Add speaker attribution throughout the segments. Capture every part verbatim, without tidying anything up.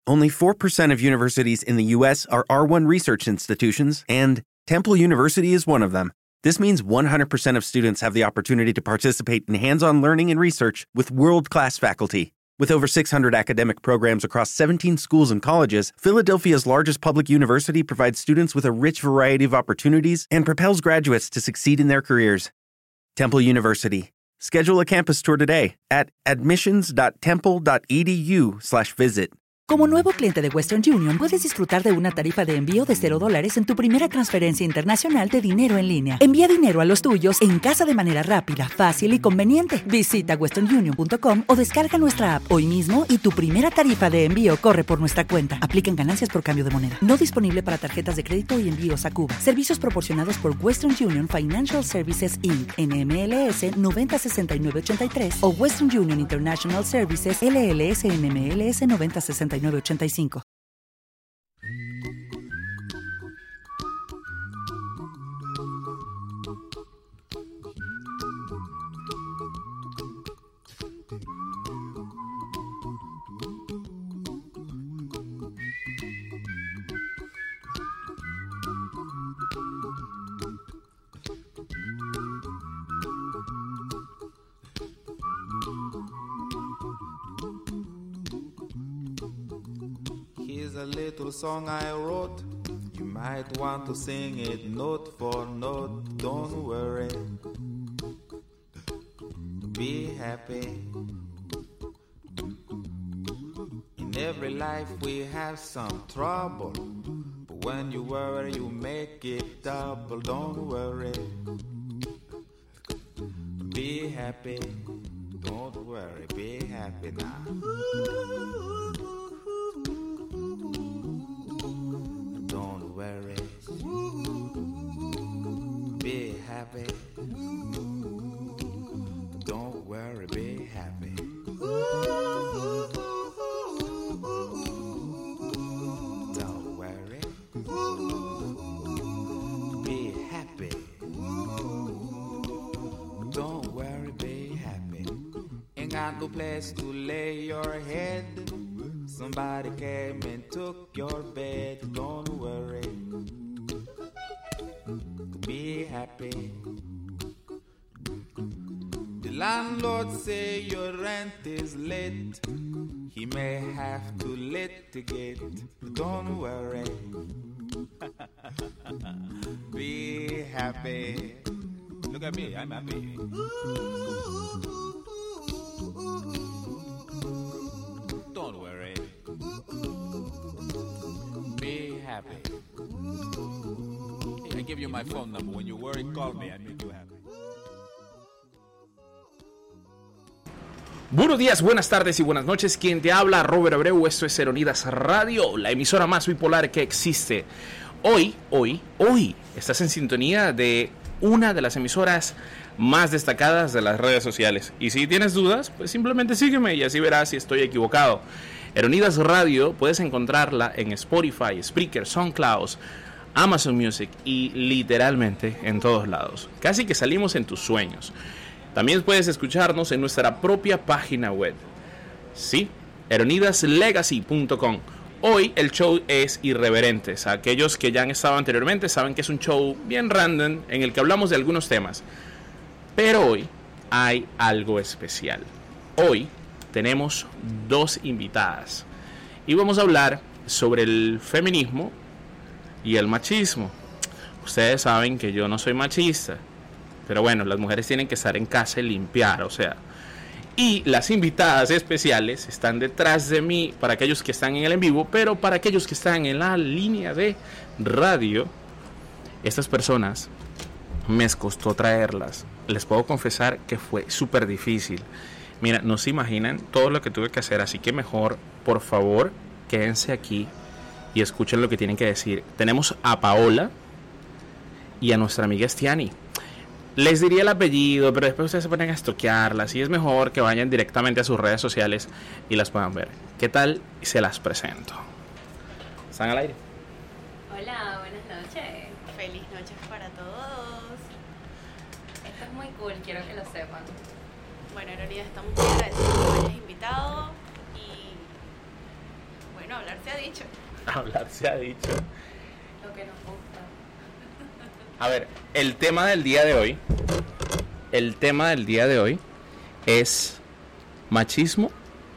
Speaker 1: Only four percent of universities in the U S are R one research institutions, and Temple University is one of them. This means one hundred percent of students have the opportunity to participate in hands-on learning and research with world-class faculty. With over six hundred academic programs across seventeen schools and colleges, Philadelphia's largest public university provides students with a rich variety of opportunities and propels graduates to succeed in their careers. Temple University. Schedule a campus tour today at admissions dot temple dot e d u slash visit.
Speaker 2: Como nuevo cliente de Western Union, puedes disfrutar de una tarifa de envío de cero dólares en tu primera transferencia internacional de dinero en línea. Envía dinero a los tuyos en casa de manera rápida, fácil y conveniente. Visita western union punto com o descarga nuestra app hoy mismo y tu primera tarifa de envío corre por nuestra cuenta. Aplican ganancias por cambio de moneda. No disponible para tarjetas de crédito y envíos a Cuba. Servicios proporcionados por Western Union Financial Services incorporated. N M L S noventa sesenta y nueve ochenta y tres o Western Union International Services L L S N M L S noventa sesenta y nueve ochenta y cinco.
Speaker 3: A little song I wrote, you might want to sing it note for note. Don't worry, be happy. In every life we have some trouble, but when you worry you make it double. Don't worry, be happy. Don't worry, be happy now. Be happy. Don't worry, be happy. Don't worry. Be happy. Don't worry, be happy. Ain't got no place to lay your head. Somebody came and took your bed. Don't worry. Be happy. The landlord say your rent is late. He may have to litigate. Don't worry. Be happy. Look at me, I'm happy. Don't worry. Be happy. I give you my phone number. When you worry, call me. I make you happy.
Speaker 4: Buenos días, buenas tardes y buenas noches. Quien te habla, Robert Abreu. Esto es Eronidas Radio, la emisora más bipolar que existe. Hoy, hoy, hoy estás en sintonía de una de las emisoras más destacadas de las redes sociales. Y si tienes dudas, pues simplemente sígueme y así verás si estoy equivocado. Eronidas Radio puedes encontrarla en Spotify, Spreaker, SoundCloud, Amazon Music y literalmente en todos lados. Casi que salimos en tus sueños. También puedes escucharnos en nuestra propia página web. Sí, eronidas legacy punto com. Hoy el show es Irreverentes. Aquellos que ya han estado anteriormente saben que es un show bien random en el que hablamos de algunos temas. Pero hoy hay algo especial. Hoy tenemos dos invitadas y vamos a hablar sobre el feminismo y el machismo. Ustedes saben que yo no soy machista, pero bueno, las mujeres tienen que estar en casa y limpiar, o sea. Y las invitadas especiales están detrás de mí para aquellos que están en el en vivo, pero para aquellos que están en la línea de radio, estas personas me costó traerlas. Les puedo confesar que fue súper difícil. Mira, no se imaginan todo lo que tuve que hacer, así que mejor, por favor, quédense aquí y escuchen lo que tienen que decir. Tenemos a Paola y a nuestra amiga Estiani. Les diría el apellido, pero después ustedes se ponen a estoquearlas y es mejor que vayan directamente a sus redes sociales y las puedan ver. ¿Qué tal? Se las presento. ¿Están al aire?
Speaker 5: Hola, buenas noches.
Speaker 6: Feliz noches para todos.
Speaker 5: Esto es muy cool, quiero que lo sepan.
Speaker 6: Bueno, Eronidas, estamos muy agradecidos que me hayas invitado y bueno, Bueno, hablar se ha dicho.
Speaker 4: Hablar se ha dicho.
Speaker 5: Lo que nos gusta.
Speaker 4: A ver, el tema del día de hoy, el tema del día de hoy es machismo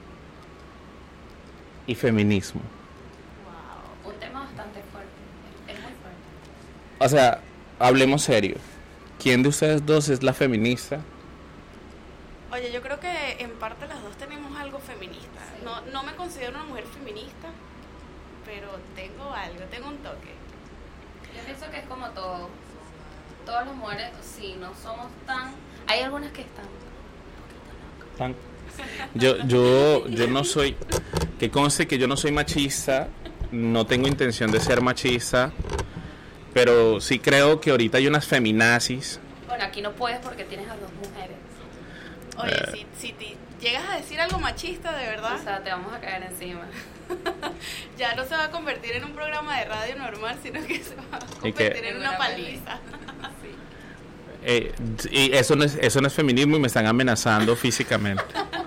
Speaker 4: y feminismo.
Speaker 5: Un tema bastante fuerte. Es muy fuerte.
Speaker 4: O sea, hablemos serio. ¿Quién de ustedes dos es la feminista?
Speaker 6: Oye, yo creo que en parte las dos tenemos algo feminista.
Speaker 5: Sí.
Speaker 6: No, no me considero una mujer feminista, pero tengo algo, tengo un toque.
Speaker 5: Yo pienso que es como todo. Todas las mujeres, si no somos tan... Hay algunas que están.
Speaker 4: Tan- Yo, yo, yo no soy, que conste que yo no soy machista, no tengo intención de ser machista, pero sí creo que ahorita hay unas feminazis.
Speaker 5: Bueno, aquí no puedes porque tienes a dos mujeres.
Speaker 6: Oye,
Speaker 4: Eh.
Speaker 6: si, si te llegas a decir algo machista, de verdad,
Speaker 5: O sea, te vamos a caer encima.
Speaker 6: ya no se va a convertir en un programa de radio normal, sino que se va a
Speaker 4: ¿Y qué?
Speaker 6: convertir en una paliza.
Speaker 5: Sí.
Speaker 4: Eh, y eso no es, eso no es feminismo y me están amenazando físicamente.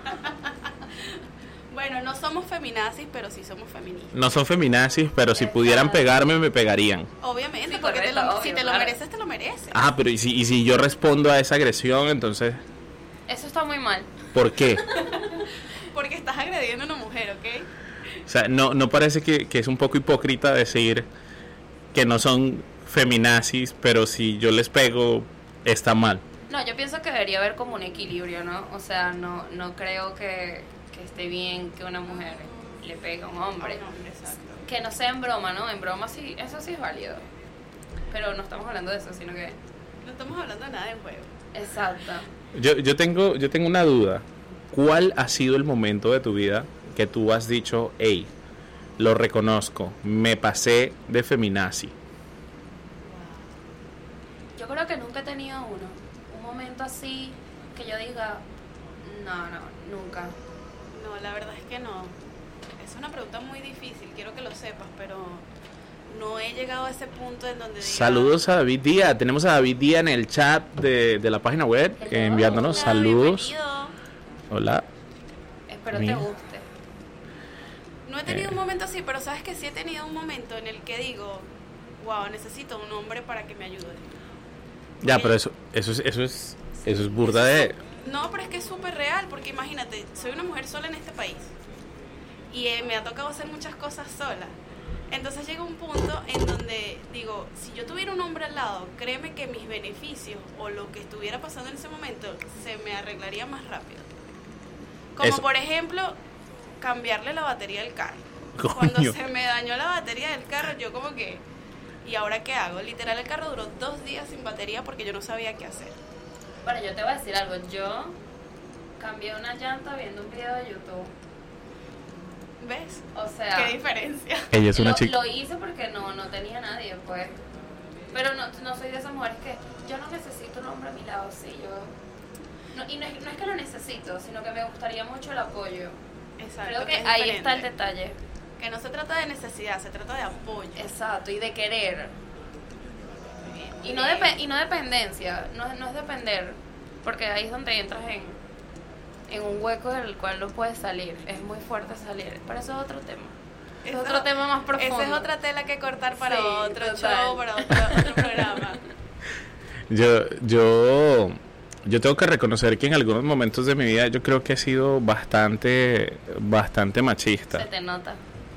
Speaker 6: Bueno, no somos feminazis, pero sí somos feministas.
Speaker 4: No son feminazis, pero si pudieran pegarme, me pegarían.
Speaker 6: Obviamente,
Speaker 5: Sí,
Speaker 6: porque te
Speaker 5: correcto,
Speaker 6: lo-
Speaker 5: obvio,
Speaker 6: si te lo
Speaker 5: claro.
Speaker 6: mereces, te lo mereces.
Speaker 4: Ah, pero y si, y si yo respondo a esa agresión, entonces,
Speaker 5: Eso está muy mal.
Speaker 4: ¿por qué?
Speaker 6: Porque estás agrediendo a una mujer, ¿ok?
Speaker 4: O sea, no, no parece que, que es un poco hipócrita decir que no son feminazis, pero si yo les pego, está mal.
Speaker 5: No, yo pienso que debería haber como un equilibrio, ¿no? O sea, no, no creo que, que esté bien que una mujer le pegue a un hombre.
Speaker 6: Un hombre, exacto.
Speaker 5: Que no sea en broma, ¿no? En broma sí, eso sí es válido. Pero no estamos hablando de eso, sino que...
Speaker 6: No estamos hablando de nada en juego.
Speaker 5: Exacto.
Speaker 4: Yo, yo tengo, yo tengo una duda. ¿Cuál ha sido el momento de tu vida que tú has dicho, hey, lo reconozco, me pasé de feminazi?
Speaker 5: Yo creo que nunca he tenido uno. Un momento así que yo diga, no, no, nunca.
Speaker 6: No, la verdad es que no. Es una pregunta muy difícil, quiero que lo sepas, pero no he llegado a ese punto en donde diga...
Speaker 4: Saludos a David Díaz. Tenemos a David Díaz en el chat de, de la página web,
Speaker 5: Hello.
Speaker 4: eh, enviándonos
Speaker 6: Hola,
Speaker 4: saludos.
Speaker 6: bienvenido.
Speaker 4: Hola.
Speaker 5: Espero
Speaker 4: Mira.
Speaker 5: te guste.
Speaker 6: No he tenido
Speaker 4: Eh.
Speaker 6: un momento así, pero sabes que sí he tenido un momento en el que digo, wow, necesito un hombre para que me ayude.
Speaker 4: Ya, pero eso, eso es, eso es, eso es burda de.
Speaker 6: No, pero es que es súper real, porque imagínate, soy una mujer sola en este país y eh, me ha tocado hacer muchas cosas sola. Entonces llega un punto en donde digo, si yo tuviera un hombre al lado, créeme que mis beneficios o lo que estuviera pasando en ese momento se me arreglaría más rápido. Como
Speaker 4: Eso.
Speaker 6: por ejemplo, cambiarle la batería del carro.
Speaker 4: Coño.
Speaker 6: Cuando se me dañó la batería del carro, yo como que, ¿y ahora qué hago? Literal, el carro duró dos días sin batería porque yo no sabía qué hacer.
Speaker 5: Bueno, yo te voy a decir algo. Yo cambié una llanta viendo un video de YouTube.
Speaker 6: ¿Ves?
Speaker 5: O sea,
Speaker 6: ¿Qué diferencia?
Speaker 4: Ella es una
Speaker 5: lo,
Speaker 4: chica.
Speaker 5: lo hice porque no, no tenía nadie, pues. Pero no, no soy de esas mujeres que yo no necesito un hombre a mi lado, sí, yo... No, y no es, no es que lo necesito, sino que me gustaría mucho el apoyo.
Speaker 6: Exacto.
Speaker 5: Creo que
Speaker 6: es
Speaker 5: ahí
Speaker 6: diferente.
Speaker 5: está el detalle.
Speaker 6: Que no se trata de necesidad, se trata de apoyo.
Speaker 5: Exacto, y de querer.
Speaker 6: Bien,
Speaker 5: Y no,
Speaker 6: bien.
Speaker 5: depe- y no dependencia, no, no es depender, porque ahí es donde entras en, en un hueco del cual no puedes salir. Es muy fuerte salir, pero eso es otro tema. Es
Speaker 6: Eso-
Speaker 5: otro tema más profundo.
Speaker 6: Esa es otra tela que cortar para
Speaker 5: Sí,
Speaker 6: otro
Speaker 5: total.
Speaker 6: show, para otro, otro programa.
Speaker 4: Yo, yo, yo tengo que reconocer que en algunos momentos de mi vida yo creo que he sido bastante, bastante
Speaker 5: Se
Speaker 4: machista.
Speaker 5: te nota.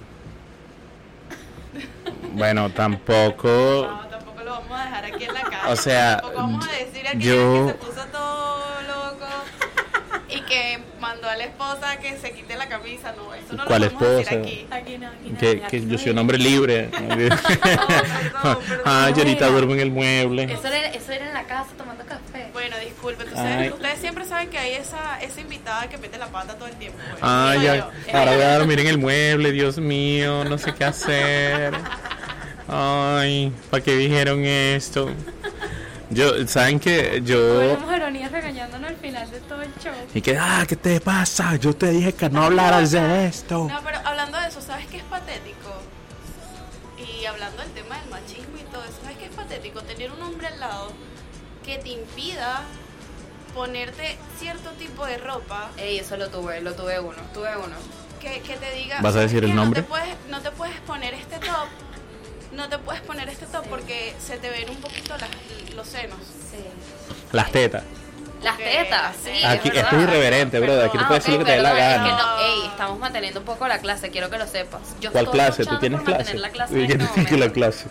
Speaker 4: Bueno, tampoco.
Speaker 6: No, tampoco lo vamos a dejar aquí en la calle.
Speaker 4: O sea,
Speaker 6: tampoco vamos a decir aquí
Speaker 4: yo-
Speaker 6: que se puso todo loco y que mandó a la esposa que se quite la camisa. No, eso no
Speaker 4: ¿Cuál
Speaker 6: lo vamos a decir
Speaker 4: esposa?
Speaker 6: aquí.
Speaker 5: Aquí no, aquí no.
Speaker 4: Que, que yo soy un hombre libre.
Speaker 6: perdón,
Speaker 4: Ah, yo ahorita
Speaker 5: Mira.
Speaker 4: duermo en el mueble.
Speaker 5: Eso era, eso era en la casa tomando café.
Speaker 6: Bueno, disculpe, entonces
Speaker 4: Ay.
Speaker 6: ustedes siempre saben que hay esa, esa invitada que mete la pata todo el tiempo. pues.
Speaker 4: Ah,
Speaker 6: Soy
Speaker 4: ya.
Speaker 6: yo.
Speaker 4: Ahora voy a dormir en el mueble, Dios mío, no sé qué hacer. Ay, ¿para qué dijeron esto? Yo, ¿saben qué? Yo...
Speaker 5: Tenemos ironías regañándonos al final de todo el show.
Speaker 4: Y que, ah, ¿qué te pasa? Yo te dije que no hablaras de esto.
Speaker 6: No, pero hablando de eso, ¿sabes qué es patético? Y hablando del tema del machismo y todo eso, ¿sabes qué es patético? Tener un hombre al lado que te impida ponerte cierto tipo de ropa.
Speaker 5: Ey, eso lo tuve, lo tuve uno, tuve uno.
Speaker 6: que, que te diga...
Speaker 4: ¿Vas a decir el
Speaker 6: que
Speaker 4: nombre?
Speaker 6: No te, puedes, no te puedes poner este top, no te puedes poner este top porque se te ven un poquito las, los senos.
Speaker 5: Sí.
Speaker 4: Las tetas.
Speaker 5: Las tetas, sí.
Speaker 4: Aquí,
Speaker 5: es verdad.
Speaker 4: esto es irreverente, brother. Aquí no
Speaker 5: Ah,
Speaker 4: puedes decir
Speaker 5: ok,
Speaker 4: lo que te dé la
Speaker 5: perdón, es que
Speaker 4: gana.
Speaker 5: no, ey, estamos manteniendo un poco la clase, quiero que lo sepas. Yo
Speaker 4: ¿Cuál
Speaker 5: estoy
Speaker 4: clase? ¿Tú
Speaker 5: luchando
Speaker 4: tienes
Speaker 5: por
Speaker 4: clase?
Speaker 5: mantener la clase
Speaker 4: ¿Y
Speaker 5: en
Speaker 4: quién
Speaker 5: este
Speaker 4: tiene que la
Speaker 5: momento.
Speaker 4: clase?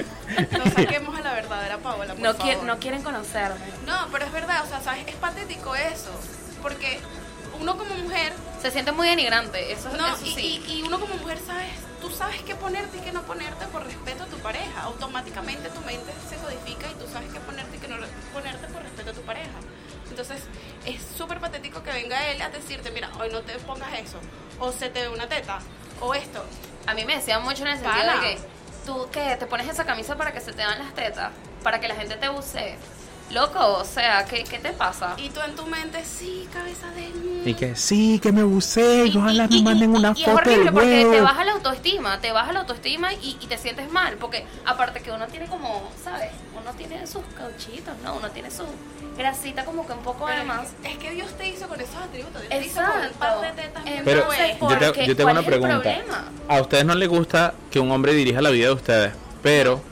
Speaker 6: No saquemos a la verdadera Paola, por
Speaker 5: No,
Speaker 6: favor.
Speaker 5: qui- no quieren conocerme.
Speaker 6: No, pero es verdad, o sea, ¿sabes? Es patético eso, porque uno como mujer,
Speaker 5: Se siente muy denigrante, eso,
Speaker 6: no,
Speaker 5: eso
Speaker 6: y,
Speaker 5: sí.
Speaker 6: y, y uno como mujer, ¿sabes? Tú sabes qué ponerte y qué no ponerte por respeto a tu pareja. Automáticamente tu mente se codifica y tú sabes qué ponerte y qué no re- ponerte por respeto a tu pareja. Entonces, es súper patético que venga él a decirte, mira, hoy no te pongas eso, o se te ve una teta, o esto.
Speaker 5: A mí me decían mucho en el sentido
Speaker 6: Pana.
Speaker 5: de que tú que te pones esa camisa para que se te vean las tetas, para que la gente te use. Loco, o sea, ¿qué, qué te pasa?
Speaker 6: Y tú en tu mente, sí, cabeza de...
Speaker 4: Y que sí, que me usé, y
Speaker 5: Y-
Speaker 4: ojalá
Speaker 5: y-
Speaker 4: me
Speaker 5: y-
Speaker 4: manden
Speaker 5: y-
Speaker 4: una
Speaker 5: y es
Speaker 4: foto del
Speaker 5: horrible porque
Speaker 4: huevo.
Speaker 5: te baja la autoestima, te baja la autoestima y, y te sientes mal, porque aparte que uno tiene como, ¿sabes? Uno tiene sus cauchitos, ¿no? Uno tiene su grasita como que un poco
Speaker 6: Pero
Speaker 5: además.
Speaker 6: es que Dios te hizo con esos atributos, Dios te hizo con un
Speaker 5: Exacto.
Speaker 6: par de tetas muy
Speaker 4: Pero
Speaker 5: Entonces,
Speaker 6: buenas.
Speaker 4: yo
Speaker 5: ¿por
Speaker 4: te,
Speaker 5: qué?
Speaker 4: yo tengo
Speaker 5: ¿Cuál
Speaker 4: una
Speaker 5: es el
Speaker 4: pregunta.
Speaker 5: problema?
Speaker 4: A ustedes no les gusta que un hombre dirija la vida de ustedes, pero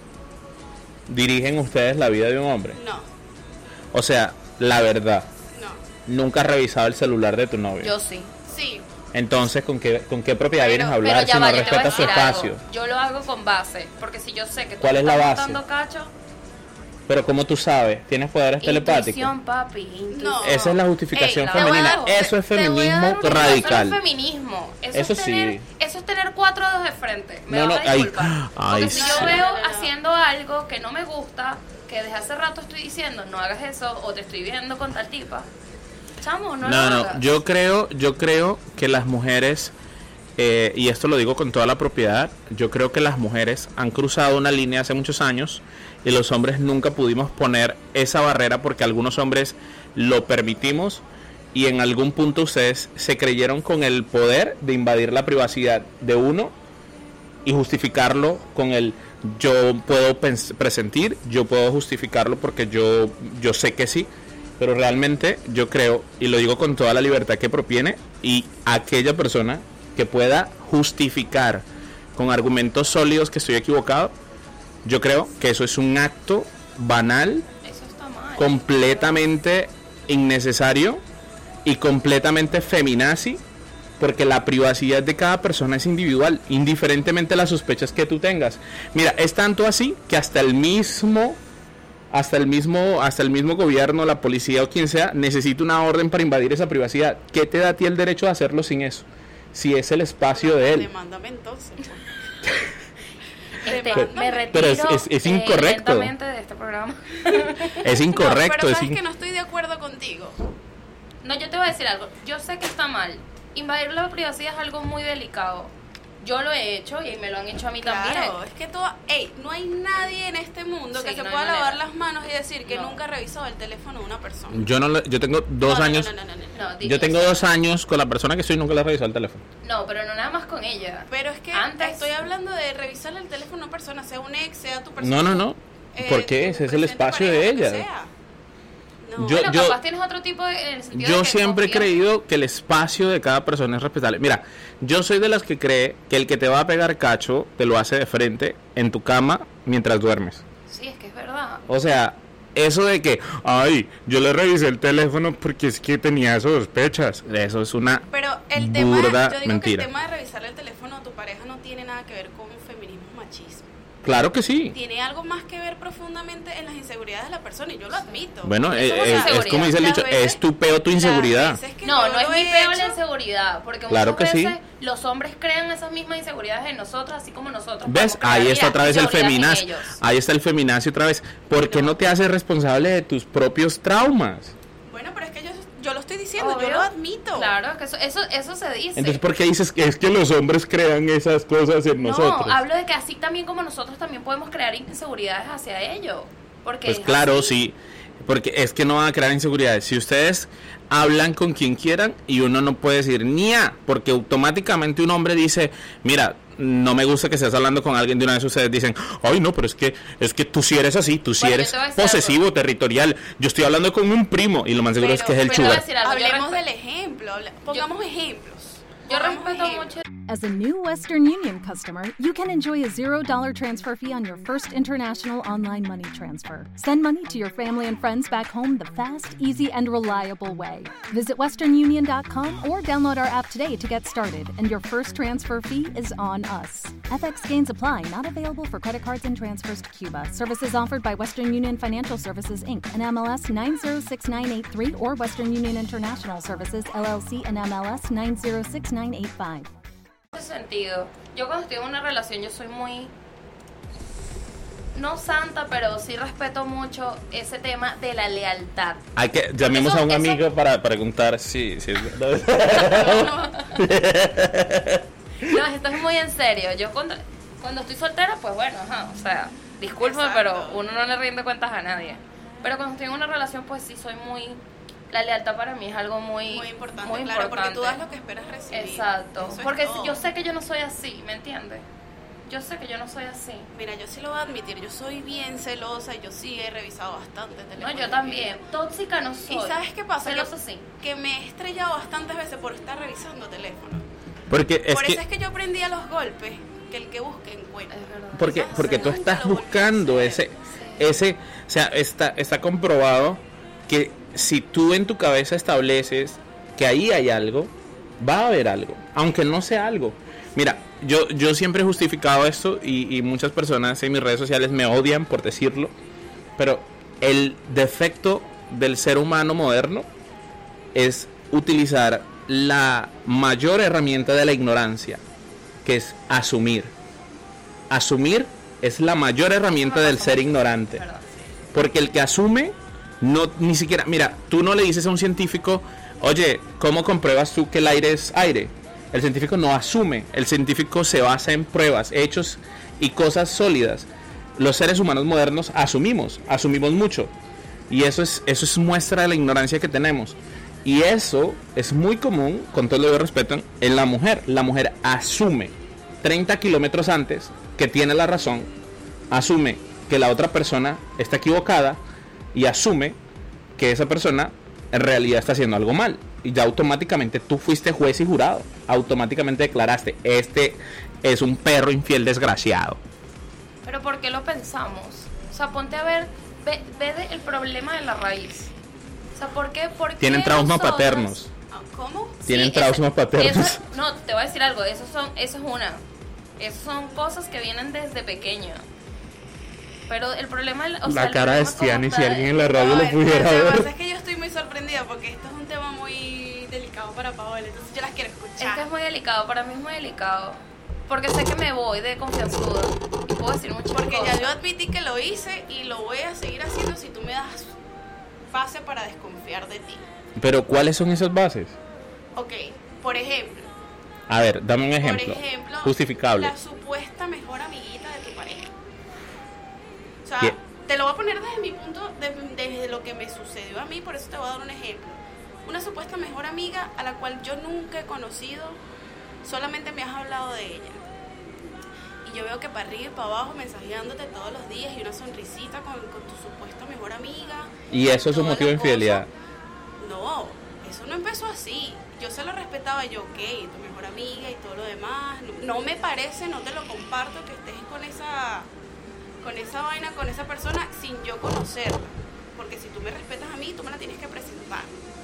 Speaker 4: dirigen ustedes la vida de un hombre.
Speaker 6: No,
Speaker 4: O sea, la verdad,
Speaker 6: no,
Speaker 4: nunca has revisado el celular de tu novio.
Speaker 5: Yo sí.
Speaker 6: sí.
Speaker 4: Entonces, ¿con qué, con qué propiedad
Speaker 6: Pero-
Speaker 4: vienes a
Speaker 5: Pero
Speaker 4: hablar
Speaker 5: ya
Speaker 4: si
Speaker 5: va,
Speaker 4: no
Speaker 5: yo te voy a
Speaker 4: respetas su
Speaker 5: decir
Speaker 4: espacio?
Speaker 5: algo. Yo lo hago con base, porque si yo sé que tú
Speaker 4: ¿Cuál
Speaker 5: me
Speaker 4: es la
Speaker 5: estás
Speaker 4: base?
Speaker 5: montando cacho,
Speaker 4: Pero ¿cómo tú sabes? ¿Tienes poderes telepáticos?
Speaker 5: intuición, papi, intuición.
Speaker 6: No.
Speaker 4: Esa es la justificación
Speaker 5: Ey,
Speaker 6: te voy a
Speaker 4: femenina.
Speaker 6: dar-
Speaker 4: Eso es
Speaker 6: te voy a
Speaker 4: feminismo
Speaker 6: dar una-
Speaker 4: radical.
Speaker 5: Eso no es feminismo. Eso,
Speaker 4: Eso
Speaker 5: es tener,
Speaker 4: sí.
Speaker 5: eso es tener cuatro dedos de frente. Me
Speaker 4: No,
Speaker 5: vas
Speaker 4: no,
Speaker 5: a
Speaker 4: ay,
Speaker 5: disculpar.
Speaker 4: ay,
Speaker 5: Porque si
Speaker 4: sí.
Speaker 5: yo veo
Speaker 6: No, no, no.
Speaker 5: haciendo algo que no me gusta, que desde hace rato estoy diciendo, no hagas eso, o te estoy viendo con tal tipa. Chamo, no,
Speaker 4: No,
Speaker 5: lo
Speaker 4: no,
Speaker 5: hagas.
Speaker 4: yo creo, yo creo que las mujeres, eh, y esto lo digo con toda la propiedad, yo creo que las mujeres han cruzado una línea hace muchos años y los hombres nunca pudimos poner esa barrera porque algunos hombres lo permitimos y en algún punto ustedes se creyeron con el poder de invadir la privacidad de uno y justificarlo con el yo puedo pens- presentir, yo puedo justificarlo porque yo, yo sé que sí, pero realmente yo creo, y lo digo con toda la libertad que proviene, y aquella persona que pueda justificar con argumentos sólidos que estoy equivocado, yo creo que eso es un acto banal,
Speaker 5: Eso está mal.
Speaker 4: completamente innecesario y completamente feminazi, porque la privacidad de cada persona es individual, indiferentemente de las sospechas que tú tengas. Mira, es tanto así que hasta el mismo hasta el mismo hasta el mismo gobierno, la policía o quien sea necesita una orden para invadir esa privacidad. ¿Qué te da a ti el derecho de hacerlo sin eso? Si es el espacio de él.
Speaker 6: Demándame entonces.
Speaker 5: Este,
Speaker 6: Pero-
Speaker 5: me retiro
Speaker 4: pero es- es- es
Speaker 5: eh,
Speaker 4: incorrecto.
Speaker 5: lentamente de este programa.
Speaker 4: Es incorrecto.
Speaker 6: No, pero
Speaker 4: es
Speaker 6: sabes
Speaker 4: in-
Speaker 6: que no estoy de acuerdo contigo.
Speaker 5: No, yo te voy a decir algo. Yo sé que está mal. Invadir la privacidad es algo muy delicado. Yo lo he hecho y me lo han hecho a mí también.
Speaker 6: Claro, es que todo, ey, no hay nadie en este mundo
Speaker 5: Sí,
Speaker 6: que se
Speaker 5: no hay
Speaker 6: pueda
Speaker 5: manera.
Speaker 6: lavar las manos y decir que
Speaker 5: No.
Speaker 6: nunca ha revisado el teléfono de una persona.
Speaker 4: Yo no lo- yo tengo dos
Speaker 6: No, no,
Speaker 4: años.
Speaker 6: No, no, no, no, no.
Speaker 5: No, di-
Speaker 4: Yo tengo
Speaker 5: o sea,
Speaker 4: dos años con la persona que soy y nunca le he revisado el teléfono.
Speaker 5: No, pero no nada más con ella.
Speaker 6: Pero es que
Speaker 5: Antes-
Speaker 6: estoy hablando de revisarle el teléfono a una persona, sea un ex, sea tu persona.
Speaker 4: No, no, no.
Speaker 6: eh,
Speaker 4: ¿Por qué?
Speaker 6: tu
Speaker 4: Ese es el
Speaker 6: presente
Speaker 4: espacio
Speaker 6: pareja,
Speaker 4: de
Speaker 6: lo que
Speaker 4: ella.
Speaker 6: sea. No.
Speaker 4: Yo-
Speaker 5: Bueno, capaz tienes otro tipo de... En el sentido
Speaker 4: Yo
Speaker 5: de que
Speaker 4: siempre he
Speaker 5: confías-
Speaker 4: creído que el espacio de cada persona es respetable. Mira, yo soy de las que cree que el que te va a pegar cacho te lo hace de frente en tu cama mientras duermes.
Speaker 5: Sí, es que es verdad.
Speaker 4: O sea, eso de que, ay, yo le revisé el teléfono porque es que tenía esas sospechas. Eso es una
Speaker 6: Pero el tema,
Speaker 4: burda
Speaker 6: yo digo
Speaker 4: mentira.
Speaker 6: que el tema de revisarle el teléfono a tu pareja no tiene nada que ver con feminismo machismo.
Speaker 4: Claro que sí.
Speaker 6: Tiene algo más que ver profundamente en las inseguridades de la persona y yo lo admito.
Speaker 4: Bueno,
Speaker 5: Eso
Speaker 4: eh,
Speaker 5: es
Speaker 4: eh, es,
Speaker 5: inseguridad.
Speaker 4: como dice el
Speaker 6: Las
Speaker 4: dicho,
Speaker 6: veces-
Speaker 4: es tu peo tu
Speaker 6: Las
Speaker 4: inseguridad.
Speaker 6: veces que
Speaker 5: No,
Speaker 6: yo
Speaker 5: no es
Speaker 6: lo
Speaker 5: mi
Speaker 6: he
Speaker 5: peo la
Speaker 6: hecho,
Speaker 5: inseguridad, porque
Speaker 4: Claro
Speaker 5: muchas
Speaker 4: que sí.
Speaker 5: veces los hombres crean esas mismas inseguridades en nosotros, así como nosotros.
Speaker 4: ¿Ves?
Speaker 5: podemos crear
Speaker 4: Ahí está otra vez el
Speaker 5: inseguridades en
Speaker 4: feminazi.
Speaker 5: ellos.
Speaker 4: Ahí está el feminazi otra vez. ¿Por qué no te haces responsable de tus propios traumas?
Speaker 6: Bueno, pero es que yo, yo lo estoy diciendo,
Speaker 5: Obvio.
Speaker 6: yo lo admito.
Speaker 5: Claro, que eso, eso, eso se dice.
Speaker 4: Entonces, ¿por qué dices que es que los hombres crean esas cosas en
Speaker 5: no,
Speaker 4: nosotros?
Speaker 5: hablo de que así también como nosotros también podemos crear inseguridades hacia ellos. Porque
Speaker 4: Pues
Speaker 5: es
Speaker 4: claro,
Speaker 5: así.
Speaker 4: sí. Porque es que no van a crear inseguridades. Si ustedes hablan con quien quieran y uno no puede decir ni a, porque automáticamente un hombre dice, mira, no me gusta que estés hablando con alguien de una vez ustedes dicen, ay no, pero es que es que tú sí eres así, tú sí
Speaker 5: Bueno, yo
Speaker 4: eres
Speaker 5: te voy a decir
Speaker 4: posesivo, territorial. Yo estoy hablando con un primo y lo más seguro es que es el
Speaker 5: pero te voy a
Speaker 4: sugar.
Speaker 5: decir algo, yo
Speaker 6: Hablemos
Speaker 5: respeto-
Speaker 6: del ejemplo, habla- pongamos ejemplos.
Speaker 5: Yo
Speaker 6: Pongamos
Speaker 5: respeto
Speaker 6: ejemplo.
Speaker 5: mucho.
Speaker 7: As a new Western Union customer, you can enjoy a zero dollar transfer fee on your first international online money transfer. Send money to your family and friends back home the fast, easy, and reliable way. Visit western union dot com or download our app today to get started, and your first transfer fee is on us. F X gains apply, not available for credit cards and transfers to Cuba. Services offered by Western Union Financial Services, Incorporated, and M L S nine zero six nine eight three, or Western Union International Services, L L C, and M L S nine zero six nine eight five.
Speaker 5: En ese sentido, yo cuando estoy en una relación yo soy muy, no santa, pero sí respeto mucho ese tema de la lealtad.
Speaker 4: Hay que llamemos
Speaker 5: Eso-
Speaker 4: a un
Speaker 5: eso-
Speaker 4: amigo para preguntar si, si es verdad.
Speaker 5: No, esto es muy en serio. Yo cuando, cuando estoy soltera, pues bueno, ajá, o sea, discúlpame,
Speaker 6: Exacto.
Speaker 5: pero uno no le rinde cuentas a nadie. Pero cuando estoy en una relación, pues sí soy muy, la lealtad para mí es algo muy,
Speaker 6: Muy importante,
Speaker 5: muy
Speaker 6: claro,
Speaker 5: importante.
Speaker 6: porque tú das lo que esperas recibir.
Speaker 5: Exacto,
Speaker 6: Eso es
Speaker 5: porque
Speaker 6: todo.
Speaker 5: yo sé que yo no soy así, ¿me entiendes? Yo sé que yo no soy así.
Speaker 6: Mira, yo sí lo voy a admitir, yo soy bien celosa y yo sí he revisado bastante
Speaker 5: No,
Speaker 6: teléfonos.
Speaker 5: yo también. Tóxica no soy.
Speaker 6: ¿Y sabes qué pasa?
Speaker 5: Celosa
Speaker 6: que,
Speaker 5: sí.
Speaker 6: que me he estrellado bastantes veces por estar revisando teléfono.
Speaker 4: Porque es
Speaker 6: por
Speaker 4: que
Speaker 6: eso es que yo aprendí a los golpes que el que busque encuentra.
Speaker 5: Es verdad.
Speaker 4: porque
Speaker 6: Eso
Speaker 4: porque tú
Speaker 6: nunca
Speaker 4: estás
Speaker 6: lo volví a
Speaker 4: buscando
Speaker 6: hacer.
Speaker 4: ese ese, o sea, está está comprobado que si tú en tu cabeza estableces que ahí hay algo, va a haber algo, aunque no sea algo. Mira, yo yo siempre he justificado esto y, y muchas personas en mis redes sociales me odian por decirlo, pero el defecto del ser humano moderno es utilizar la mayor herramienta de la ignorancia, que es asumir. Asumir es la mayor herramienta del ser ignorante. Porque el que asume, no ni siquiera, mira, tú no le dices a un científico, oye, ¿cómo compruebas tú que el aire es aire? El científico no asume, el científico se basa en pruebas, hechos y cosas sólidas. Los seres humanos modernos asumimos, asumimos mucho. Y eso es, eso es muestra de la ignorancia que tenemos. Y eso es muy común, con todo lo que respeto, en la mujer. La mujer asume treinta kilómetros antes que tiene la razón, asume que la otra persona está equivocada y asume que esa persona en realidad está haciendo algo mal. Y ya automáticamente tú fuiste juez y jurado. Automáticamente declaraste, este es un perro infiel desgraciado.
Speaker 5: Pero ¿por qué lo pensamos? O sea, ponte a ver, ve, ve de- el problema de la raíz. O sea, ¿por qué? ¿Por qué
Speaker 4: Tienen traumas
Speaker 5: nosotros-
Speaker 4: paternos.
Speaker 6: Ah, ¿Cómo?
Speaker 4: Tienen
Speaker 5: Sí,
Speaker 4: traumas
Speaker 5: ese-
Speaker 4: paternos.
Speaker 5: eso- no, te voy a decir algo, eso, son, eso es una. Esas son cosas que vienen desde pequeño. Pero el problema... O
Speaker 4: La
Speaker 5: sea, el
Speaker 4: cara de
Speaker 5: problema como
Speaker 4: Stiani, si
Speaker 5: tal-
Speaker 4: alguien en la radio
Speaker 6: A
Speaker 4: lo
Speaker 6: ver,
Speaker 4: pudiera
Speaker 6: Lo que
Speaker 4: ver.
Speaker 6: pasa es que yo estoy muy sorprendida porque esto es un tema muy delicado para Paola, entonces yo las quiero
Speaker 5: Es
Speaker 6: escuchar.
Speaker 5: que es muy delicado, para mí es muy delicado. Porque sé que me voy de confianzuda y puedo decir muchas
Speaker 6: Porque
Speaker 5: cosas.
Speaker 6: ya yo admití que lo hice y lo voy a seguir haciendo si tú me das base para desconfiar de ti.
Speaker 4: Pero ¿cuáles son esas bases?
Speaker 6: Ok, por ejemplo,
Speaker 4: A ver, dame un ejemplo.
Speaker 6: por ejemplo,
Speaker 4: Justificable.
Speaker 6: la supuesta mejor amiguita de tu pareja. O sea,
Speaker 4: ¿Qué?
Speaker 6: te lo voy a poner desde mi punto, de- desde lo que me sucedió a mí, por eso te voy a dar un ejemplo. Una supuesta mejor amiga a la cual yo nunca he conocido, solamente me has hablado de ella. Y yo veo que para arriba y para abajo mensajeándote todos los días y una sonrisita con, con tu supuesta mejor amiga.
Speaker 4: Y eso es un
Speaker 6: toda
Speaker 4: motivo de
Speaker 6: la cosa.
Speaker 4: infidelidad.
Speaker 6: No, eso no empezó así. Yo se lo respetaba, yo, ok, tu mejor amiga y todo lo demás. No, no me parece, no te lo comparto que estés con esa, con esa vaina, con esa persona sin yo conocerla. Porque si tú me respetas a mí, tú me la tienes que presentar.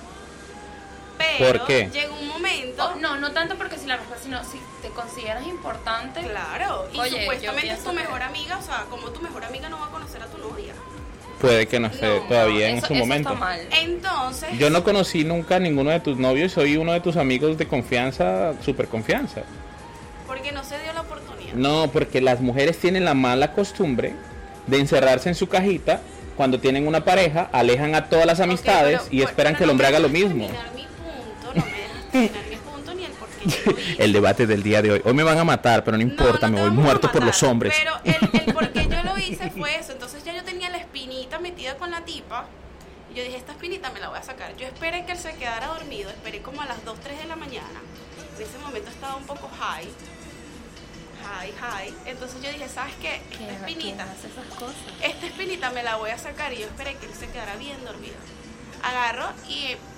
Speaker 6: Pero
Speaker 4: ¿Por qué?
Speaker 6: llega un momento...
Speaker 5: Oh, no, no tanto porque si la respetas, sino si te consideras importante.
Speaker 6: Claro, y
Speaker 5: Oye, yo
Speaker 6: supuestamente es
Speaker 5: pienso
Speaker 6: tu
Speaker 5: que-
Speaker 6: mejor amiga, o sea, como tu mejor amiga no va a conocer a tu novia.
Speaker 4: Puede que no esté
Speaker 6: No,
Speaker 4: todavía en
Speaker 5: eso,
Speaker 4: su
Speaker 5: eso
Speaker 4: momento.
Speaker 5: está mal.
Speaker 6: Entonces...
Speaker 4: Yo no conocí nunca a ninguno de tus novios, soy uno de tus amigos de confianza, super confianza.
Speaker 6: Porque no se dio la oportunidad.
Speaker 4: No, porque las mujeres tienen la mala costumbre de encerrarse en su cajita cuando tienen una pareja, alejan a todas las amistades
Speaker 6: Ok, pero-
Speaker 4: y
Speaker 6: pero-
Speaker 4: esperan
Speaker 6: pero
Speaker 4: que el
Speaker 6: no
Speaker 4: hombre
Speaker 6: me
Speaker 4: haga lo
Speaker 6: dejas
Speaker 4: mismo.
Speaker 6: terminar mi punto, no me dejas terminar mi punto ni el por qué yo lo hice.
Speaker 4: El debate del día de hoy. Hoy me van a matar, pero no importa,
Speaker 6: No, no
Speaker 4: me
Speaker 6: te
Speaker 4: voy
Speaker 6: vamos a
Speaker 4: muerto por
Speaker 6: matar,
Speaker 4: los hombres.
Speaker 6: Pero el, el por qué yo lo hice fue eso. Entonces ya yo tenía la espinita metida con la tipa. Y yo dije, esta espinita me la voy a sacar. Yo esperé que él se quedara dormido. Esperé como a las dos, tres de la mañana. En ese momento estaba un poco high. High, high. Entonces yo dije, ¿sabes qué? Esta espinita,
Speaker 5: hace esas cosas?
Speaker 6: esta espinita me la voy a sacar. Y yo esperé que él se quedara bien dormido. Agarro y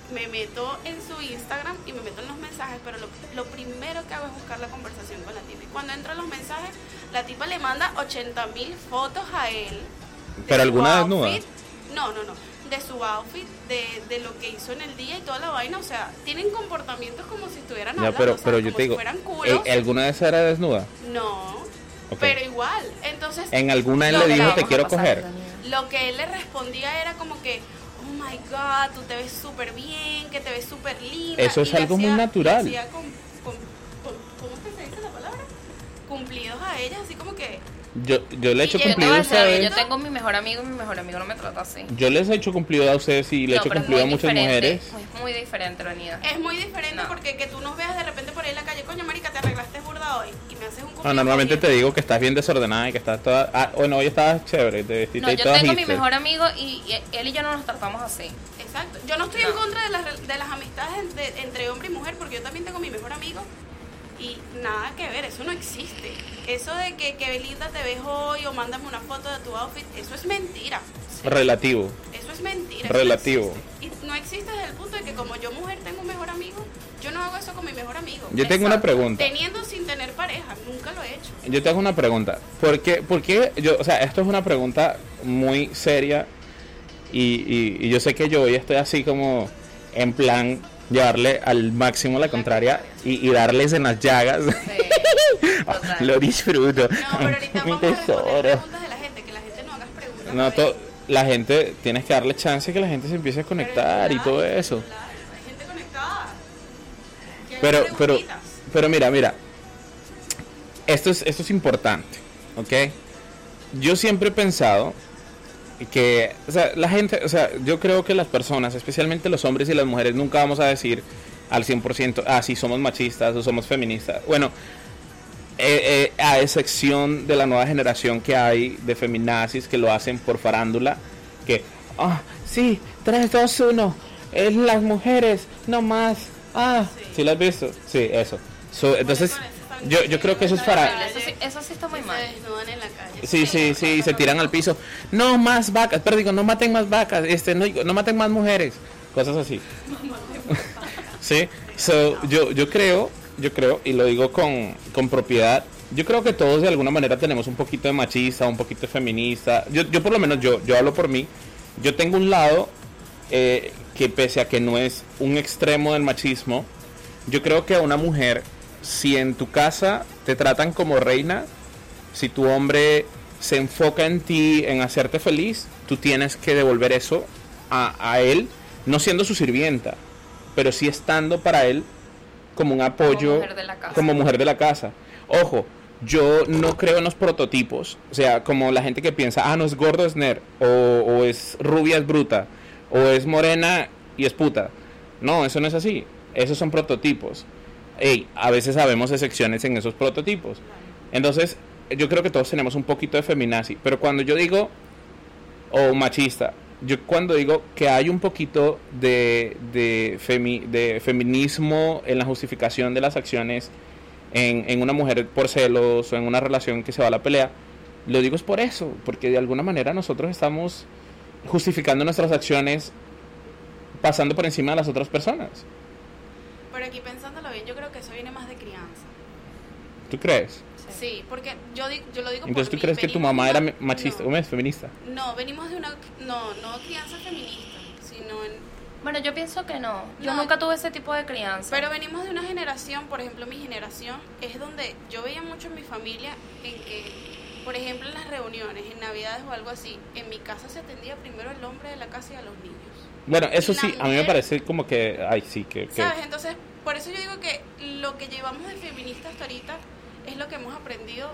Speaker 6: me meto en su Instagram y me meto en los mensajes, pero lo, lo primero que hago es buscar la conversación con la tipa. Y cuando entro en los mensajes, la tipa le manda ochenta mil fotos a él. De
Speaker 4: ¿Pero alguna
Speaker 6: outfit.
Speaker 4: desnuda?
Speaker 6: No, no, no. De su outfit, de, de lo que hizo en el día y toda la vaina. O sea, tienen comportamientos como si estuvieran
Speaker 4: Ya,
Speaker 6: hablando.
Speaker 4: pero,
Speaker 6: o sea,
Speaker 4: pero yo
Speaker 6: como
Speaker 4: te
Speaker 6: si
Speaker 4: digo,
Speaker 6: fueran culos.
Speaker 4: ¿eh, ¿alguna vez era desnuda?
Speaker 6: No,
Speaker 4: Ok.
Speaker 6: pero igual. Entonces,
Speaker 4: En alguna él
Speaker 6: lo
Speaker 4: le
Speaker 6: que
Speaker 4: dijo,
Speaker 6: la
Speaker 4: te
Speaker 5: vamos a
Speaker 4: quiero
Speaker 5: pasar,
Speaker 4: coger.
Speaker 5: Daniela.
Speaker 6: Lo que él le respondía era como que, oh my God, tú te ves súper bien, que te ves súper linda.
Speaker 4: Eso es
Speaker 6: Y le
Speaker 4: algo muy
Speaker 6: hacía-
Speaker 4: natural.
Speaker 6: le hacía con- con- con- ¿Cómo es que se dice la palabra? Cumplidos a ella, así como que...
Speaker 4: Yo, yo le he
Speaker 6: Y
Speaker 4: hecho
Speaker 6: yo
Speaker 5: Yo te voy a
Speaker 4: cumplidos
Speaker 5: decir
Speaker 4: a
Speaker 5: algo,
Speaker 4: él.
Speaker 5: yo tengo mi mejor amigo y mi mejor amigo no me trata así.
Speaker 4: Yo les he hecho cumplido a ustedes y le he
Speaker 5: No,
Speaker 4: hecho
Speaker 5: pero es
Speaker 4: cumplido a
Speaker 5: muy
Speaker 4: muchas
Speaker 5: diferente,
Speaker 4: mujeres.
Speaker 5: Es muy diferente, Leonida.
Speaker 6: Es muy diferente
Speaker 5: No.
Speaker 6: porque que tú nos veas de repente por ahí en la calle, coño, marica, te arreglaste burda hoy y me haces un cumplido.
Speaker 4: No, normalmente te
Speaker 6: bien.
Speaker 4: digo que estás bien desordenada y que estás toda... Ah, bueno, hoy estabas chévere, te vestiste
Speaker 5: No,
Speaker 4: y
Speaker 5: yo
Speaker 4: toda
Speaker 5: tengo mi
Speaker 4: hipster.
Speaker 5: mejor amigo y, y él y yo no nos tratamos así.
Speaker 6: Exacto. Yo no estoy
Speaker 5: No.
Speaker 6: en contra de las, re- de las amistades de- entre hombre y mujer porque yo también tengo mi mejor amigo y nada que ver, eso no existe. Eso de que, que linda te ves hoy o mándame una foto de tu outfit, eso es mentira.
Speaker 4: Relativo.
Speaker 6: Eso es mentira. eso no
Speaker 4: Relativo.
Speaker 6: existe. Y no existe desde el punto de que como yo mujer tengo un mejor amigo, yo no hago eso con mi mejor amigo.
Speaker 4: Yo tengo una
Speaker 6: Exacto.
Speaker 4: pregunta.
Speaker 6: Teniendo sin tener pareja, nunca lo he hecho.
Speaker 4: Yo te hago una pregunta. ¿Por qué, por qué yo, o sea, esto es una pregunta muy seria y, y, y yo sé que yo hoy estoy así como en plan llevarle al máximo la contraria y, y darles en las llagas.
Speaker 5: Sí,
Speaker 4: Ah,
Speaker 5: total.
Speaker 4: lo disfruto.
Speaker 6: No, pero ahorita
Speaker 4: Mi
Speaker 6: vamos a responder
Speaker 4: tesoro.
Speaker 6: preguntas de la gente, que la gente no hagas preguntas.
Speaker 4: No,
Speaker 6: a
Speaker 4: to-
Speaker 6: ver.
Speaker 4: la gente, tienes que darle chance que la gente se empiece a
Speaker 6: Pero
Speaker 4: conectar y
Speaker 6: claro,
Speaker 4: todo eso.
Speaker 6: claro, hay gente conectada. Que haga
Speaker 4: Pero, pero,
Speaker 6: preguntitas.
Speaker 4: pero mira, mira. Esto es, esto es importante, ¿ok? Yo siempre he pensado que, o sea, la gente, o sea, yo creo que las personas, especialmente los hombres y las mujeres, nunca vamos a decir al cien por ciento, ah, sí, somos machistas o somos feministas. Bueno, eh, eh, a excepción de la nueva generación que hay de feminazis que lo hacen por farándula, que, ah, sí, tres, dos, uno, es las mujeres, no más, ah,
Speaker 6: Sí.
Speaker 4: ¿sí lo has visto? Sí, eso. So, entonces,
Speaker 6: Con eso están
Speaker 4: yo, yo creo que eso es para...
Speaker 5: Eso sí, eso sí está muy
Speaker 6: Se
Speaker 5: mal.
Speaker 6: desnudan en la calle.
Speaker 4: Sí, sí, sí, se tiran al piso. No más vacas, pero digo, no maten más vacas, este, no, no maten más mujeres, cosas así. Sí, so, yo, yo creo, yo creo, y lo digo con, con propiedad, yo creo que todos de alguna manera tenemos un poquito de machista, un poquito de feminista. Yo, yo por lo menos, yo, yo hablo por mí. Yo tengo un lado eh, que pese a que no es un extremo del machismo, yo creo que a una mujer, si en tu casa te tratan como reina, si tu hombre se enfoca en ti, en hacerte feliz, tú tienes que devolver eso a, a él, no siendo su sirvienta, pero sí estando para él como un apoyo,
Speaker 5: mujer de la casa.
Speaker 4: como mujer de la casa. Ojo, yo no creo en los prototipos, o sea, como la gente que piensa, ah, no es gordo, es nerd, o, o es rubia, es bruta, o es morena y es puta. No, eso no es así, esos son prototipos. Ey, a veces sabemos excepciones en esos prototipos. Entonces, yo creo que todos tenemos un poquito de feminazi, pero cuando yo digo, o machista, yo cuando digo que hay un poquito de, de, femi, de feminismo en la justificación de las acciones en, en una mujer por celos o en una relación que se va a la pelea, lo digo es por eso, porque de alguna manera nosotros estamos justificando nuestras acciones pasando por encima de las otras personas.
Speaker 6: Pero aquí pensándolo bien, yo creo que eso viene más de crianza.
Speaker 4: ¿Tú crees?
Speaker 6: Sí, porque yo, di- yo lo digo
Speaker 4: Entonces,
Speaker 6: por
Speaker 4: ¿tú
Speaker 6: mí.
Speaker 4: crees que tu
Speaker 6: Venimos
Speaker 4: mamá
Speaker 6: de
Speaker 4: era
Speaker 6: una-
Speaker 4: machista
Speaker 6: no,
Speaker 4: o es feminista?
Speaker 6: no, venimos de una... No, no crianza feminista, sino en...
Speaker 5: Bueno, yo pienso que no. Yo
Speaker 6: No.
Speaker 5: nunca tuve ese tipo de crianza.
Speaker 6: Pero venimos de una generación, por ejemplo, mi generación, es donde yo veía mucho en mi familia en que, por ejemplo, en las reuniones, en Navidades o algo así, en mi casa se atendía primero el hombre de la casa y a los niños.
Speaker 4: Bueno, eso
Speaker 6: La
Speaker 4: sí, a mí me
Speaker 6: mujer-
Speaker 4: parece como que, ay, sí, que... que
Speaker 6: ¿Sabes? Entonces, por eso yo digo que lo que llevamos de feminista hasta ahorita es lo que hemos aprendido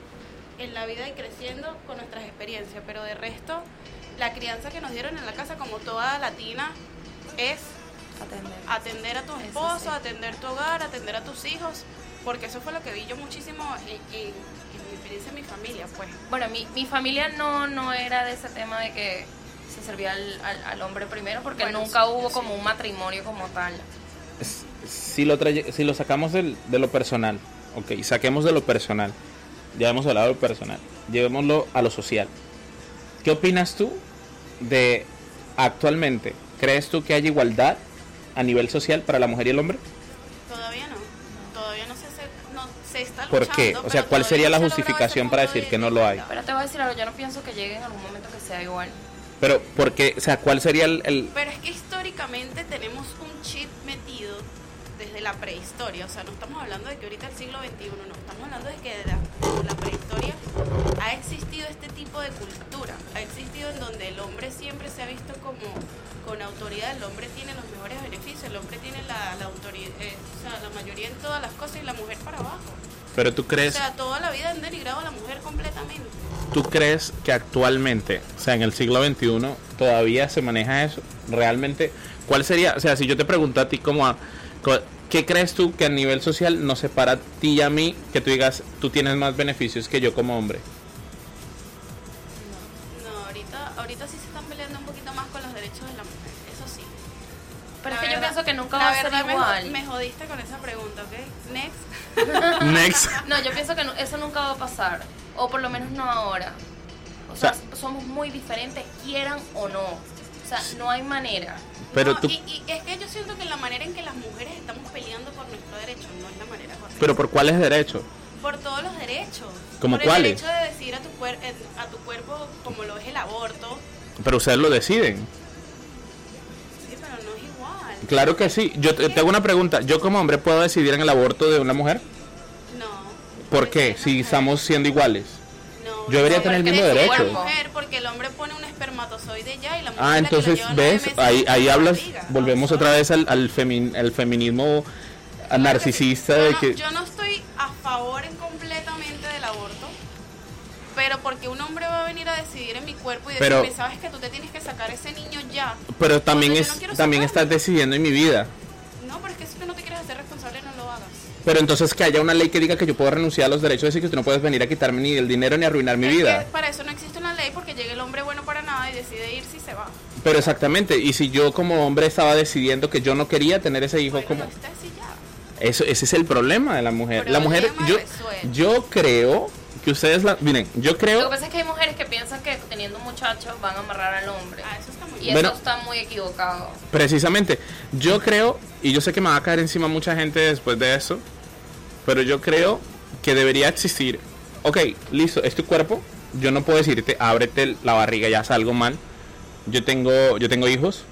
Speaker 6: en la vida y creciendo con nuestras experiencias, pero de resto, la crianza que nos dieron en la casa, como toda latina, es
Speaker 5: Atender.
Speaker 6: atender a tu
Speaker 5: Eso
Speaker 6: esposo,
Speaker 5: sí.
Speaker 6: atender tu hogar, atender a tus hijos, porque eso fue lo que vi yo muchísimo en, en- en mi experiencia en mi familia, pues.
Speaker 5: Bueno, mi, mi familia no, no era de ese tema de que se servía al, al, al hombre primero, porque
Speaker 6: Bueno,
Speaker 5: nunca
Speaker 6: sí,
Speaker 5: hubo
Speaker 6: sí.
Speaker 5: como un matrimonio como tal.
Speaker 4: s- si lo traye- si lo sacamos del, de lo personal, ok, saquemos de lo personal, ya hemos hablado de lo personal, llevémoslo a lo social. ¿Qué opinas tú de actualmente? ¿Crees tú que hay igualdad a nivel social para la mujer y el hombre?
Speaker 6: Todavía no. Todavía no se, hace, no se está luchando.
Speaker 4: ¿Por qué? O sea, ¿cuál sería la justificación para decir que no lo hay?
Speaker 5: Pero te voy a decir algo, yo no pienso que llegue en algún momento que sea igual.
Speaker 4: Pero, ¿por qué? O sea, ¿cuál sería el...? el...
Speaker 6: Pero es que históricamente tenemos un chip metido desde la prehistoria. O sea, no estamos hablando de que ahorita el siglo veintiuno, no. Estamos hablando de que desde la, desde la prehistoria ha existido este tipo de cultura. Ha existido en donde el hombre siempre se ha visto como con autoridad. El hombre tiene los mejores beneficios, el hombre tiene la, la autoridad, eh, o sea, la mayoría en todas las cosas y la mujer para abajo.
Speaker 4: Pero tú crees...
Speaker 6: O sea, toda la vida han denigrado a la mujer completamente.
Speaker 4: ¿Tú crees que actualmente, o sea, en el siglo veintiuno, todavía se maneja eso? Realmente, ¿cuál sería? O sea, si yo te pregunto a ti como a... ¿Qué crees tú que a nivel social nos separa a ti y a mí, que tú digas, tú tienes más beneficios que yo como hombre?
Speaker 6: No, no, ahorita, ahorita sí se están peleando un poquito más con los derechos de la mujer, eso sí.
Speaker 5: Pero
Speaker 6: La
Speaker 5: es que yo
Speaker 6: verdad-
Speaker 5: pienso que nunca
Speaker 6: la
Speaker 5: va a ser
Speaker 6: verdad me
Speaker 5: igual.
Speaker 6: jo- Me, jodiste con esa pregunta, ¿ok? Next.
Speaker 4: Next.
Speaker 5: No, yo pienso que no- eso nunca va a pasar. O por lo menos no ahora. O sea,
Speaker 4: O sea-
Speaker 5: somos muy diferentes, quieran o no. O sea, no hay manera.
Speaker 4: Pero
Speaker 6: No,
Speaker 4: tú...
Speaker 6: y, y es que yo siento que la manera en que las mujeres estamos peleando por nuestro derecho no es la manera correcta.
Speaker 4: ¿Pero por cuáles derechos?
Speaker 6: Por todos los derechos.
Speaker 4: ¿Cómo
Speaker 6: por
Speaker 4: cuáles?
Speaker 6: el derecho de decidir a tu, cuer- eh, a tu cuerpo como lo es el aborto.
Speaker 4: Pero ustedes lo deciden.
Speaker 6: Sí, pero no es igual.
Speaker 4: Claro que sí. Yo te, te hago una pregunta. ¿Yo como hombre puedo decidir en el aborto de una mujer?
Speaker 6: No.
Speaker 4: ¿Por
Speaker 6: Porque
Speaker 4: qué?
Speaker 6: es
Speaker 4: Si
Speaker 6: mujer.
Speaker 4: estamos siendo iguales.
Speaker 6: No,
Speaker 4: Yo debería
Speaker 6: no,
Speaker 4: tener el
Speaker 6: porque
Speaker 4: mismo
Speaker 6: eres
Speaker 4: derecho.
Speaker 6: mujer, porque el hombre pone un espermatozoide ya y la mujer
Speaker 4: Ah,
Speaker 6: es la que lo
Speaker 4: entonces,
Speaker 6: lleva nueve
Speaker 4: ¿ves?
Speaker 6: meses
Speaker 4: Ahí,
Speaker 6: en
Speaker 4: ahí
Speaker 6: la
Speaker 4: hablas,
Speaker 6: barriga.
Speaker 4: volvemos
Speaker 6: No,
Speaker 4: otra vez al, al, femin, al feminismo
Speaker 6: Claro
Speaker 4: narcisista
Speaker 6: que sí.
Speaker 4: de
Speaker 6: Yo no-
Speaker 4: que...
Speaker 6: yo no estoy a favor en completamente del aborto, pero porque un hombre va a venir a decidir en mi cuerpo y
Speaker 4: Pero-
Speaker 6: decirme, sabes que tú te tienes que sacar ese niño ya.
Speaker 4: Pero también,
Speaker 6: Cuando yo
Speaker 4: es,
Speaker 6: no quiero
Speaker 4: también
Speaker 6: sacarlo.
Speaker 4: estás decidiendo en mi vida.
Speaker 6: No, pero es que si tú no te quieres hacer responsable, no lo hagas.
Speaker 4: Pero entonces que haya una ley que diga que yo puedo renunciar a los derechos, decir que tú no puedes venir a quitarme ni el dinero ni arruinar mi
Speaker 6: Es
Speaker 4: vida.
Speaker 6: que para eso no existe una ley, porque llega el hombre bueno para nada y decide irse y se va.
Speaker 4: Pero exactamente, y si yo como hombre estaba decidiendo que yo no quería tener ese hijo,
Speaker 6: Bueno,
Speaker 4: como...
Speaker 6: no está así ya.
Speaker 4: Eso, ese es el problema de la mujer. La mujer,
Speaker 6: Problema
Speaker 4: yo,
Speaker 6: resuelto.
Speaker 4: yo creo que ustedes la... Miren, yo
Speaker 5: Lo
Speaker 4: creo...
Speaker 5: que pasa es que hay mujeres que piensan que teniendo un muchacho van a amarrar al hombre.
Speaker 6: Ah, eso está muy
Speaker 5: Y
Speaker 6: bien.
Speaker 4: Bueno.
Speaker 5: eso está muy equivocado.
Speaker 4: Precisamente, yo creo, y yo sé que me va a caer encima mucha gente después de eso, pero yo creo que debería existir, ok, listo, es tu cuerpo, yo no puedo decirte, ábrete la barriga, ya algo mal. Yo tengo, yo tengo hijos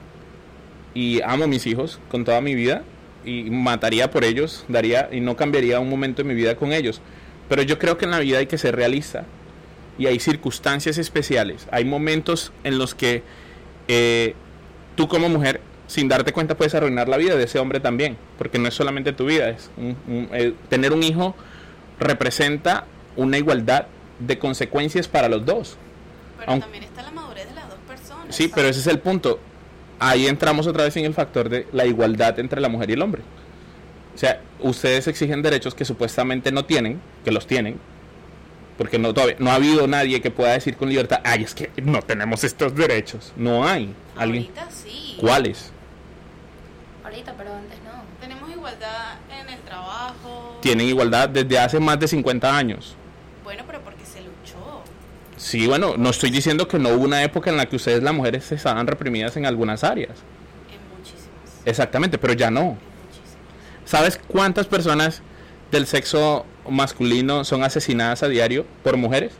Speaker 4: y amo a mis hijos con toda mi vida y mataría por ellos, daría y no cambiaría un momento de mi vida con ellos. Pero yo creo que en la vida hay que ser realista y hay circunstancias especiales, hay momentos en los que eh, tú como mujer, sin darte cuenta, puedes arruinar la vida de ese hombre también, porque no es solamente tu vida, es un, un, eh, tener un hijo representa una igualdad de consecuencias para los dos.
Speaker 6: Pero
Speaker 4: aunque-
Speaker 6: también está la madurez de las dos personas.
Speaker 4: Sí, pero ese es el punto. Ahí entramos otra vez en el factor de la igualdad entre la mujer y el hombre. O sea, ustedes exigen derechos que supuestamente no tienen, que los tienen, porque no, todavía, no ha habido nadie que pueda decir con libertad, ay, es que no tenemos estos derechos. No hay. ¿Alguien?
Speaker 6: Ahorita sí.
Speaker 4: ¿Cuáles?
Speaker 5: Ahorita, pero antes no.
Speaker 6: Tenemos igualdad en el trabajo.
Speaker 4: Tienen igualdad desde hace más de cincuenta años.
Speaker 6: Bueno, pero porque se luchó.
Speaker 4: Sí, bueno, no estoy diciendo que no hubo una época en la que ustedes, las mujeres, estaban reprimidas en algunas áreas.
Speaker 6: En muchísimas.
Speaker 4: Exactamente, pero ya no.
Speaker 6: En muchísimas.
Speaker 4: ¿Sabes cuántas personas del sexo masculino son asesinadas a diario por mujeres?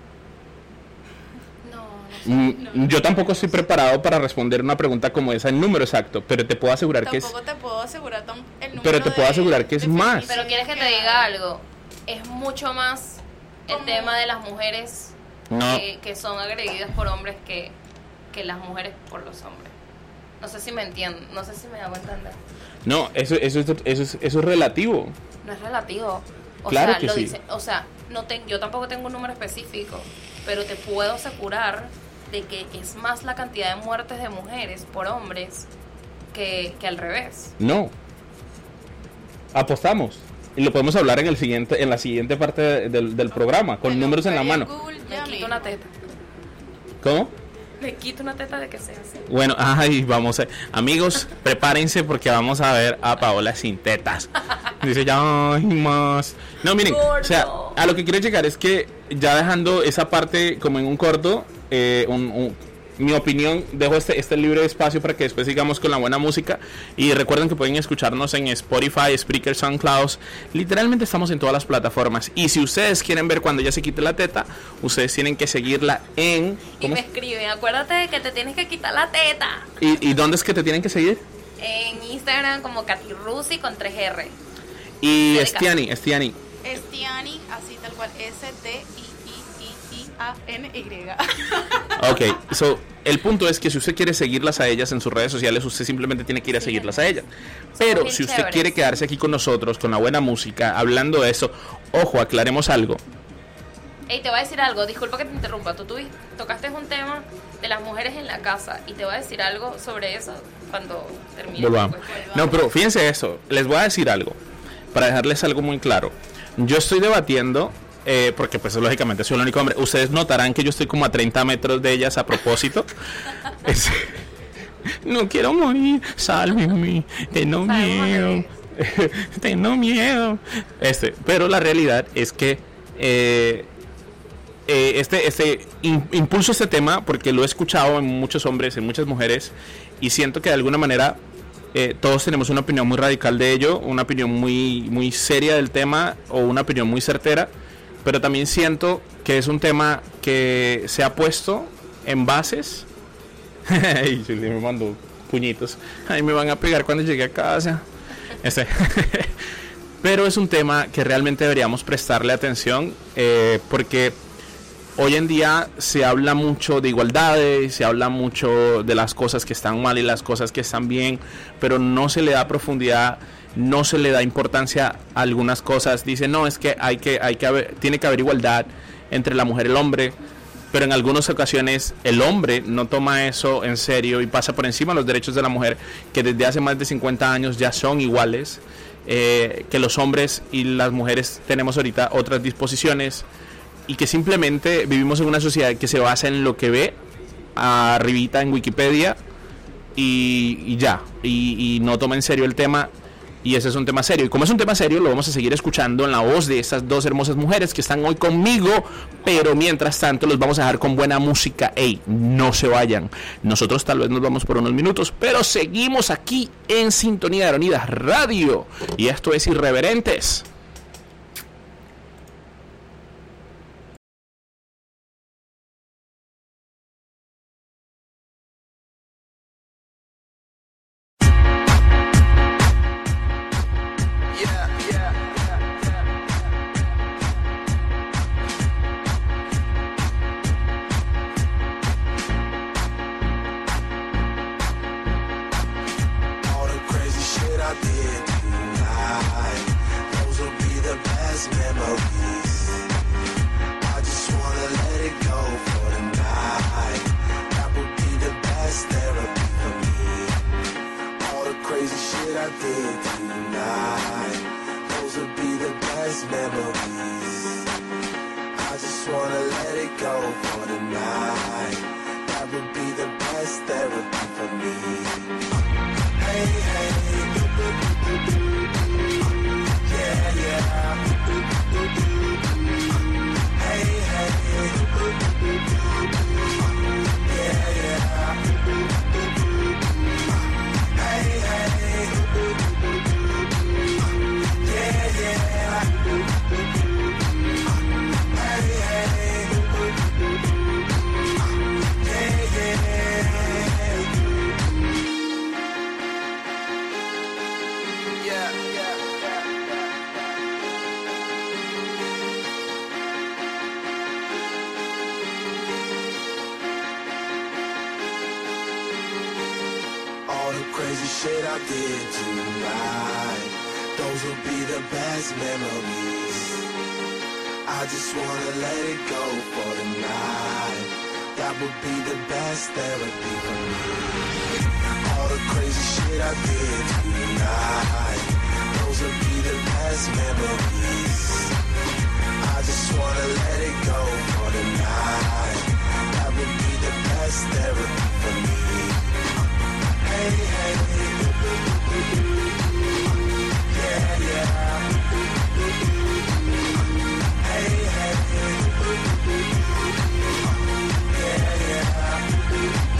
Speaker 5: No, no sé.
Speaker 4: Mm,
Speaker 6: no, no,
Speaker 4: yo tampoco
Speaker 6: no
Speaker 4: estoy
Speaker 6: sé.
Speaker 4: preparado para responder una pregunta como esa en número exacto, pero te puedo asegurar que es...
Speaker 6: Tampoco te puedo asegurar tam- el número
Speaker 4: Pero te puedo
Speaker 6: de-
Speaker 4: asegurar que es
Speaker 6: de
Speaker 4: más.
Speaker 5: Pero quieres que te
Speaker 6: hay.
Speaker 5: diga algo. Es mucho más el
Speaker 6: ¿Cómo?
Speaker 5: tema de las mujeres
Speaker 4: No.
Speaker 5: que, que son agredidas por hombres que, que las mujeres por los hombres. No sé si me entienden, no sé si me hago entender.
Speaker 4: No, eso, eso, es, eso, es, eso es relativo.
Speaker 5: No es relativo. O
Speaker 4: Claro
Speaker 5: sea,
Speaker 4: que
Speaker 5: lo
Speaker 4: sí.
Speaker 5: dice, o sea, no te, yo tampoco tengo un número específico, pero te puedo asegurar de que es más la cantidad de muertes de mujeres por hombres que, que al revés.
Speaker 4: No. Apostamos. Y lo podemos hablar en el siguiente, en la siguiente parte de- del, del programa, con
Speaker 6: Bueno,
Speaker 4: números en la
Speaker 6: buscaría
Speaker 4: mano.
Speaker 6: en Google
Speaker 5: Me
Speaker 6: ya
Speaker 5: quito
Speaker 6: mismo.
Speaker 5: una teta.
Speaker 4: ¿Cómo?
Speaker 5: Me quito una teta de que sea así.
Speaker 4: Bueno, ay, vamos a... Amigos, prepárense porque vamos a ver a Paola sin tetas. Dice ya, ay, más. No, miren, o sea,
Speaker 5: Gordo.
Speaker 4: a lo que quiero llegar es que ya dejando esa parte como en un corto, eh, un, un- mi opinión, dejo este, este libre espacio para que después sigamos con la buena música. Y recuerden que pueden escucharnos en Spotify, Spreaker, SoundCloud. Literalmente estamos en todas las plataformas. Y si ustedes quieren ver cuando ella se quite la teta, ustedes tienen que seguirla en...
Speaker 5: Y me escriben, acuérdate de que te tienes que quitar la teta.
Speaker 4: ¿Y, y dónde es que te tienen que seguir?
Speaker 5: En Instagram como Katy Rusi con tres R.
Speaker 4: Y Estiani, Estiani.
Speaker 6: Estiani, así tal cual, S T I I I A N Y.
Speaker 4: Ok, so, el punto es que si usted quiere seguirlas a ellas en sus redes sociales, usted simplemente tiene que ir a seguirlas a ellas. Pero si usted chéveres. quiere quedarse aquí con nosotros, con la buena música, hablando de eso, ojo, aclaremos algo.
Speaker 5: Ey, te voy a decir algo, disculpa que te interrumpa, tú, tú tocaste un tema de las mujeres en la casa y te voy a decir algo sobre eso cuando termine.
Speaker 4: Volvamos. No, pero fíjense eso, les voy a decir algo, para dejarles algo muy claro. Yo estoy debatiendo, eh, porque pues lógicamente soy el único hombre, ustedes notarán que yo estoy como a treinta metros de ellas a propósito. es, no quiero morir, sálvenme, tengo miedo, tengo miedo. Este, pero la realidad es que... Eh, Eh, este, este in, impulso este tema porque lo he escuchado en muchos hombres, en muchas mujeres, y siento que de alguna manera eh, todos tenemos una opinión muy radical de ello, una opinión muy, muy seria del tema o una opinión muy certera, pero también siento que es un tema que se ha puesto en bases. Y me mandó puñitos, ahí me van a pegar cuando llegue a casa. Este. Pero es un tema que realmente deberíamos prestarle atención, eh, porque hoy en día se habla mucho de igualdades, se habla mucho de las cosas que están mal y las cosas que están bien, pero no se le da profundidad, no se le da importancia a algunas cosas. Dicen, no, es que hay que, hay que haber, tiene que haber igualdad entre la mujer y el hombre, pero en algunas ocasiones el hombre no toma eso en serio y pasa por encima de los derechos de la mujer, que desde hace más de cincuenta años ya son iguales, eh, que los hombres y las mujeres tenemos ahorita otras disposiciones, y que simplemente vivimos en una sociedad que se basa en lo que ve arribita en Wikipedia y, y ya, y, y no toma en serio el tema, y ese es un tema serio. Y como es un tema serio, lo vamos a seguir escuchando en la voz de estas dos hermosas mujeres que están hoy conmigo, pero mientras tanto los vamos a dejar con buena música. Ey, no se vayan, nosotros tal vez nos vamos por unos minutos, pero seguimos aquí en Sintonía de Aronidas Radio, y esto es Irreverentes.
Speaker 8: Shit I did tonight, those will be the best memories. I just wanna let it go for the night. That would be the best therapy for me. All the crazy shit I did tonight, those will be the best memories. I just wanna let it go for the night. That would be the best therapy for me. Hey, hey, yeah, yeah. Hey, hey, yeah, yeah.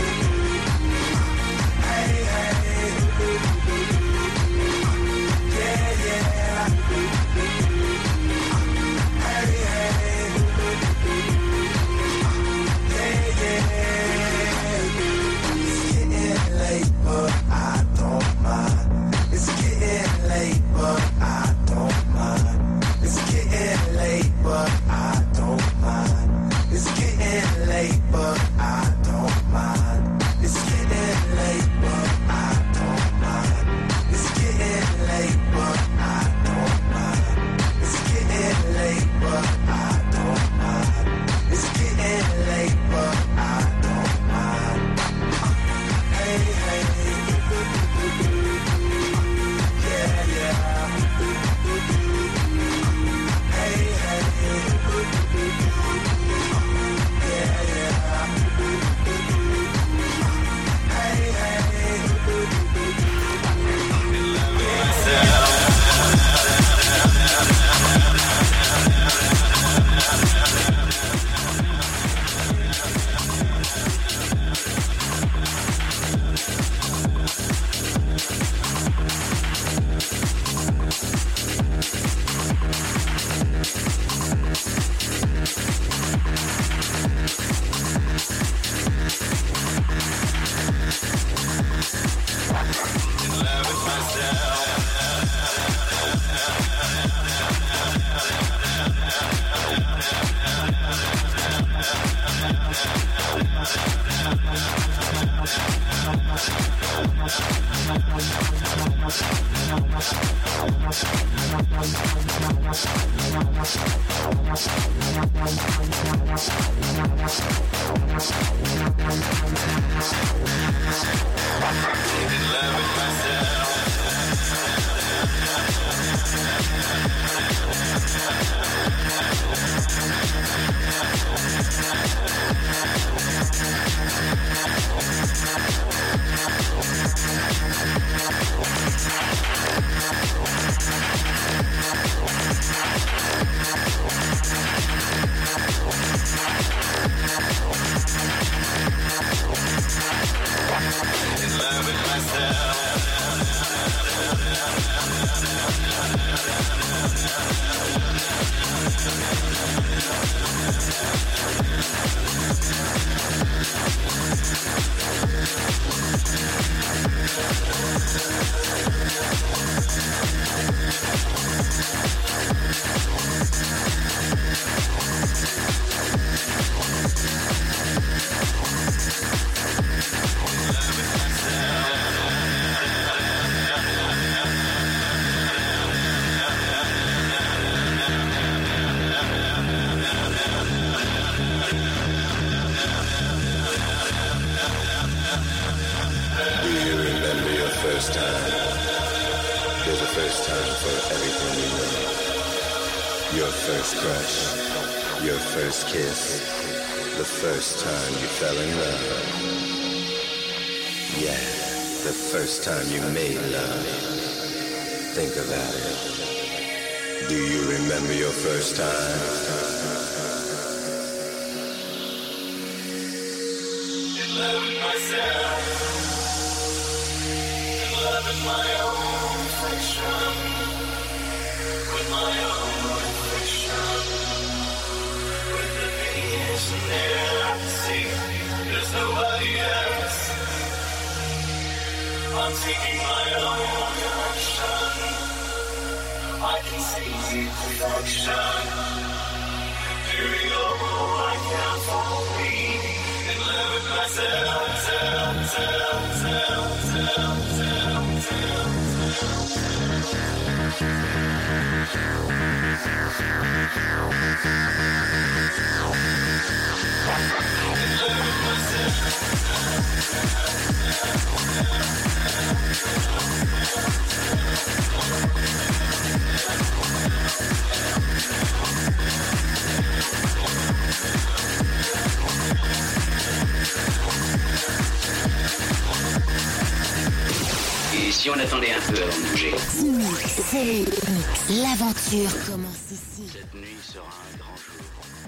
Speaker 9: Et si on attendait un peu avant de bouger?
Speaker 10: C'est le mix. L'aventure commence ici.
Speaker 9: Cette nuit sera un grand jour.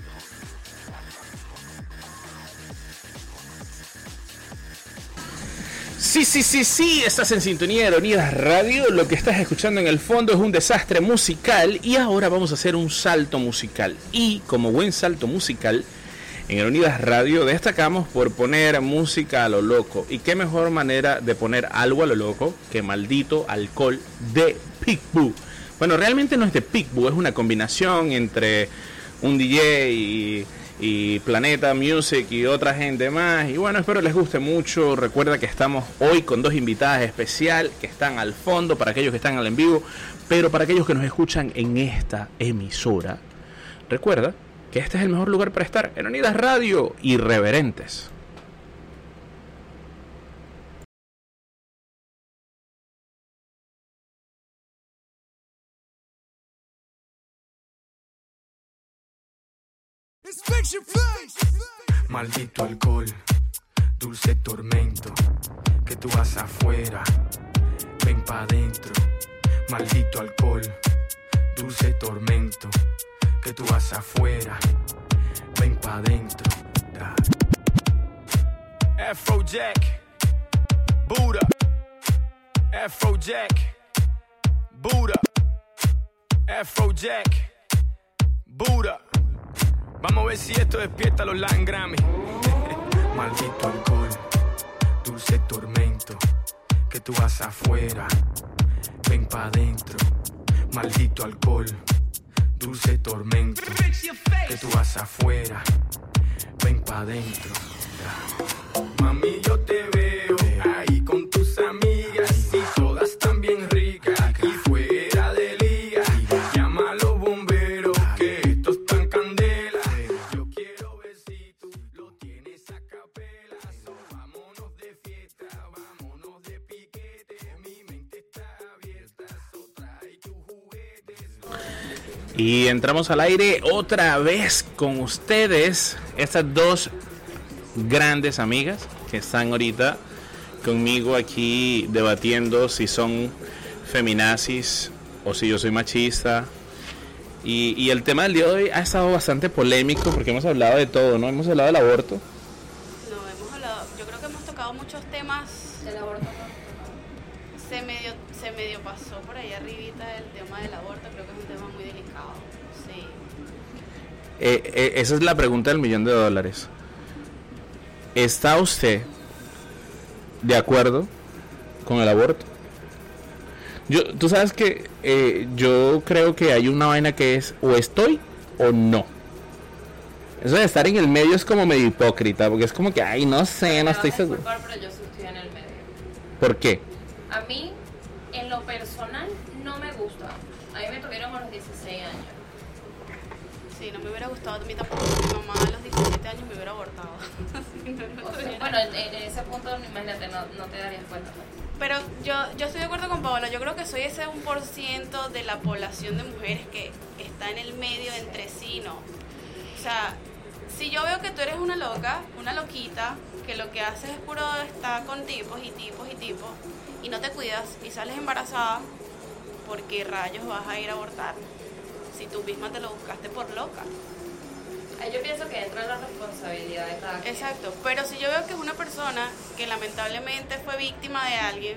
Speaker 4: Sí, sí, sí, sí, estás en sintonía de Aeronidas Radio. Lo que estás escuchando en el fondo es un desastre musical y ahora vamos a hacer un salto musical. Y como buen salto musical, en Aeronidas Radio destacamos por poner música a lo loco. Y qué mejor manera de poner algo a lo loco que Maldito Alcohol de Peekaboo. Bueno, realmente no es de Peekaboo, es una combinación entre un D J y... y Planeta Music y otra gente más. Y bueno, espero les guste mucho. Recuerda que estamos hoy con dos invitadas especial que están al fondo para aquellos que están al en vivo, pero para aquellos que nos escuchan en esta emisora, recuerda que este es el mejor lugar para estar. Aeronidas Radio, irreverentes.
Speaker 11: Maldito alcohol, dulce tormento, que tú vas afuera, ven pa' adentro. Maldito alcohol, dulce tormento, que tú vas afuera, ven pa' adentro. Afrojack, Buddha, Afrojack, Buddha, Afrojack, Buddha. Vamos a ver si esto despierta a los Latin Grammy. Maldito alcohol, dulce tormento, que tú vas afuera, ven pa' adentro. Maldito alcohol, dulce tormento, que tú vas afuera, ven pa' dentro. Mami, yo te veo ahí con tus amigas y todas tan bien ricas y fuera de liga. Llama a los bomberos que esto es tan candela. Yo quiero ver si tú lo tienes a capela. So, vámonos de fiesta, vámonos de piquete. Mi mente está abierta, so trae tus juguetes.
Speaker 4: Y entramos al aire otra vez con ustedes, estas dos grandes amigas que están ahorita conmigo aquí debatiendo si son feminazis o si yo soy machista. Y, y el tema del día de hoy ha estado bastante polémico porque hemos hablado de todo, ¿no? Hemos hablado del aborto.
Speaker 6: No, hemos hablado, yo creo que hemos tocado muchos temas.
Speaker 5: Del aborto.
Speaker 6: Se medio, se medio pasó por ahí arribita el tema del aborto, creo que es un tema muy delicado. Sí.
Speaker 4: Eh, eh, esa es la pregunta del millón de dólares. ¿Está usted de acuerdo con el aborto? Yo, tú sabes que eh, yo creo que hay una vaina que es o estoy o no. Eso de estar en el medio es como medio hipócrita, porque es como que, ay, no sé, no estoy seguro.
Speaker 5: Pero yo sí estoy en el medio.
Speaker 4: ¿Por qué?
Speaker 5: A mí, en lo personal, no me gusta. A mí me tuvieron a los dieciséis años.
Speaker 6: Sí, no me hubiera gustado a mí tampoco. Mi mamá a los diecisiete años me hubiera abortado. Sí, no, no
Speaker 5: O sea,
Speaker 6: tuviera.
Speaker 5: bueno, en, en ese punto, imagínate, no, no te darías cuenta.
Speaker 6: Pero yo, yo estoy de acuerdo con Paola. Yo creo que soy ese un por ciento de la población de mujeres que está en el medio entre sí, ¿no? O sea, si yo veo que tú eres una loca, una loquita, que lo que haces es puro estar con tipos y tipos y tipos, y no te cuidas y sales embarazada, ¿por qué rayos vas a ir a abortar? Si tú misma te lo buscaste por loca.
Speaker 5: Yo pienso que entra la responsabilidad de cada quien.
Speaker 6: Exacto, pero si yo veo que es una persona que lamentablemente fue víctima de alguien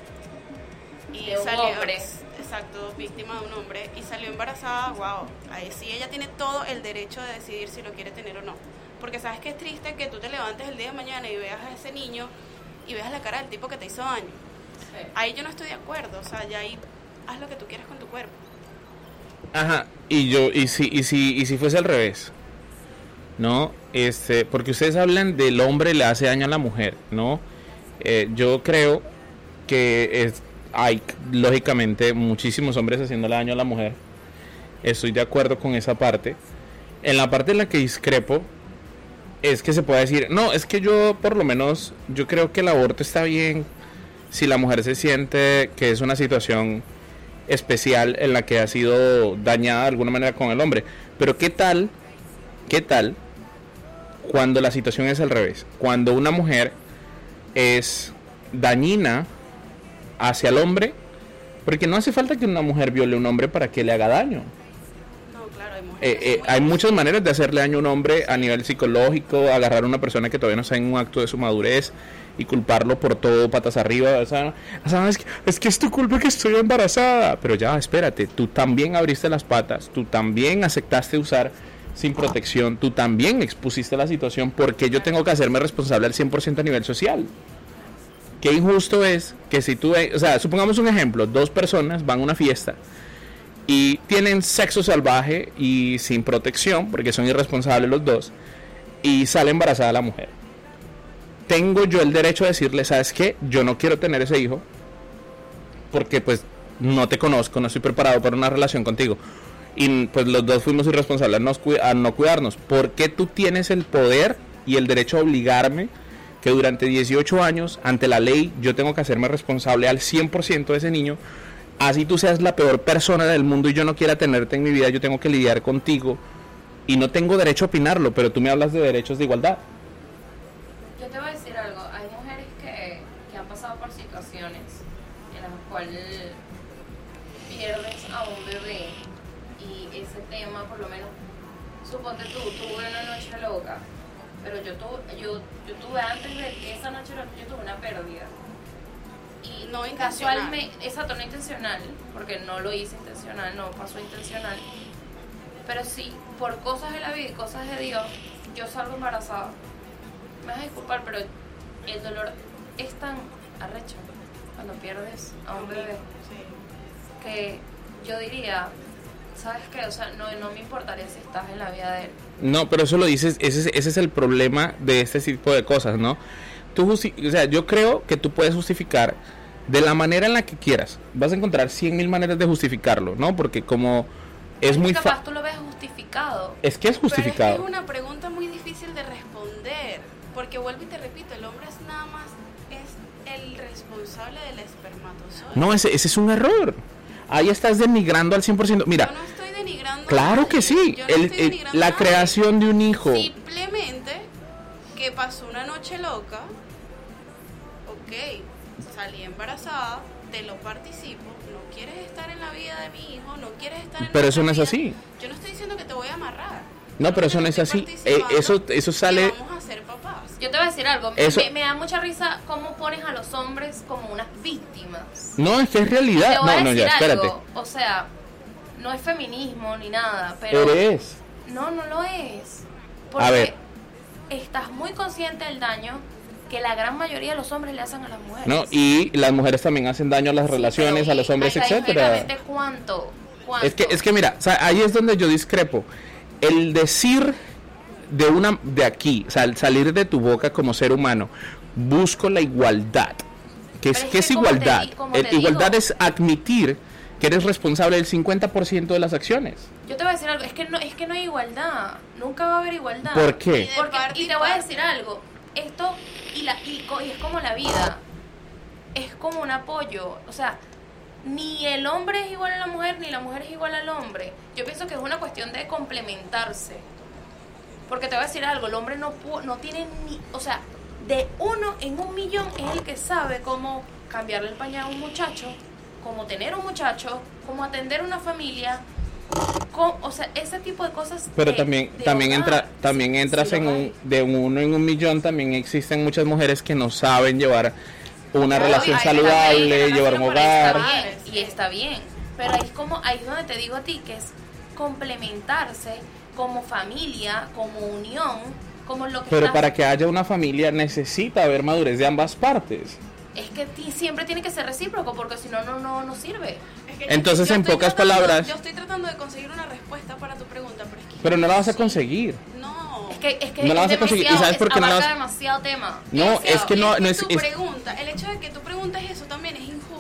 Speaker 6: y
Speaker 5: De un
Speaker 6: salió,
Speaker 5: hombre.
Speaker 6: exacto, víctima de un hombre y salió embarazada, wow, ahí sí ella tiene todo el derecho de decidir si lo quiere tener o no. Porque sabes que es triste que tú te levantes el día de mañana y veas a ese niño y veas la cara del tipo que te hizo daño.
Speaker 5: Sí.
Speaker 6: Ahí yo no estoy de acuerdo, o sea, ya ahí haz lo que tú quieras con tu cuerpo.
Speaker 4: Ajá, y yo, y si, y si, y si fuese al revés, ¿no? Este, porque ustedes hablan del hombre le hace daño a la mujer, ¿no? Eh, yo creo que es, hay, lógicamente, muchísimos hombres haciéndole daño a la mujer. Estoy de acuerdo con esa parte. En la parte en la que discrepo es que se puede decir, no, es que yo, por lo menos, yo creo que el aborto está bien si la mujer se siente que es una situación especial en la que ha sido dañada de alguna manera con el hombre. Pero ¿qué tal? ¿Qué tal cuando la situación es al revés? Cuando una mujer es dañina hacia el hombre, porque no hace falta que una mujer viole a un hombre para que le haga daño.
Speaker 6: No, claro, hay mujeres
Speaker 4: Eh, eh, hay muchas maneras de hacerle daño a un hombre a nivel psicológico, agarrar a una persona que todavía no está en un acto de su madurez y culparlo por todo patas arriba. O sea, o sea, es, que, es que es tu culpa que estoy embarazada. Pero ya, espérate, tú también abriste las patas, tú también aceptaste usar sin protección, tú también expusiste la situación, porque yo tengo que hacerme responsable al cien por ciento a nivel social. Qué injusto es que si tú, o sea, supongamos un ejemplo, dos personas van a una fiesta y tienen sexo salvaje y sin protección, porque son irresponsables los dos, y sale embarazada la mujer. Tengo yo el derecho de decirle, ¿sabes qué? Yo no quiero tener ese hijo, porque pues no te conozco, no estoy preparado para una relación contigo. Y pues los dos fuimos irresponsables a no, a no cuidarnos. ¿Por qué tú tienes el poder y el derecho a obligarme que durante dieciocho años, ante la ley, yo tengo que hacerme responsable al cien por ciento de ese niño? Así tú seas la peor persona del mundo y yo no quiera tenerte en mi vida, yo tengo que lidiar contigo y no tengo derecho a opinarlo, pero tú me hablas de derechos de igualdad.
Speaker 5: Yo te voy a decir algo, hay mujeres que, que han pasado por situaciones en las cuales pierdes a un bebé y ese tema, por lo menos, suponte tú, tuve una noche loca, pero yo tuve, yo, yo tuve antes de esa noche loca, yo tuve una pérdida. Y
Speaker 6: no intencional.
Speaker 5: Casualmente, exacto, no intencional, porque no lo hice intencional, no pasó intencional, pero sí, por cosas de la vida y cosas de Dios, yo salgo embarazada. Me vas a disculpar, pero el dolor es tan arrecho cuando pierdes a un bebé,
Speaker 6: Sí.
Speaker 5: que yo diría, ¿sabes qué? O sea, no, no me importaría si estás en la vida de él.
Speaker 4: No, pero eso lo dices, ese, es- ese es el problema de este tipo de cosas, ¿no? Tú justi- o sea, yo creo que tú puedes justificar de la manera en la que quieras. Vas a encontrar cien mil maneras de justificarlo, ¿no? Porque como es muy
Speaker 5: capaz
Speaker 4: fa-
Speaker 5: tú lo ves justificado.
Speaker 4: es que es
Speaker 6: Pero es que
Speaker 4: justificado.
Speaker 6: es una pregunta muy difícil de responder, porque vuelvo y te repito, el hombre es nada más, es el responsable del espermatozoide.
Speaker 4: No, ese, ese es un error. Ahí estás denigrando al cien por ciento. Mira,
Speaker 6: Yo no estoy denigrando a
Speaker 4: claro
Speaker 6: nadie,
Speaker 4: que sí.
Speaker 6: yo no
Speaker 4: El-
Speaker 6: estoy
Speaker 4: el-
Speaker 6: denigrando a
Speaker 4: la
Speaker 6: nadie.
Speaker 4: creación de un hijo.
Speaker 6: Simplemente que pasó una noche loca, ok, salí embarazada, te lo participo, no quieres estar en la vida de mi hijo, no quieres estar en
Speaker 4: Pero
Speaker 6: la
Speaker 4: eso no es
Speaker 6: vida,
Speaker 4: así.
Speaker 6: Yo no estoy diciendo que te voy a amarrar.
Speaker 4: No, pero eso no es así. Eh, eso, eso sale.
Speaker 6: Vamos a ser papás.
Speaker 5: Yo te voy a decir algo, me-
Speaker 4: Eso-
Speaker 5: me, me da mucha risa cómo pones a los hombres como unas víctimas.
Speaker 4: No, es que es
Speaker 5: Te
Speaker 4: realidad.
Speaker 5: voy a
Speaker 4: No, no,
Speaker 5: decir
Speaker 4: ya, espérate.
Speaker 5: algo, o sea, no es feminismo ni nada, pero...
Speaker 4: Eres.
Speaker 5: No, no lo es. Porque
Speaker 4: A ver.
Speaker 5: estás muy consciente del daño que la gran mayoría de los hombres le hacen a las mujeres.
Speaker 4: No, y las mujeres también hacen daño a las relaciones, a los hombres, etcétera.
Speaker 5: Específicamente, ¿cuánto? ¿Cuánto?
Speaker 4: Es que, es que mira, o sea, ahí es donde yo discrepo. El decir de una de aquí, o sea, al salir de tu boca como ser humano, busco la igualdad. ¿Qué es,
Speaker 5: Pero es
Speaker 4: qué es
Speaker 5: que como te
Speaker 4: igualdad?
Speaker 5: di- como
Speaker 4: El-
Speaker 5: te
Speaker 4: igualdad
Speaker 5: digo-
Speaker 4: es admitir que eres responsable del cincuenta por ciento de las acciones.
Speaker 5: Yo te voy a decir algo, es que no, es que no hay igualdad, nunca va a haber igualdad.
Speaker 4: ¿Por qué?
Speaker 5: Porque,
Speaker 6: parte
Speaker 5: y
Speaker 6: y
Speaker 5: te voy a
Speaker 6: parte.
Speaker 5: decir algo, esto, y, la, y, co- y es como la vida, es como un apoyo, o sea, ni el hombre es igual a la mujer, ni la mujer es igual al hombre. Yo pienso que es una cuestión de complementarse. Porque te voy a decir algo, el hombre no pu- no tiene ni, o sea, de uno en un millón es el que sabe cómo cambiarle el pañal a un muchacho, cómo tener un muchacho, cómo atender una familia, cómo- o sea, ese tipo de cosas.
Speaker 4: Pero
Speaker 5: de-
Speaker 4: también
Speaker 5: de
Speaker 4: también
Speaker 5: hogar.
Speaker 4: entra también
Speaker 5: Sí,
Speaker 4: entras
Speaker 5: sí
Speaker 4: en
Speaker 5: lo
Speaker 4: un
Speaker 5: hay.
Speaker 4: de uno en un millón. También existen muchas mujeres que no saben llevar una
Speaker 5: Claro,
Speaker 4: relación
Speaker 5: hay-
Speaker 4: saludable,
Speaker 5: hay- hay-
Speaker 4: llevar un
Speaker 5: pero
Speaker 4: hogar.
Speaker 5: está bien, y está bien, pero ahí es como ahí es donde te digo a ti que es complementarse como familia, como unión, como lo que
Speaker 4: Pero
Speaker 5: estás-
Speaker 4: para que haya una familia necesita haber madurez de ambas partes.
Speaker 5: es que ti siempre tiene que ser recíproco porque si no no no no sirve.
Speaker 6: Es que yo-
Speaker 4: Entonces,
Speaker 6: yo
Speaker 4: en
Speaker 6: estoy
Speaker 4: pocas
Speaker 6: tratando-
Speaker 4: palabras-
Speaker 6: Yo estoy tratando de conseguir una respuesta para tu pregunta, pero es que
Speaker 4: Pero no la vas a
Speaker 6: sí.
Speaker 4: conseguir.
Speaker 6: No.
Speaker 5: Es que es que
Speaker 4: No la
Speaker 5: es
Speaker 4: vas a conseguir. ¿Y
Speaker 5: demasiado-
Speaker 4: sabes por
Speaker 5: es-
Speaker 4: qué no la
Speaker 5: abarca
Speaker 4: vas-
Speaker 5: demasiado tema.
Speaker 4: No,
Speaker 5: Demasiado.
Speaker 4: es que no-
Speaker 6: Y
Speaker 4: no es-
Speaker 6: tu
Speaker 4: es-
Speaker 6: pregunta, el hecho de que tú preguntes eso también es injusto.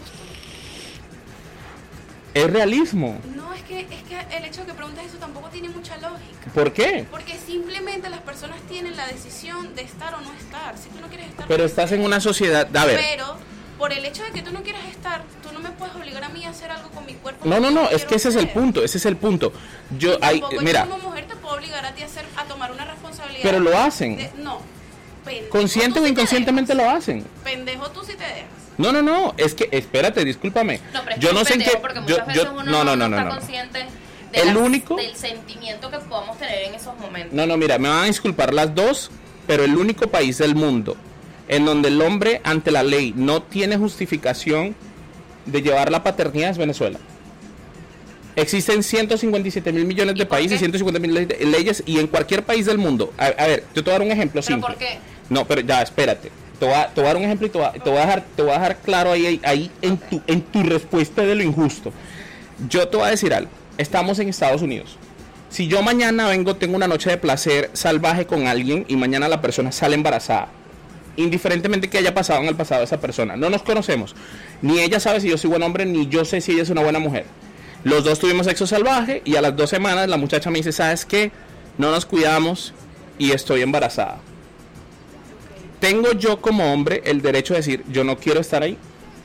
Speaker 4: Es realismo.
Speaker 6: No, es que, es que el hecho de que preguntes eso tampoco tiene mucha lógica.
Speaker 4: ¿Por qué?
Speaker 6: Porque simplemente las personas tienen la decisión de estar o no estar. Si tú no quieres estar...
Speaker 4: Pero
Speaker 6: no
Speaker 4: estás en
Speaker 6: estés.
Speaker 4: una sociedad, a ver.
Speaker 6: Pero por el hecho de que tú no quieras estar, tú no me puedes obligar a mí a hacer algo con mi cuerpo.
Speaker 4: No,
Speaker 6: que
Speaker 4: no,
Speaker 6: yo
Speaker 4: no, es
Speaker 6: quiero
Speaker 4: que ese es el
Speaker 6: hacer.
Speaker 4: punto, ese es el punto. Yo,
Speaker 6: Y
Speaker 4: hay,
Speaker 6: tampoco
Speaker 4: mira,
Speaker 6: yo como mujer te puedo obligar a ti a, hacer, a tomar una responsabilidad.
Speaker 4: Pero lo hacen.
Speaker 6: de- no. Pendejo,
Speaker 4: consciente
Speaker 6: tú
Speaker 4: o
Speaker 6: sí te
Speaker 4: inconscientemente
Speaker 6: dejas.
Speaker 4: lo hacen.
Speaker 6: Pendejo, tú sí te dejas.
Speaker 4: No, no, no, es que, espérate, discúlpame.
Speaker 5: No, pero es
Speaker 4: Yo
Speaker 5: que
Speaker 4: no
Speaker 5: es
Speaker 4: sé en qué,
Speaker 5: pendejo, porque
Speaker 4: yo,
Speaker 5: muchas
Speaker 4: yo,
Speaker 5: veces uno
Speaker 4: no, no, no, no,
Speaker 5: está
Speaker 4: no.
Speaker 5: consciente de
Speaker 4: El
Speaker 5: las-
Speaker 4: único-
Speaker 5: del sentimiento que podamos tener en esos momentos.
Speaker 4: No, no, mira, me van a disculpar las dos, pero el único país del mundo en donde el hombre ante la ley no tiene justificación de llevar la paternidad es Venezuela. Existen ciento cincuenta y siete mil millones de
Speaker 5: ¿Y por
Speaker 4: países,
Speaker 5: qué?
Speaker 4: ciento cincuenta mil le- leyes y en cualquier país del mundo. A, a ver, yo te voy a dar un ejemplo
Speaker 5: ¿Pero
Speaker 4: simple.
Speaker 5: por qué?
Speaker 4: No, pero ya, espérate. Te voy a, te voy a dar un ejemplo y te voy a, te voy a dejar, te voy a dejar claro ahí, ahí, ahí en, tu, en tu respuesta de lo injusto. Yo te voy a decir algo. Estamos en Estados Unidos. Si yo mañana vengo, tengo una noche de placer salvaje con alguien y mañana la persona sale embarazada, indiferentemente que haya pasado en el pasado esa persona, no nos conocemos. Ni ella sabe si yo soy buen hombre, ni yo sé si ella es una buena mujer. Los dos tuvimos sexo salvaje y a las dos semanas la muchacha me dice, ¿sabes qué? No nos cuidamos y estoy embarazada. ¿Tengo yo como hombre el derecho de decir, yo no quiero estar ahí?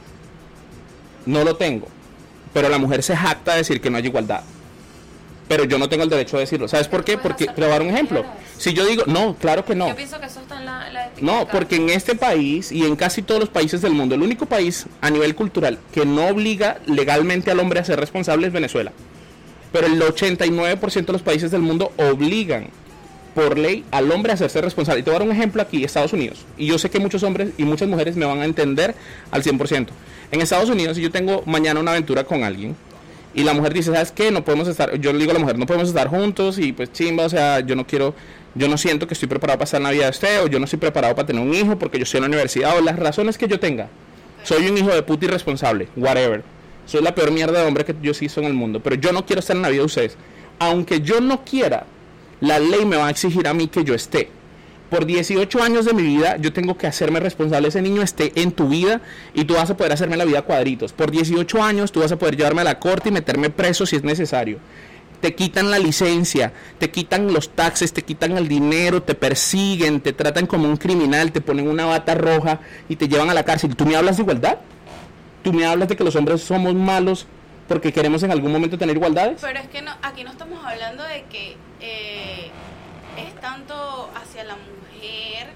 Speaker 4: No lo tengo. Pero la mujer se jacta de decir que no hay igualdad. Pero yo no tengo el derecho de decirlo. ¿Sabes por qué? Porque, te voy a dar un ejemplo. Si yo digo, no, claro que no.
Speaker 5: Yo pienso que eso está en la, la ética
Speaker 4: No,
Speaker 5: de cada
Speaker 4: porque en este país y en casi todos los países del mundo, el único país a nivel cultural que no obliga legalmente al hombre a ser responsable es Venezuela. Pero el ochenta y nueve por ciento de los países del mundo obligan por ley al hombre a hacerse responsable. Y te voy a dar un ejemplo aquí, Estados Unidos. Y yo sé que muchos hombres y muchas mujeres me van a entender al cien por ciento. En Estados Unidos, si yo tengo mañana una aventura con alguien y la mujer dice, ¿sabes qué? No podemos estar, yo le digo a la mujer, no podemos estar juntos y pues chimba, o sea, yo no quiero, yo no siento que estoy preparado para estar en la vida de usted, o yo no estoy preparado para tener un hijo porque yo estoy en la universidad, o las razones que yo tenga. Soy un hijo de puta irresponsable, whatever. Soy la peor mierda de hombre que yo sí soy en el mundo, pero yo no quiero estar en la vida de ustedes. Aunque yo no quiera, la ley me va a exigir a mí que yo esté. Por dieciocho años de mi vida, yo tengo que hacerme responsable. Ese niño esté en tu vida y tú vas a poder hacerme la vida a cuadritos. Por dieciocho años, tú vas a poder llevarme a la corte y meterme preso si es necesario. Te quitan la licencia, te quitan los taxes, te quitan el dinero, te persiguen, te tratan como un criminal, te ponen una bata roja y te llevan a la cárcel. ¿Tú me hablas de igualdad? ¿Tú me hablas de que los hombres somos malos porque queremos en algún momento tener igualdades?
Speaker 6: Pero es que no, aquí no estamos hablando de que eh, es tanto hacia la mujer,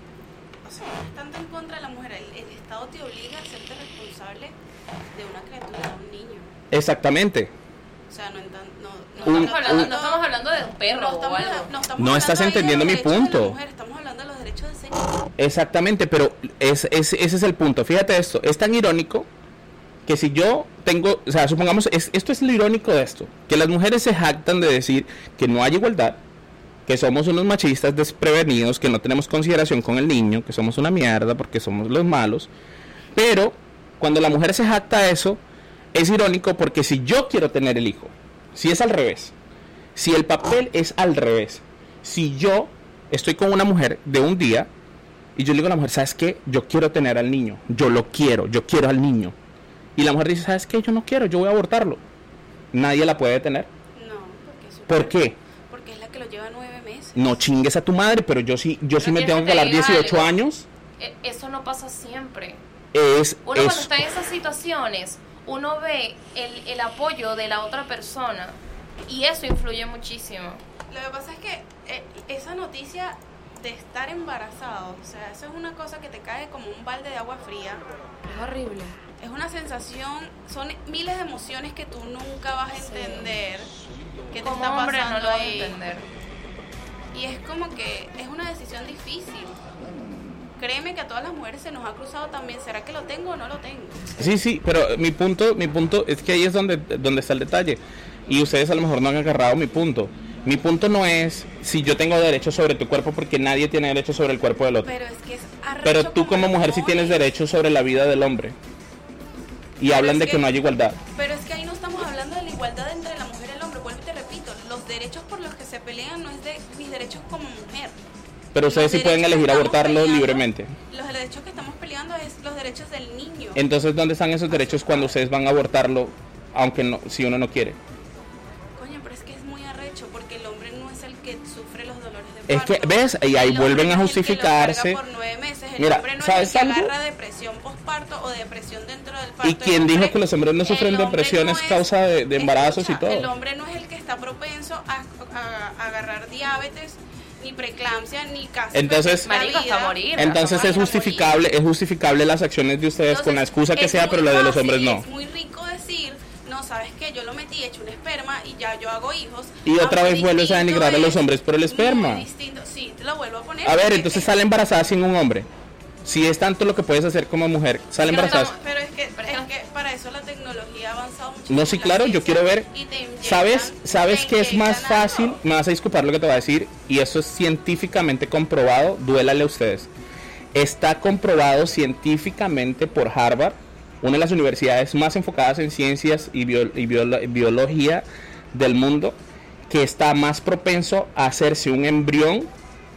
Speaker 6: o sea, no es tanto en contra de la mujer. El, el Estado te obliga a hacerte responsable de una criatura, de un niño.
Speaker 4: Exactamente.
Speaker 6: O sea, no, entan, no, no,
Speaker 5: no,
Speaker 6: un,
Speaker 5: estamos hablando,
Speaker 6: un,
Speaker 5: no estamos hablando de un perro
Speaker 6: no
Speaker 5: o
Speaker 6: estamos,
Speaker 5: algo.
Speaker 6: No, estamos
Speaker 4: no estás entendiendo mi punto.
Speaker 6: De la mujer, estamos hablando de los derechos de ese niño.
Speaker 4: Exactamente, pero es, es, ese es el punto. Fíjate esto, es tan irónico que si yo tengo, o sea, supongamos, es, esto es lo irónico de esto, que las mujeres se jactan de decir que no hay igualdad, que somos unos machistas desprevenidos, que no tenemos consideración con el niño, que somos una mierda porque somos los malos, pero cuando la mujer se jacta de eso, es irónico porque si yo quiero tener el hijo, si es al revés, si el papel es al revés, si yo estoy con una mujer de un día y yo le digo a la mujer, ¿sabes qué? Yo quiero tener al niño, yo lo quiero, yo quiero al niño. Y la mujer dice, ¿sabes qué? Yo no quiero, yo voy a abortarlo. Nadie la puede detener.
Speaker 6: No, porque es
Speaker 4: ¿Por qué?
Speaker 6: Porque es la que lo lleva nueve meses.
Speaker 4: No chingues a tu madre, pero yo sí, yo sí me tengo que ganar dieciocho años.
Speaker 5: Eso no pasa siempre.
Speaker 4: Es,
Speaker 5: uno
Speaker 4: es,
Speaker 5: cuando está en esas situaciones, uno ve el, el apoyo de la otra persona y eso influye muchísimo.
Speaker 6: Lo que pasa es que eh, esa noticia de estar embarazado, o sea, eso es una cosa que te cae como un balde de agua fría.
Speaker 5: Es horrible.
Speaker 6: Es una sensación, son miles de emociones que tú nunca vas a entender. Que te
Speaker 5: Como
Speaker 6: está
Speaker 5: hombre no
Speaker 6: pasando
Speaker 5: lo vas a
Speaker 6: ahí.
Speaker 5: entender.
Speaker 6: Y es como que es una decisión difícil. Créeme que a todas las mujeres se nos ha cruzado también. ¿Será que lo tengo o no lo tengo?
Speaker 4: Sí, sí, pero mi punto, mi punto es que ahí es donde, donde está el detalle. Y ustedes a lo mejor no han agarrado mi punto. Mi punto no es si yo tengo derecho sobre tu cuerpo, porque nadie tiene derecho sobre el cuerpo del otro.
Speaker 6: Pero es que es arrecho.
Speaker 4: Pero tú como mujer sí
Speaker 6: pones.
Speaker 4: tienes derecho sobre la vida del hombre. Y
Speaker 6: Pero
Speaker 4: hablan
Speaker 6: es
Speaker 4: de que,
Speaker 6: que
Speaker 4: no hay igualdad.
Speaker 6: Pero es que ahí no estamos hablando de la igualdad entre la mujer y el hombre. Vuelvo y te repito, los derechos por los que se pelean no es de mis derechos como mujer.
Speaker 4: Pero ustedes sí pueden elegir abortarlo
Speaker 6: peleando,
Speaker 4: libremente.
Speaker 6: Los derechos que estamos peleando es los derechos del niño.
Speaker 4: Entonces, ¿dónde están esos derechos cuando ustedes van a abortarlo, aunque no, si uno no quiere?
Speaker 6: Coño, pero es que es muy arrecho porque el hombre no es el que sufre los dolores de
Speaker 4: Es
Speaker 6: parto.
Speaker 4: que, ¿ves? Y ahí
Speaker 6: El
Speaker 4: vuelven
Speaker 6: hombre
Speaker 4: a
Speaker 6: no es el que lo carga
Speaker 4: justificarse.
Speaker 6: por nueve meses. El
Speaker 4: Mira,
Speaker 6: hombre no
Speaker 4: ¿sabes
Speaker 6: es el que
Speaker 4: algo?
Speaker 6: agarra depresión postparto o depresión dentro del parto.
Speaker 4: ¿Y quién
Speaker 6: El
Speaker 4: dijo
Speaker 6: hombre-
Speaker 4: que los hombres no sufren
Speaker 6: el hombre
Speaker 4: depresiones
Speaker 6: no es-
Speaker 4: causa de, de embarazos
Speaker 6: escucha,
Speaker 4: y
Speaker 6: El
Speaker 4: todo?
Speaker 6: hombre no es el que está propenso a, a- a agarrar diabetes, ni preeclampsia, ni cáncer.
Speaker 4: Entonces,
Speaker 5: Marico, hasta morir.
Speaker 4: entonces
Speaker 6: hasta
Speaker 4: es
Speaker 6: morir.
Speaker 4: justificable, es justificable las acciones de ustedes con la excusa que
Speaker 6: es
Speaker 4: sea,
Speaker 6: muy
Speaker 4: pero la de los
Speaker 6: fácil,
Speaker 4: hombres no.
Speaker 6: Es muy rico decir, no, sabes que yo lo metí, he hecho un esperma y ya yo hago hijos.
Speaker 4: Y otra
Speaker 6: Ah,
Speaker 4: vez
Speaker 6: muy
Speaker 4: vuelves a
Speaker 6: distinto
Speaker 4: denigrar a los
Speaker 6: es-
Speaker 4: hombres por el esperma.
Speaker 6: Muy distinto, sí, te lo vuelvo a poner.
Speaker 4: A ver,
Speaker 6: porque
Speaker 4: entonces
Speaker 6: es-
Speaker 4: sale embarazada sin un hombre. Si es tanto lo que puedes hacer como mujer, sale
Speaker 6: Pero
Speaker 4: embarazada.
Speaker 6: no, Pero es que, es que para eso la tecnología ha avanzado mucho.
Speaker 4: No, sí, claro, yo quiero ver. ¿Sabes, sabes
Speaker 6: te
Speaker 4: qué es más
Speaker 6: inyectan algo.
Speaker 4: fácil? Me vas a disculpar lo que te voy a decir, y eso es científicamente comprobado, duélale a ustedes. Está comprobado científicamente por Harvard, una de las universidades más enfocadas en ciencias y, bio- y biolo- biología del mundo, que está más propenso a hacerse un embrión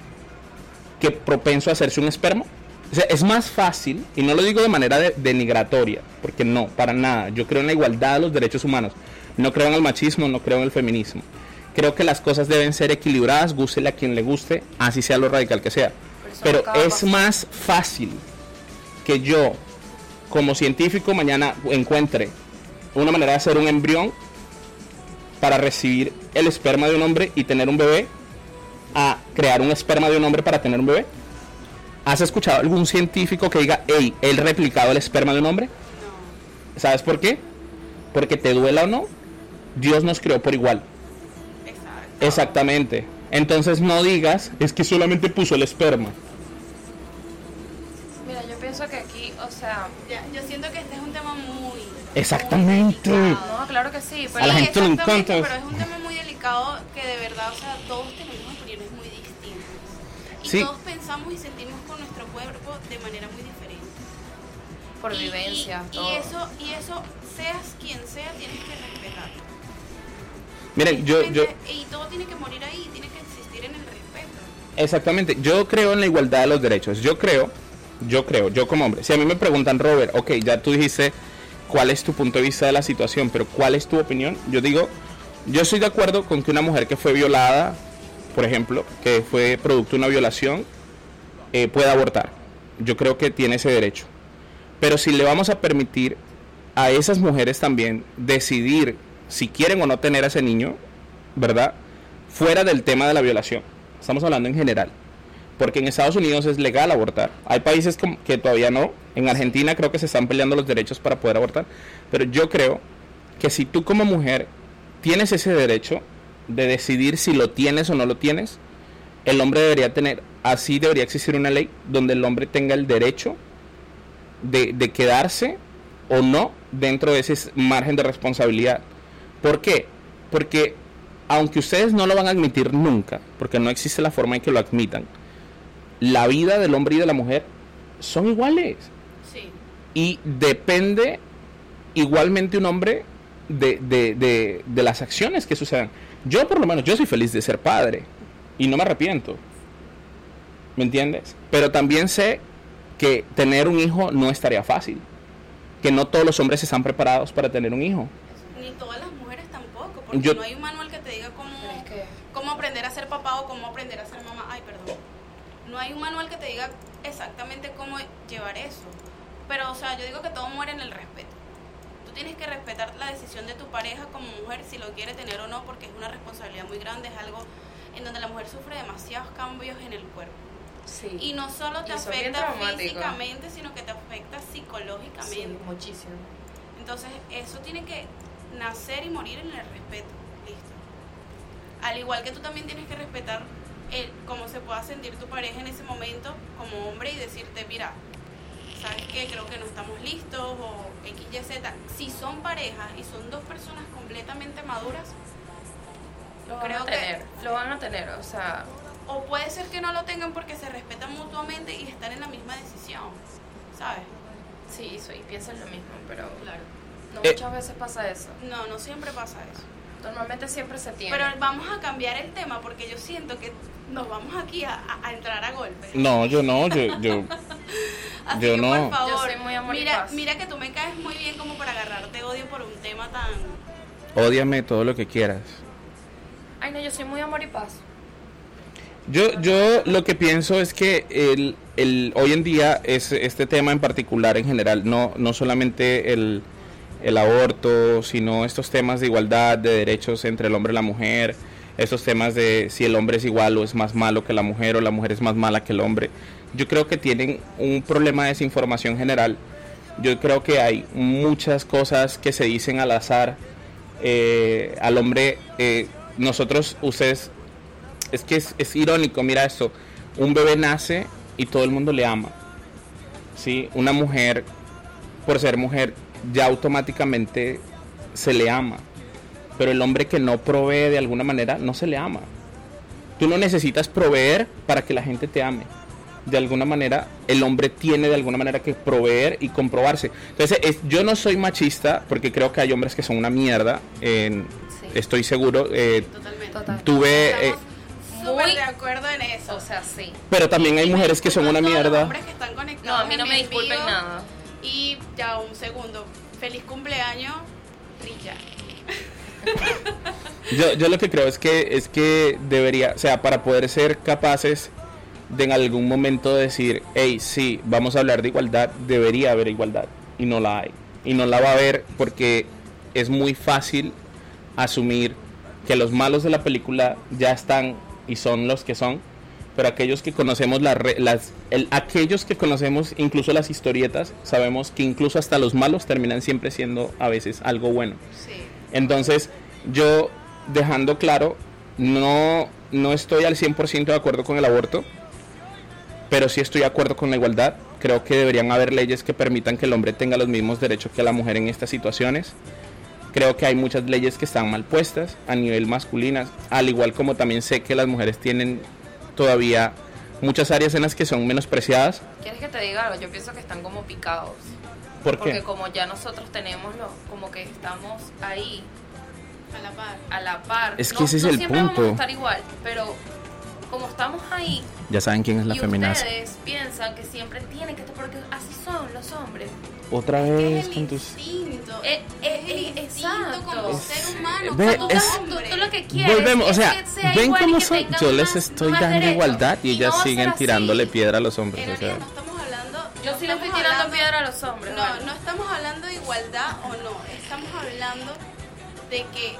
Speaker 4: que propenso a hacerse un esperma. O sea, es más fácil, y no lo digo de manera de- denigratoria, porque no, para nada. Yo creo en la igualdad de los derechos humanos. No creo en el machismo, no creo en el feminismo. Creo que las cosas deben ser equilibradas, gústele a quien le guste, así sea lo radical que sea. Pero es más fácil que yo, como científico, mañana encuentre una manera de hacer un embrión para recibir el esperma de un hombre y tener un bebé, a crear un esperma de un hombre para tener un bebé. ¿Has escuchado algún científico que diga, hey, él replicado el esperma de un hombre? No. ¿Sabes por qué? Porque te duela o no, Dios nos creó por igual.
Speaker 6: Exacto.
Speaker 4: Exactamente. Entonces no digas, es que solamente puso el esperma.
Speaker 5: Mira, yo pienso que aquí, o sea...
Speaker 6: Ya, yo siento que este es un tema muy...
Speaker 4: Exactamente.
Speaker 6: muy
Speaker 5: No, claro que sí, pero...
Speaker 4: A la gente le
Speaker 6: exactamente,
Speaker 4: encanta.
Speaker 6: pero es un tema muy delicado que de verdad, o sea, todos tenemos opiniones muy distintas. Y
Speaker 4: Sí.
Speaker 6: todos pensamos y sentimos con nuestro cuerpo de manera muy diferente.
Speaker 5: Por
Speaker 6: Y-
Speaker 5: vivencia,
Speaker 6: y,
Speaker 5: todo.
Speaker 6: y eso, y eso seas quien sea, tienes que respetar.
Speaker 4: Miren, yo, yo...
Speaker 6: Y todo tiene que morir ahí, tiene que existir en el respeto.
Speaker 4: Exactamente, yo creo en la igualdad de los derechos. Yo creo, yo creo, yo como hombre, si a mí me preguntan, Robert, ok, ya tú dijiste cuál es tu punto de vista de la situación, pero ¿cuál es tu opinión? Yo digo, yo estoy de acuerdo con que una mujer que fue violada, por ejemplo, que fue producto de una violación, eh, pueda abortar. Yo creo que tiene ese derecho. Pero si le vamos a permitir a esas mujeres también decidir si quieren o no tener a ese niño, ¿verdad? Fuera del tema de la violación. Estamos hablando en general. Porque en Estados Unidos es legal abortar. Hay países que todavía no. En Argentina creo que se están peleando los derechos para poder abortar. Pero yo creo que si tú como mujer tienes ese derecho de decidir si lo tienes o no lo tienes, el hombre debería tener, así debería existir una ley donde el hombre tenga el derecho de, de quedarse o no dentro de ese margen de responsabilidad. ¿Por qué? Porque aunque ustedes no lo van a admitir nunca, porque no existe la forma en que lo admitan, la vida del hombre y de la mujer son iguales.
Speaker 6: Sí.
Speaker 4: Y depende igualmente un hombre de, de, de, de las acciones que sucedan. Yo por lo menos, yo soy feliz de ser padre y no me arrepiento. ¿Me entiendes? Pero también sé que tener un hijo no es tarea fácil. Que no todos los hombres están preparados para tener un hijo.
Speaker 6: Ni todas las mujeres tampoco, porque
Speaker 4: Yo,
Speaker 6: no hay un manual que te diga cómo, cómo aprender a ser papá o cómo aprender a ser mamá. Ay, perdón. No hay un manual que te diga exactamente cómo llevar eso. Pero, o sea, yo digo que todo muere en el respeto. Tú tienes que respetar la decisión de tu pareja como mujer, si lo quiere tener o no, porque es una responsabilidad muy grande, es algo en donde la mujer sufre demasiados cambios en el cuerpo.
Speaker 5: Sí.
Speaker 6: Y no solo te
Speaker 5: Y son bien
Speaker 6: afecta
Speaker 5: traumáticos.
Speaker 6: físicamente, sino que te afecta psicológicamente.
Speaker 5: Sí, muchísimo.
Speaker 6: Entonces, eso tiene que nacer y morir en el respeto. Listo. Al igual que tú también tienes que respetar el cómo se pueda sentir tu pareja en ese momento como hombre y decirte, mira, ¿sabes qué? Creo que no estamos listos o X, Y, Z. Si son parejas y son dos personas completamente maduras,
Speaker 5: Lo van
Speaker 6: creo
Speaker 5: a tener,
Speaker 6: que...
Speaker 5: lo van a tener, o sea...
Speaker 6: O puede ser que no lo tengan porque se respetan mutuamente y están en la misma decisión, ¿sabes?
Speaker 5: Sí, soy, piensan lo mismo, pero
Speaker 6: Claro.
Speaker 5: no
Speaker 4: Eh.
Speaker 5: muchas veces pasa eso.
Speaker 6: No, no siempre pasa eso.
Speaker 5: Normalmente siempre se tiene.
Speaker 6: Pero vamos a cambiar el tema porque yo siento que nos vamos aquí a, a- a entrar a golpes.
Speaker 4: no, yo no, yo, yo,
Speaker 6: Así
Speaker 4: yo
Speaker 6: que
Speaker 4: no.
Speaker 6: por favor,
Speaker 5: Yo soy muy amor y
Speaker 6: mira,
Speaker 5: paz.
Speaker 6: mira que tú me caes muy bien como para agarrarte odio por un tema tan...
Speaker 4: Ódiame todo lo que quieras.
Speaker 5: Ay, no, yo soy muy amor y paz.
Speaker 4: Yo, yo lo que pienso es que el, el, hoy en día es este tema en particular en general, no, no solamente el, el aborto, sino estos temas de igualdad, de derechos entre el hombre y la mujer, estos temas de si el hombre es igual o es más malo que la mujer o la mujer es más mala que el hombre. Yo creo que tienen un problema de desinformación general. Yo creo que hay muchas cosas que se dicen al azar. Eh, al hombre, eh, nosotros, ustedes... Es que es, es irónico, mira esto, un bebé nace y todo el mundo le ama, ¿sí? Una mujer, por ser mujer, ya automáticamente se le ama, pero el hombre que no provee de alguna manera, no se le ama. Tú no necesitas proveer para que la gente te ame. De alguna manera, el hombre tiene de alguna manera que proveer y comprobarse. Entonces, es, yo no soy machista, porque creo que hay hombres que son una mierda, en,
Speaker 5: Sí.
Speaker 4: estoy seguro. Eh,
Speaker 6: Totalmente.
Speaker 5: Total.
Speaker 4: tuve... eh,
Speaker 6: Estamos súper
Speaker 5: muy-
Speaker 6: de acuerdo en eso.
Speaker 5: O sea, sí.
Speaker 4: pero también hay
Speaker 6: Y me
Speaker 4: mujeres que son una
Speaker 6: disculpan todos los
Speaker 4: mierda.
Speaker 6: hombres que están conectados
Speaker 5: No, a mí no
Speaker 6: en
Speaker 5: me
Speaker 6: el
Speaker 5: disculpen
Speaker 6: vivo.
Speaker 5: nada.
Speaker 6: Y ya un segundo. Feliz cumpleaños, Richard.
Speaker 4: Yo, yo lo que creo es que es que debería, o sea, para poder ser capaces de en algún momento decir, hey, sí, vamos a hablar de igualdad, debería haber igualdad, y no la hay. Y no la va a haber porque es muy fácil asumir que los malos de la película ya están y son los que son, pero aquellos que conocemos las, re- las el, aquellos que conocemos incluso las historietas, sabemos que incluso hasta los malos terminan siempre siendo a veces algo bueno.
Speaker 6: Sí.
Speaker 4: Entonces, yo dejando claro, no, no estoy al cien por ciento de acuerdo con el aborto, pero sí estoy de acuerdo con la igualdad. Creo que deberían haber leyes que permitan que el hombre tenga los mismos derechos que la mujer en estas situaciones. Creo que hay muchas leyes que están mal puestas a nivel masculino, al igual como también sé que las mujeres tienen todavía muchas áreas en las que son menospreciadas.
Speaker 5: ¿Quieres que te diga algo? Yo pienso que están como picados.
Speaker 4: ¿Por qué?
Speaker 5: Porque como ya nosotros tenemos lo, como que estamos ahí
Speaker 6: A la par.
Speaker 5: a la par.
Speaker 4: Es que
Speaker 5: no,
Speaker 4: ese es
Speaker 5: no
Speaker 4: el
Speaker 5: siempre
Speaker 4: punto.
Speaker 5: vamos a estar igual, pero como estamos ahí
Speaker 4: Ya saben quién es la
Speaker 5: y
Speaker 4: feminaza.
Speaker 5: ustedes piensan que siempre tienen que estar, porque así son los hombres.
Speaker 4: Otra
Speaker 6: Es
Speaker 4: vez
Speaker 6: el
Speaker 4: con tus...
Speaker 6: instinto.
Speaker 5: Eh, eh,
Speaker 6: es el
Speaker 5: eh,
Speaker 6: instinto
Speaker 5: exacto.
Speaker 6: como
Speaker 4: Es-
Speaker 6: ser humano.
Speaker 4: ve,
Speaker 6: como
Speaker 5: Tú,
Speaker 4: es-
Speaker 6: hombre.
Speaker 5: tú- tú lo que quieres
Speaker 4: Volvemos, o
Speaker 5: es
Speaker 4: sea,
Speaker 5: que sea
Speaker 4: ven
Speaker 5: igual y
Speaker 4: cómo
Speaker 5: que
Speaker 4: son.
Speaker 5: tengan
Speaker 4: Yo les
Speaker 5: más-
Speaker 4: estoy
Speaker 5: más
Speaker 4: dando
Speaker 5: derechos.
Speaker 4: igualdad y
Speaker 5: Y
Speaker 4: ellas
Speaker 5: no va a ser
Speaker 4: siguen
Speaker 5: así.
Speaker 4: tirándole piedra a los hombres.
Speaker 6: En
Speaker 4: O sea,
Speaker 6: realidad no estamos hablando.
Speaker 5: Yo
Speaker 6: no
Speaker 5: sí le estoy
Speaker 6: estamos
Speaker 5: tirando
Speaker 6: hablando-
Speaker 5: piedra a los hombres.
Speaker 6: No,
Speaker 5: vale.
Speaker 6: no estamos hablando de igualdad o no. Estamos hablando de que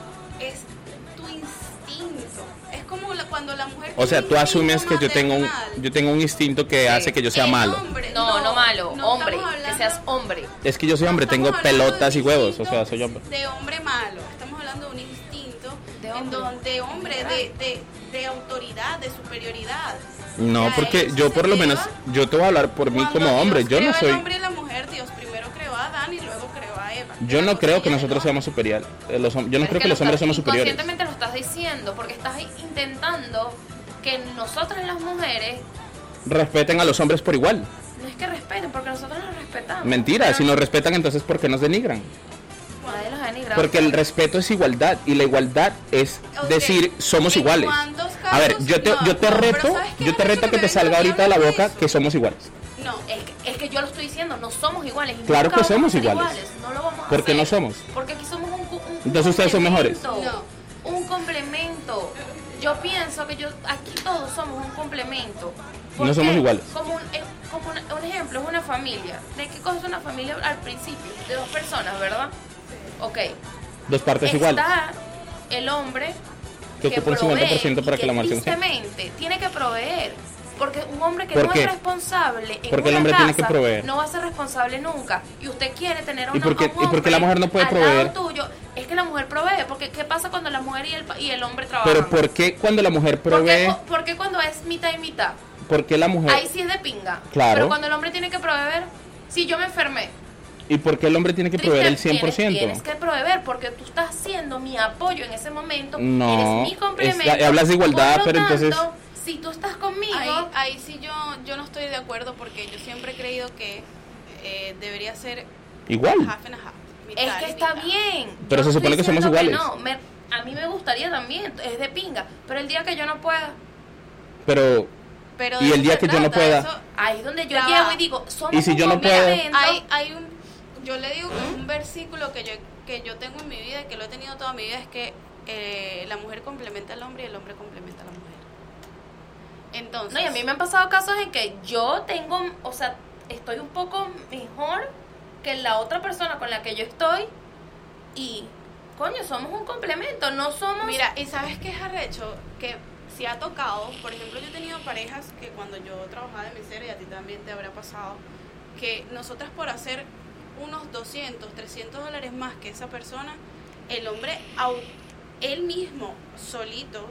Speaker 6: es tu instinto. Es como la- cuando la mujer.
Speaker 4: o sea,
Speaker 6: tiene
Speaker 4: tú
Speaker 6: un
Speaker 4: asumes
Speaker 6: instinto
Speaker 4: que yo tengo un,
Speaker 6: maternal.
Speaker 4: yo tengo un instinto que
Speaker 5: Sí.
Speaker 4: hace que yo sea
Speaker 6: El
Speaker 4: malo.
Speaker 6: hombre,
Speaker 5: No, no malo,
Speaker 6: no
Speaker 5: hombre,
Speaker 6: estamos
Speaker 5: que
Speaker 6: hablando-
Speaker 5: seas hombre.
Speaker 4: Es que yo soy hombre, tengo
Speaker 6: estamos hablando
Speaker 4: pelotas
Speaker 6: de
Speaker 4: y
Speaker 6: un
Speaker 4: huevos, o
Speaker 6: instinto
Speaker 4: sea, soy hombre.
Speaker 6: De hombre malo. Estamos hablando de un instinto
Speaker 5: De
Speaker 6: en
Speaker 5: hombre.
Speaker 6: donde hombre, de, de, de autoridad, de superioridad.
Speaker 4: No,
Speaker 6: Ya,
Speaker 4: porque
Speaker 6: eso
Speaker 4: yo
Speaker 6: se
Speaker 4: por lo
Speaker 6: lleva
Speaker 4: menos, yo te voy a hablar por mí
Speaker 6: cuando
Speaker 4: como
Speaker 6: Dios
Speaker 4: hombre. Yo
Speaker 6: creó
Speaker 4: no soy,
Speaker 6: El hombre y la mujer, Dios primero creó a Adán y luego creó a Eva.
Speaker 4: yo no
Speaker 6: Las
Speaker 4: creo que
Speaker 6: cosillas
Speaker 4: nosotros
Speaker 6: del
Speaker 4: seamos superiores. Eh, los hom- Yo no
Speaker 5: Es
Speaker 4: creo que
Speaker 5: lo
Speaker 4: los hombres
Speaker 5: estás-
Speaker 4: somos superiores.
Speaker 5: Inconscientemente lo estás diciendo, porque estás intentando que nosotras las mujeres
Speaker 4: Respeten a los hombres por igual.
Speaker 5: no es que respeten, porque nosotros los respetamos.
Speaker 4: Mentira,
Speaker 5: Pero
Speaker 4: si nos respetan, entonces ¿por qué nos denigran?
Speaker 5: nadie los denigra.
Speaker 4: Porque el respeto es igualdad y la igualdad es
Speaker 6: Ok,
Speaker 4: decir somos
Speaker 6: ¿en
Speaker 4: iguales.
Speaker 6: cuántos
Speaker 4: A ver,
Speaker 6: casos?
Speaker 4: yo te,
Speaker 6: No,
Speaker 4: yo te
Speaker 6: no, pero
Speaker 4: reto,
Speaker 6: ¿sabes qué
Speaker 4: yo
Speaker 6: es
Speaker 4: te
Speaker 6: eso
Speaker 4: reto
Speaker 6: que
Speaker 4: que
Speaker 6: me
Speaker 4: te
Speaker 6: vengas
Speaker 4: salga
Speaker 6: aquí
Speaker 4: ahorita de la
Speaker 6: hablando
Speaker 4: boca
Speaker 6: de
Speaker 4: que
Speaker 6: eso?
Speaker 4: somos iguales.
Speaker 6: No,
Speaker 5: Es que, es que yo lo estoy diciendo, no somos iguales. y
Speaker 4: Claro
Speaker 5: nunca
Speaker 4: que
Speaker 5: vamos a
Speaker 4: somos
Speaker 5: ser
Speaker 4: iguales.
Speaker 5: No lo vamos a
Speaker 4: ¿Por qué
Speaker 5: hacer.
Speaker 4: no somos?
Speaker 5: Porque aquí somos un, cu- un
Speaker 4: Entonces ustedes son mejores.
Speaker 5: complemento. Un complemento. Yo pienso que yo aquí todos somos un complemento. ¿Por
Speaker 4: No somos
Speaker 5: qué?
Speaker 4: iguales.
Speaker 5: Como, un, eh, como una- un ejemplo, es una familia. ¿De qué cosa es una familia al principio? De dos personas, ¿verdad? Ok.
Speaker 4: Dos partes
Speaker 5: Está
Speaker 4: iguales.
Speaker 5: el hombre
Speaker 4: Que ocupa un cincuenta por ciento
Speaker 5: provee
Speaker 4: para
Speaker 5: y
Speaker 4: que la mansión sea.
Speaker 5: tristemente tiene que proveer. Porque un hombre que
Speaker 4: ¿Por
Speaker 5: no
Speaker 4: qué?
Speaker 5: es responsable en
Speaker 4: Porque el
Speaker 5: una
Speaker 4: hombre
Speaker 5: casa
Speaker 4: tiene que proveer.
Speaker 5: no va a ser responsable nunca. Y usted quiere tener a
Speaker 4: ¿Y
Speaker 5: una,
Speaker 4: por qué-
Speaker 5: a un
Speaker 4: y por qué la
Speaker 5: hombre
Speaker 4: mujer no puede
Speaker 5: al
Speaker 4: proveer?
Speaker 5: lado tuyo. Es que la mujer provee. Porque ¿qué pasa cuando la mujer y el, y el hombre trabajan?
Speaker 4: Pero ¿por qué cuando la mujer
Speaker 5: ¿Por qué,
Speaker 4: provee?
Speaker 5: cu- por qué cuando es mitad y mitad?
Speaker 4: ¿Por qué la mujer?
Speaker 5: Ahí sí es de pinga.
Speaker 4: Claro.
Speaker 5: Pero cuando el hombre tiene que proveer, si yo me enfermé,
Speaker 4: ¿Y por qué el hombre tiene que proveer el
Speaker 5: Triste,
Speaker 4: cien por
Speaker 5: Tienes, tienes
Speaker 4: ciento?
Speaker 5: que proveer porque tú estás siendo mi apoyo en ese momento.
Speaker 4: No,
Speaker 5: eres mi complemento.
Speaker 4: es- hablas de igualdad,
Speaker 5: Por lo
Speaker 4: pero entonces-
Speaker 5: tanto, si tú estás conmigo,
Speaker 6: ahí, ahí sí yo, yo no estoy de acuerdo porque yo siempre he creído que eh, debería ser
Speaker 4: Igual.
Speaker 6: half and half. mitad
Speaker 5: es que
Speaker 6: y
Speaker 5: está
Speaker 6: mitad.
Speaker 5: bien.
Speaker 4: Pero
Speaker 5: Yo
Speaker 4: se
Speaker 5: no
Speaker 4: supone
Speaker 5: estoy
Speaker 4: que somos
Speaker 5: diciendo
Speaker 4: iguales.
Speaker 5: no, me- a mí me gustaría también, es de pinga. Pero el día que yo no pueda,
Speaker 4: Pero
Speaker 6: Pero
Speaker 4: y
Speaker 6: de
Speaker 4: el
Speaker 6: eso
Speaker 4: día
Speaker 6: se
Speaker 4: que yo no
Speaker 6: trata,
Speaker 4: pueda.
Speaker 6: eso-
Speaker 5: ahí es donde yo
Speaker 6: Ya
Speaker 5: llego
Speaker 6: va.
Speaker 5: y digo, somos
Speaker 4: ¿Y si
Speaker 5: un
Speaker 4: yo no puedo?
Speaker 5: complemento.
Speaker 6: hay, hay un, yo le digo que es un versículo que yo, que yo tengo en mi vida y que lo he tenido toda mi vida, es que eh, la mujer complementa al hombre y el hombre complementa a la mujer. Entonces,
Speaker 5: No, y a mí me han pasado casos en que yo tengo, o sea, estoy un poco mejor que la otra persona con la que yo estoy y, coño, somos un complemento, no somos...
Speaker 6: mira, ¿y sabes qué es arrecho? Que si ha tocado, por ejemplo, yo he tenido parejas que cuando yo trabajaba de mesera, y a ti también te habrá pasado, que nosotras por hacer unos doscientos, trescientos dólares más que esa persona, el hombre, au- él mismo, solito,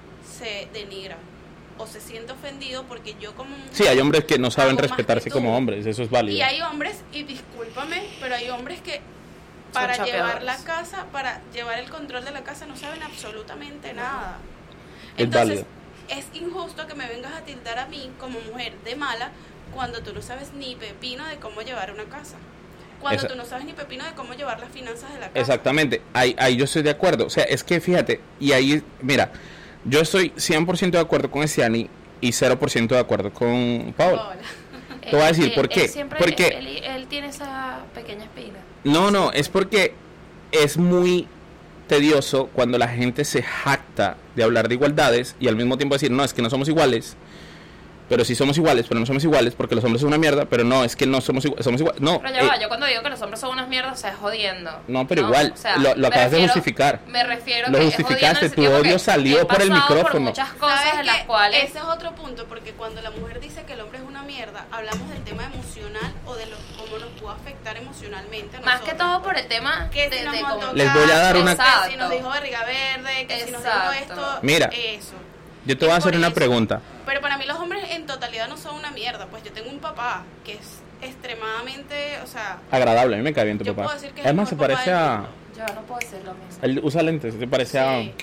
Speaker 6: se denigra o se siente ofendido porque yo como mujer
Speaker 4: sí, hay hombres que no saben
Speaker 6: hago más
Speaker 4: respetarse
Speaker 6: que tú.
Speaker 4: como hombres, eso es válido.
Speaker 6: Y hay hombres, y discúlpame, pero hay hombres que para
Speaker 5: Son
Speaker 6: llevar la
Speaker 5: chapeadores.
Speaker 6: casa, para llevar el control de la casa no saben absolutamente nada.
Speaker 4: Es
Speaker 6: Entonces,
Speaker 4: válido.
Speaker 6: es injusto que me vengas a tildar a mí como mujer de mala cuando tú no sabes ni pepino de cómo llevar una casa. Cuando
Speaker 4: Esa-
Speaker 6: tú no sabes ni pepino de cómo llevar las finanzas de la casa.
Speaker 4: Exactamente, ahí, ahí yo estoy de acuerdo. O sea, es que fíjate, y ahí, mira, yo estoy cien por ciento de acuerdo con Estiani y cero por ciento de acuerdo con Paola.
Speaker 6: Hola.
Speaker 4: Te voy a decir,
Speaker 5: Él-
Speaker 4: ¿por
Speaker 5: él
Speaker 4: qué?
Speaker 5: siempre-
Speaker 4: Porque-
Speaker 5: él, él tiene esa pequeña espina.
Speaker 4: No, no, es porque es muy tedioso cuando la gente se jacta de hablar de igualdades y al mismo tiempo decir, no, es que no somos iguales, pero sí somos iguales, pero no somos iguales porque los hombres son una mierda, pero no, es que no somos iguales, somos iguales. No,
Speaker 5: Pero ya
Speaker 4: eh,
Speaker 5: va, yo cuando digo que los hombres son unas mierdas, o sea, es jodiendo.
Speaker 4: No, pero igual, lo- lo
Speaker 5: me
Speaker 4: acabas de
Speaker 5: refiero-
Speaker 4: justificar.
Speaker 5: Me refiero
Speaker 4: Lo
Speaker 5: que
Speaker 4: justificaste,
Speaker 5: es jodiendo en el
Speaker 4: tu
Speaker 5: sentido
Speaker 4: odio
Speaker 5: que
Speaker 4: salió
Speaker 5: he
Speaker 4: por el
Speaker 5: pasado
Speaker 4: micrófono.
Speaker 6: ¿Sabes
Speaker 5: muchas cosas en las
Speaker 6: qué?
Speaker 5: cuales...
Speaker 6: Ese es otro punto, porque cuando la mujer dice que el hombre es una mierda, hablamos del tema emocional o de lo, cómo nos puede afectar emocionalmente a
Speaker 5: Más que
Speaker 6: nosotros.
Speaker 5: todo por el tema
Speaker 6: Que
Speaker 5: de,
Speaker 6: si nos
Speaker 5: de
Speaker 6: montó
Speaker 5: cómo-
Speaker 4: Les voy a dar una-
Speaker 6: que
Speaker 5: Exacto.
Speaker 6: si nos dijo barriga verde, que si nos dijo
Speaker 5: Exacto.
Speaker 6: esto,
Speaker 4: Mira.
Speaker 6: eso.
Speaker 4: Yo te voy a
Speaker 6: Es
Speaker 4: hacer
Speaker 6: por
Speaker 4: una
Speaker 6: eso.
Speaker 4: pregunta.
Speaker 6: Pero para mí los hombres en totalidad no son una mierda, pues yo tengo un papá que es extremadamente, o sea,
Speaker 4: Agradable, a mí me cae bien tu
Speaker 6: Yo
Speaker 4: papá.
Speaker 6: puedo decir que es el
Speaker 4: Además, se
Speaker 6: mejor papá
Speaker 4: parece
Speaker 6: del
Speaker 4: a...
Speaker 6: mundo.
Speaker 5: Yo no puedo decir lo mismo.
Speaker 4: Él usa lentes, se parece a...
Speaker 6: sí.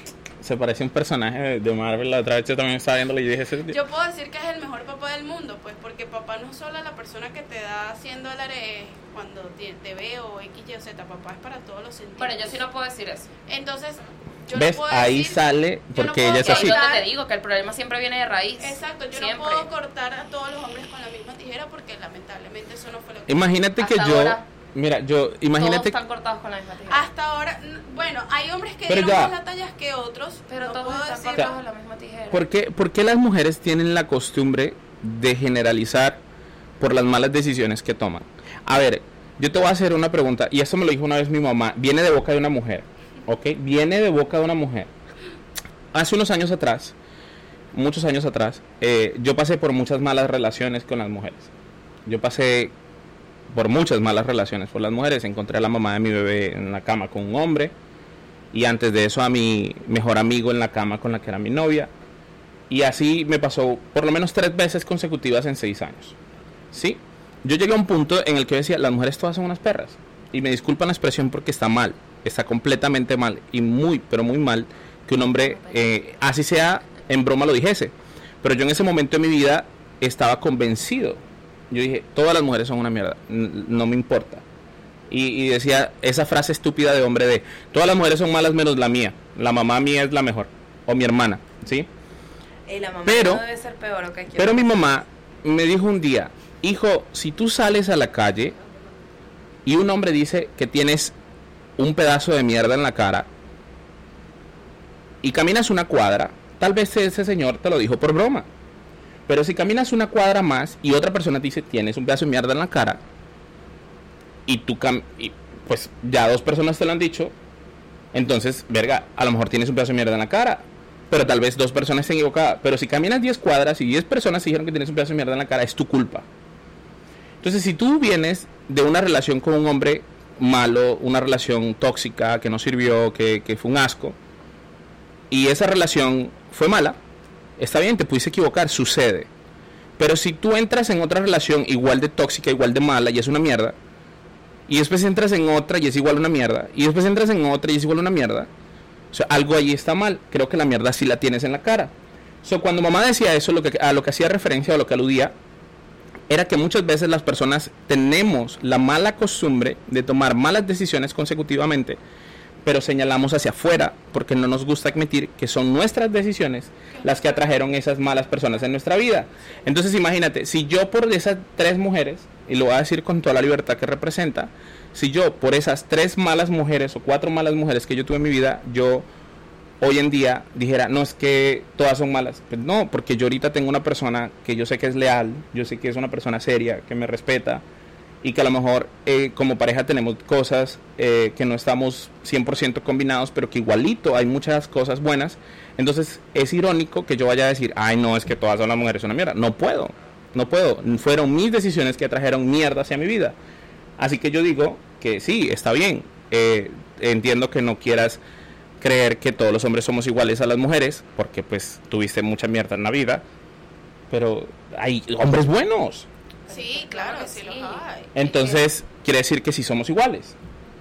Speaker 4: se parece a un personaje de, de Marvel. La otra vez yo también estaba viéndolo y dije... Ese...
Speaker 6: Yo puedo decir que es el mejor papá del mundo, pues, porque papá no es solo la persona que te da cien dólares cuando te, te ve o X, Y o Z. Papá es para todos los sentidos.
Speaker 5: Bueno, yo sí no puedo decir eso.
Speaker 6: Entonces... Yo
Speaker 4: ¿Ves?
Speaker 6: no puedo
Speaker 4: Ahí
Speaker 6: decir,
Speaker 4: sale porque
Speaker 6: no
Speaker 4: ella es así.
Speaker 5: Yo te digo que el problema siempre viene de raíz.
Speaker 6: Exacto, yo
Speaker 5: siempre.
Speaker 6: no puedo cortar a todos los hombres con la misma tijera porque lamentablemente eso no fue lo que...
Speaker 4: Imagínate
Speaker 5: Hasta
Speaker 4: que yo...
Speaker 5: ahora,
Speaker 4: mira, yo... Imagínate...
Speaker 5: todos están cortados con la misma tijera.
Speaker 6: Hasta ahora, n- bueno, hay hombres que
Speaker 4: Pero
Speaker 6: dieron
Speaker 4: ya.
Speaker 6: más batallas que otros,
Speaker 5: Pero
Speaker 6: no
Speaker 5: todos
Speaker 6: puedo
Speaker 5: están
Speaker 6: decir...
Speaker 5: cortados con la misma tijera.
Speaker 4: ¿Por qué, ¿Por qué las mujeres tienen la costumbre de generalizar por las malas decisiones que toman? A ver, yo te voy a hacer una pregunta, y esto me lo dijo una vez mi mamá, viene de boca de una mujer, ¿ok? Viene de boca de una mujer. Hace unos años atrás, muchos años atrás, eh, yo pasé por muchas malas relaciones con las mujeres. Yo pasé por muchas malas relaciones con las mujeres. Encontré a la mamá de mi bebé en la cama con un hombre. Y antes de eso a mi mejor amigo en la cama con la que era mi novia. Y así me pasó por lo menos tres veces consecutivas en seis años. ¿Sí? Yo llegué a un punto en el que decía, las mujeres todas son unas perras. Y me disculpan la expresión porque está mal. Está completamente mal. Y muy, pero muy mal que un hombre, eh, así sea, en broma lo dijese. Pero yo en ese momento de mi vida estaba convencido. Yo dije, todas las mujeres son una mierda, n- no me importa. Y, y decía esa frase estúpida de hombre de, todas las mujeres son malas menos la mía. La mamá mía es la mejor. O mi hermana, ¿sí?
Speaker 5: Y la mamá
Speaker 4: Pero-
Speaker 5: no debe ser peor, ¿o qué quiero?
Speaker 4: Pero mi mamá me dijo un día, hijo, si tú sales a la calle y un hombre dice que tienes un pedazo de mierda en la cara y caminas una cuadra, tal vez ese señor te lo dijo por broma. Pero si caminas una cuadra más y otra persona te dice tienes un pedazo de mierda en la cara y tú cam y pues ya dos personas te lo han dicho, entonces, verga, a lo mejor tienes un pedazo de mierda en la cara, pero tal vez dos personas estén equivocadas. Pero si caminas diez cuadras y diez personas te dijeron que tienes un pedazo de mierda en la cara, es tu culpa. Entonces, si tú vienes de una relación con un hombre malo, una relación tóxica que no sirvió, que, que fue un asco, y esa relación fue mala, está bien, te pudiste equivocar, sucede. Pero si tú entras en otra relación igual de tóxica, igual de mala, y es una mierda, y después entras en otra y es igual una mierda, y después entras en otra y es igual una mierda, o sea, algo allí está mal. Creo que la mierda sí la tienes en la cara. O sea, cuando mamá decía eso, lo que, a lo que hacía referencia o a lo que aludía, era que muchas veces las personas tenemos la mala costumbre de tomar malas decisiones consecutivamente, pero señalamos hacia afuera porque no nos gusta admitir que son nuestras decisiones las que atrajeron esas malas personas en nuestra vida. Entonces imagínate, si yo por esas tres mujeres, y lo voy a decir con toda la libertad que representa, si yo por esas tres malas mujeres o cuatro malas mujeres que yo tuve en mi vida, yo hoy en día dijera, no es que todas son malas, pues no, porque yo ahorita tengo una persona que yo sé que es leal, yo sé que es una persona seria, que me respeta, y que a lo mejor eh, como pareja tenemos cosas eh, que no estamos cien por ciento combinados, pero que igualito hay muchas cosas buenas. Entonces es irónico que yo vaya a decir, ay no, es que todas son las mujeres una mierda. No puedo, no puedo. Fueron mis decisiones que trajeron mierda hacia mi vida. Así que yo digo que sí, está bien. Eh, entiendo que no quieras creer que todos los hombres somos iguales a las mujeres, porque pues tuviste mucha mierda en la vida, pero hay hombres buenos.
Speaker 6: Sí, claro, sí los hay.
Speaker 4: Entonces, quiere decir que sí somos iguales.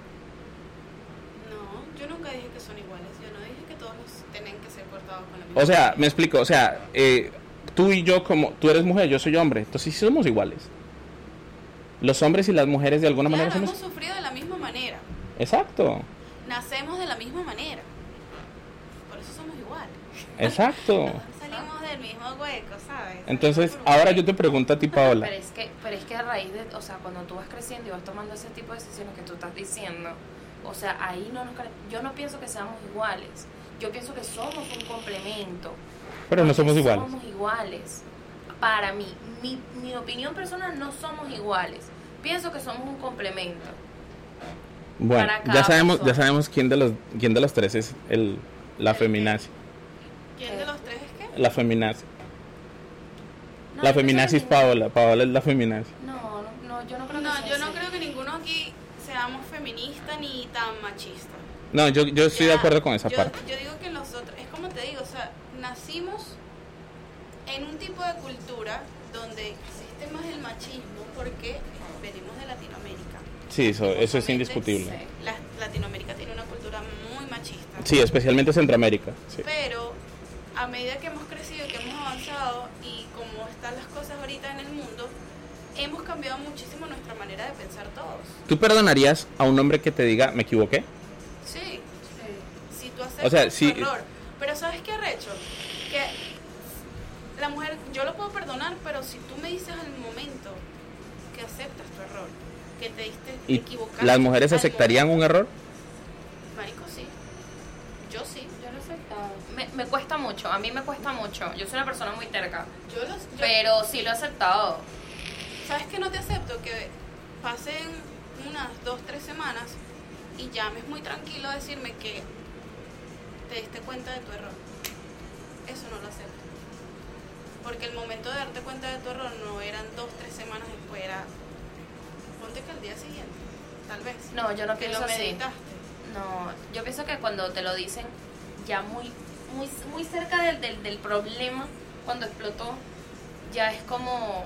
Speaker 6: No, yo nunca dije que son iguales. Yo no dije que todos tienen que ser cortados con la misma.
Speaker 4: O sea, me explico, o sea, eh, tú y yo, como tú eres mujer, yo soy hombre, entonces sí somos iguales. Los hombres y las mujeres de alguna
Speaker 6: Claro,
Speaker 4: manera
Speaker 6: hemos
Speaker 4: somos...
Speaker 6: sufrido de la misma manera.
Speaker 4: Exacto,
Speaker 6: Nacemos de la misma manera. Por eso somos iguales.
Speaker 4: exacto.
Speaker 6: Salimos del mismo hueco, ¿sabes?
Speaker 4: Entonces, ahora yo te pregunto a ti, Paola.
Speaker 5: Pero es que, pero es que a raíz de, o sea, cuando tú vas creciendo y vas tomando ese tipo de decisiones que tú estás diciendo, o sea, ahí no nos, yo no pienso que seamos iguales. Yo pienso que somos un complemento.
Speaker 4: Pero no somos iguales.
Speaker 5: Somos iguales. Para mí, mi, mi opinión personal, no somos iguales. Pienso que somos un complemento.
Speaker 4: Bueno,
Speaker 5: para cada
Speaker 4: ya sabemos,
Speaker 5: persona.
Speaker 4: ya sabemos quién de los, quién de los tres es el, la feminazi.
Speaker 6: ¿Quién de los tres es qué?
Speaker 4: La feminazi.
Speaker 5: No,
Speaker 4: La
Speaker 5: yo
Speaker 4: feminazi es
Speaker 5: pienso que
Speaker 4: Paola. Paola es la feminazi.
Speaker 5: No, no, no, yo no creo que
Speaker 6: No,
Speaker 5: sea
Speaker 6: yo no
Speaker 5: así.
Speaker 6: creo que ninguno aquí seamos feministas ni tan machistas.
Speaker 4: No, yo, yo estoy
Speaker 6: Ya,
Speaker 4: de acuerdo con esa
Speaker 6: yo,
Speaker 4: parte.
Speaker 6: Yo digo que nosotros, es como te digo, o sea, nacimos en un tipo de cultura donde existe más el machismo porque venimos de Latinoamérica.
Speaker 4: Sí, eso, eso es
Speaker 6: Justamente,
Speaker 4: indiscutible.
Speaker 6: La, Latinoamérica tiene una cultura muy machista.
Speaker 4: Sí, especialmente Centroamérica. Sí.
Speaker 6: Pero a medida que hemos crecido, que hemos avanzado y como están las cosas ahorita en el mundo, hemos cambiado muchísimo nuestra manera de pensar todos.
Speaker 4: ¿Tú perdonarías a un hombre que te diga, me equivoqué?
Speaker 6: Sí, sí. Si tú aceptas
Speaker 4: O sea,
Speaker 6: tu
Speaker 4: sí.
Speaker 6: error. Pero ¿sabes qué arrecho? Que la mujer, yo lo puedo perdonar, pero si tú me dices al momento que aceptas tu error, que te diste
Speaker 4: ¿Y
Speaker 6: equivocaste,
Speaker 4: las mujeres
Speaker 6: al
Speaker 4: aceptarían un error?
Speaker 6: Marico, sí. Yo sí.
Speaker 5: Yo lo he aceptado. Me, me cuesta mucho, a mí me cuesta mucho. Yo soy una persona muy terca.
Speaker 6: Yo los, yo-
Speaker 5: Pero sí lo he aceptado.
Speaker 6: ¿Sabes qué no te acepto? Que pasen unas dos, tres semanas y llames muy tranquilo a decirme que te diste cuenta de tu error. Eso no lo acepto. Porque el momento de darte cuenta de tu error no eran dos, tres semanas después, era ponte que al día siguiente, tal vez.
Speaker 5: No, yo no
Speaker 6: que
Speaker 5: pienso
Speaker 6: lo
Speaker 5: así.
Speaker 6: meditaste.
Speaker 5: No, yo pienso que cuando te lo dicen ya muy muy muy cerca del, del, del problema, cuando explotó, ya es como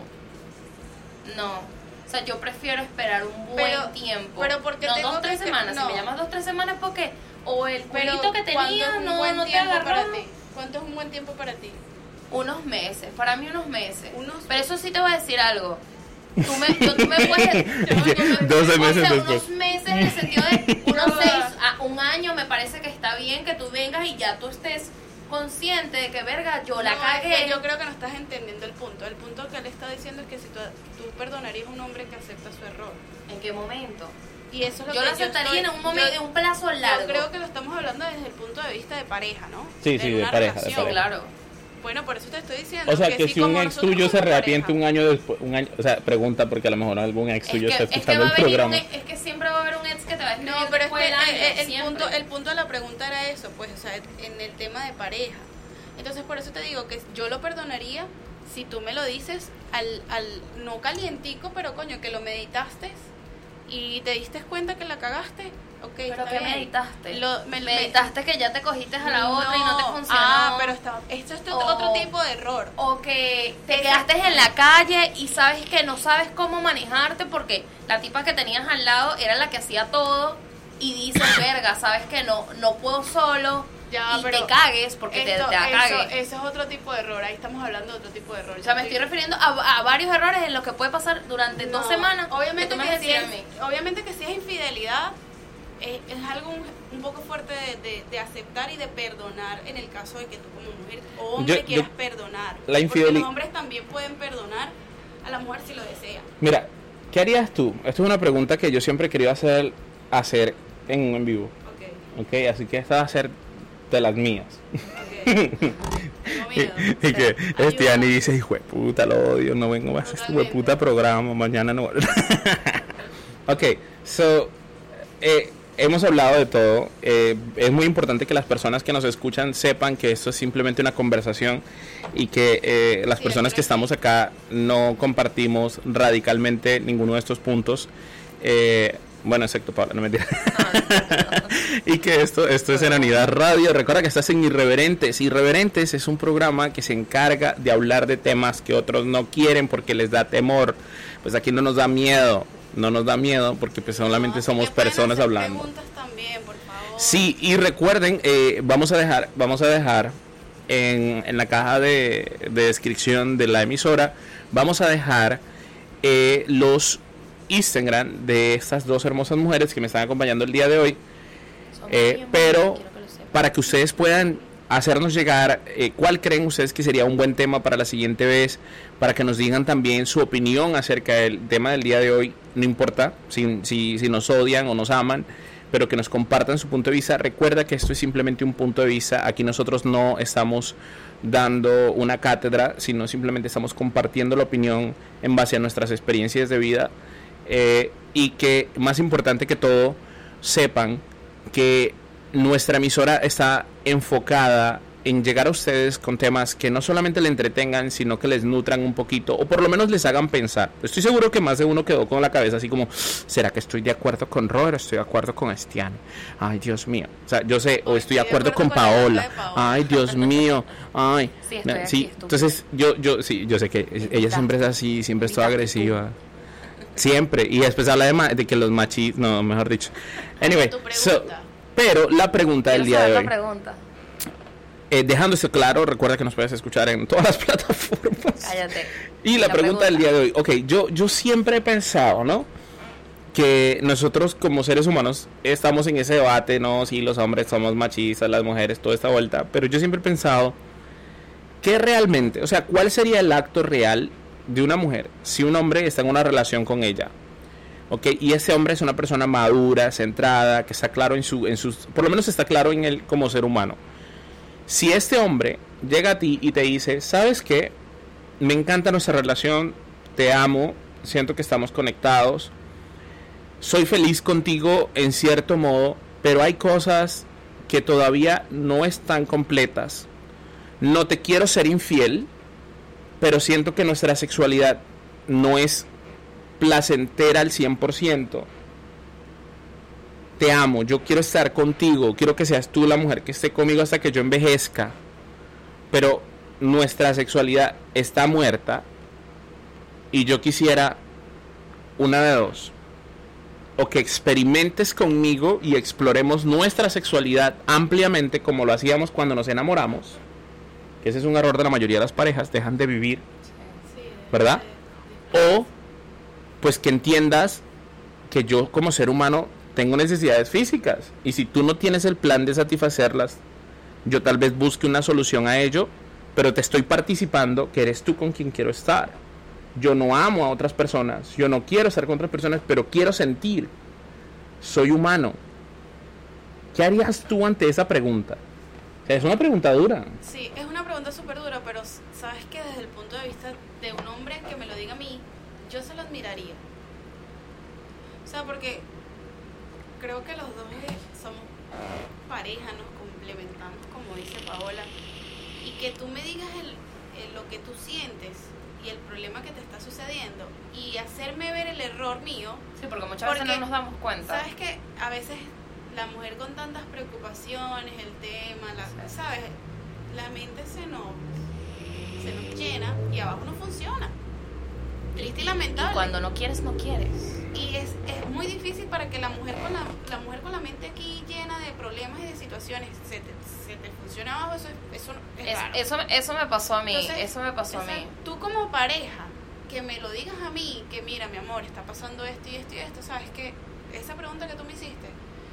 Speaker 5: no. O sea, yo prefiero esperar un buen
Speaker 6: Pero-
Speaker 5: tiempo.
Speaker 6: pero porque
Speaker 5: no
Speaker 6: tengo
Speaker 5: dos, tres
Speaker 6: que-
Speaker 5: semanas.
Speaker 6: no.
Speaker 5: Si me llamas dos, tres semanas, porque o el
Speaker 6: Pero
Speaker 5: culito que
Speaker 6: ¿cuánto
Speaker 5: tenía
Speaker 6: es un
Speaker 5: no,
Speaker 6: buen
Speaker 5: no te
Speaker 6: tiempo
Speaker 5: agarró.
Speaker 6: para ti? ¿Cuánto es un buen tiempo para ti?
Speaker 5: Unos meses, para mí unos meses.
Speaker 6: Unos-
Speaker 5: Pero eso sí te voy a decir algo. Tú me, yo, tú me puedes... yo-
Speaker 4: Que
Speaker 5: tú me-
Speaker 4: doce
Speaker 5: o
Speaker 4: meses
Speaker 5: sea,
Speaker 4: después.
Speaker 5: unos meses en el sentido de unos
Speaker 6: No,
Speaker 5: seis a un año me parece que está bien que tú vengas y ya tú estés consciente de que, verga, yo la
Speaker 6: No,
Speaker 5: cagué.
Speaker 6: es que yo creo que no estás entendiendo el punto. El punto que él está diciendo es que si tú, tú perdonarías a un hombre que acepta su error.
Speaker 5: ¿En qué momento?
Speaker 6: Y eso es lo
Speaker 5: Yo
Speaker 6: que
Speaker 5: lo aceptaría
Speaker 6: estoy-
Speaker 5: en un momento,
Speaker 6: yo-
Speaker 5: en un plazo largo.
Speaker 6: Yo creo que lo estamos hablando desde el punto de vista de pareja, ¿no?
Speaker 4: Sí, sí, de
Speaker 6: una
Speaker 4: pareja, de
Speaker 6: relación.
Speaker 4: pareja.
Speaker 5: Claro.
Speaker 6: Bueno, por eso te estoy diciendo
Speaker 4: O sea, que
Speaker 6: sí,
Speaker 4: si un
Speaker 6: como
Speaker 4: ex
Speaker 6: nosotros
Speaker 4: tuyo se
Speaker 6: como
Speaker 4: arrepiente
Speaker 6: pareja.
Speaker 4: un año después, un año, o sea, pregunta porque a lo mejor algún ex
Speaker 5: Es
Speaker 4: tuyo
Speaker 5: que,
Speaker 4: está
Speaker 5: es que
Speaker 4: escuchando
Speaker 5: va a
Speaker 4: el
Speaker 5: venir un
Speaker 4: programa.
Speaker 5: ex- es que siempre va a haber un ex que te va a escribir
Speaker 6: No, pero es
Speaker 5: después
Speaker 6: que
Speaker 5: del año,
Speaker 6: el, el
Speaker 5: siempre.
Speaker 6: punto, el punto de la pregunta era eso, pues, o sea, en el tema de pareja. Entonces, por eso te digo que yo lo perdonaría si tú me lo dices al, al no calientico, pero coño, que lo meditaste y te diste cuenta que la cagaste. Ok,
Speaker 5: Pero
Speaker 6: está
Speaker 5: que
Speaker 6: bien.
Speaker 5: meditaste.
Speaker 6: Lo- me- me-
Speaker 5: meditaste que ya te cogiste a la otra y no te funcionó.
Speaker 6: Ah, pero está, esto es
Speaker 5: O-
Speaker 6: otro tipo de error.
Speaker 5: O que te
Speaker 6: Esa-
Speaker 5: quedaste en la calle y sabes que no sabes cómo manejarte porque la tipa que tenías al lado era la que hacía todo y dices, verga, sabes que no no puedo solo
Speaker 6: Ya,
Speaker 5: y
Speaker 6: pero
Speaker 5: te cagues porque te,
Speaker 6: Esto-
Speaker 5: te la
Speaker 6: eso,
Speaker 5: cagues.
Speaker 6: eso es otro tipo de error. Ahí estamos hablando de otro tipo de error.
Speaker 5: O sea, me estoy refiriendo a, a varios errores en los que puede pasar durante dos
Speaker 6: No,
Speaker 5: semanas.
Speaker 6: Obviamente
Speaker 5: tú me
Speaker 6: que,
Speaker 5: vas a
Speaker 6: si
Speaker 5: decir
Speaker 6: es,
Speaker 5: a mí.
Speaker 6: obviamente que si es infidelidad, es, es algo un, un poco fuerte de, de- de aceptar y de perdonar en el caso de que tú como mujer o hombre
Speaker 4: Yo- yo-
Speaker 6: quieras perdonar.
Speaker 4: la
Speaker 6: Porque
Speaker 4: infideli-
Speaker 6: los hombres también pueden perdonar a la mujer si lo desea.
Speaker 4: Mira, ¿qué harías tú? Esta es una pregunta que yo siempre he querido hacer, hacer en un en vivo.
Speaker 6: Ok,
Speaker 4: Ok, así que esta va a ser de las mías.
Speaker 6: ok. Tengo miedo.
Speaker 4: Y que
Speaker 6: Ayuda.
Speaker 4: Estiani dice, hijo de puta, lo odio, no vengo más a este hijo de puta programa, mañana no. Ok, so, eh, hemos hablado de todo. Eh, es muy importante que las personas que nos escuchan sepan que esto es simplemente una conversación y que eh, las
Speaker 6: Sí,
Speaker 4: personas que estamos acá no compartimos radicalmente ninguno de estos puntos. Eh, bueno, excepto Paula, no mentira. Y que esto, esto es en Unidad Radio. Recuerda que estás en Irreverentes. Irreverentes es un programa que se encarga de hablar de temas que otros no quieren porque les da temor. Pues aquí no nos da miedo. No nos da miedo porque pues solamente
Speaker 6: No,
Speaker 4: somos
Speaker 6: que pueden
Speaker 4: personas
Speaker 6: hacer
Speaker 4: hablando.
Speaker 6: preguntas también, por favor.
Speaker 4: Sí, y recuerden, eh, vamos a dejar, vamos a dejar en, en la caja de, de descripción de la emisora, vamos a dejar eh, los Instagram de estas dos hermosas mujeres que me están acompañando el día de hoy,
Speaker 5: Son
Speaker 4: eh,
Speaker 5: bien
Speaker 4: pero
Speaker 5: bonitas, quiero que lo sepan.
Speaker 4: para que ustedes puedan hacernos llegar eh, cuál creen ustedes que sería un buen tema para la siguiente vez, para que nos digan también su opinión acerca del tema del día de hoy, no importa si, si, si nos odian o nos aman, pero que nos compartan su punto de vista. Recuerda que esto es simplemente un punto de vista, aquí nosotros no estamos dando una cátedra, sino simplemente estamos compartiendo la opinión en base a nuestras experiencias de vida, eh, y que más importante que todo, sepan que nuestra emisora está enfocada en llegar a ustedes con temas que no solamente le entretengan, sino que les nutran un poquito, o por lo menos les hagan pensar. Estoy seguro que más de uno quedó con la cabeza así como, ¿será que estoy de acuerdo con Robert o estoy de acuerdo con Estiani? Ay, Dios mío. O sea, yo sé, o estoy de acuerdo con Paola. Ay, Dios mío. Ay.
Speaker 5: Sí, estoy aquí,
Speaker 4: Sí,
Speaker 5: estúpido.
Speaker 4: entonces yo, yo, sí, yo sé que ella siempre es así, siempre es toda agresiva. Siempre. Y después habla de, ma- de que los machis, no, mejor dicho. Anyway,
Speaker 6: Tu
Speaker 4: so,
Speaker 6: pregunta.
Speaker 4: Pero la pregunta del día de hoy,
Speaker 5: la pregunta.
Speaker 4: Eh, dejando eso claro, recuerda que nos puedes escuchar en todas las plataformas.
Speaker 5: Cállate.
Speaker 4: Y la,
Speaker 5: la
Speaker 4: pregunta,
Speaker 5: pregunta
Speaker 4: del día de hoy, ok, yo, yo siempre he pensado, ¿no? Que nosotros como seres humanos estamos en ese debate, ¿no? Si los hombres somos machistas, las mujeres, toda esta vuelta. Pero yo siempre he pensado que realmente, o sea, ¿cuál sería el acto real de una mujer si un hombre está en una relación con ella? Ok, y ese hombre es una persona madura, centrada, que está claro en su, en sus, por lo menos está claro en él como ser humano. Si este hombre llega a ti y te dice, ¿sabes qué? Me encanta nuestra relación, te amo, siento que estamos conectados, soy feliz contigo en cierto modo, pero hay cosas que todavía no están completas. No te quiero ser infiel, pero siento que nuestra sexualidad no es placentera al cien por ciento. Te amo, yo quiero estar contigo, quiero que seas tú la mujer que esté conmigo hasta que yo envejezca, pero nuestra sexualidad está muerta y yo quisiera una de dos: o que experimentes conmigo y exploremos nuestra sexualidad ampliamente como lo hacíamos cuando nos enamoramos, que ese es un error de la mayoría de las parejas, dejan de vivir, ¿verdad? O pues que entiendas que yo como ser humano tengo necesidades físicas, y si tú no tienes el plan de satisfacerlas, yo tal vez busque una solución a ello, pero te estoy participando que eres tú con quien quiero estar. Yo no amo a otras personas, yo no quiero estar con otras personas, pero quiero sentir. Soy humano. ¿Qué harías tú ante esa pregunta? O sea, es una pregunta dura.
Speaker 6: Sí, es una pregunta súper dura, pero sabes que desde el punto de vista de un hombre que me lo diga a mí, yo se lo admiraría. O sea, porque creo que los dos somos pareja, nos complementamos, como dice Paola, y que tú me digas el, el, lo que tú sientes y el problema que te está sucediendo y hacerme ver el error mío.
Speaker 5: Sí, porque muchas porque, veces no nos damos cuenta.
Speaker 6: Sabes que a veces la mujer con tantas preocupaciones, el tema, la, sí. ¿sabes? La mente se nos, se nos llena y abajo no funciona. Triste y lamentable.
Speaker 5: Y cuando no quieres, no quieres.
Speaker 6: Y es, es muy difícil para que la mujer con la, la mujer con la mente aquí llena de problemas y de situaciones se te, se te funcione abajo. Eso, eso es,
Speaker 5: es
Speaker 6: raro.
Speaker 5: Eso, eso me pasó a mí.
Speaker 6: Entonces,
Speaker 5: eso me pasó a mí.
Speaker 6: Tú como pareja, que me lo digas a mí, que mira, mi amor, está pasando esto y esto y esto, ¿sabes qué? Esa pregunta que tú me hiciste,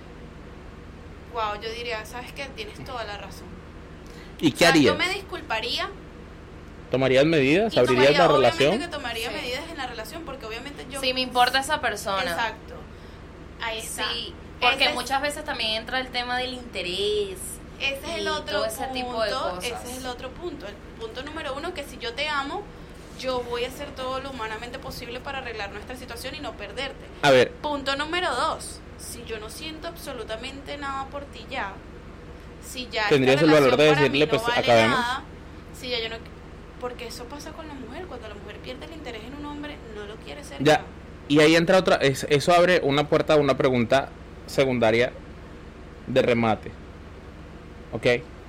Speaker 6: wow, yo diría, ¿sabes qué? Tienes toda la razón.
Speaker 4: ¿Y qué harías?
Speaker 6: Yo me disculparía.
Speaker 4: ¿Tomarías medidas? ¿Abrirías
Speaker 6: tomaría,
Speaker 4: la relación?
Speaker 6: Obviamente que tomaría sí. medidas en la relación, porque obviamente yo...
Speaker 5: Sí, me importa esa persona.
Speaker 6: Exacto. Ahí está.
Speaker 5: Sí, porque
Speaker 6: ese
Speaker 5: muchas veces también entra el tema del interés.
Speaker 6: Ese es el otro
Speaker 5: ese
Speaker 6: punto,
Speaker 5: tipo de cosas.
Speaker 6: Ese es el otro punto. El punto número uno, que si yo te amo, yo voy a hacer todo lo humanamente posible para arreglar nuestra situación y no perderte.
Speaker 4: A ver.
Speaker 6: Punto número dos, si yo no siento absolutamente nada por ti ya, si ya
Speaker 4: tendrías el valor de decirle,
Speaker 6: no
Speaker 4: pues
Speaker 6: vale
Speaker 4: acabemos.
Speaker 6: Nada, si ya yo no, porque eso pasa con la mujer, cuando la mujer pierde el interés en un hombre, no lo quiere ser.
Speaker 4: Ya, y ahí entra otra, es, eso abre una puerta a una pregunta secundaria de remate. ¿Ok?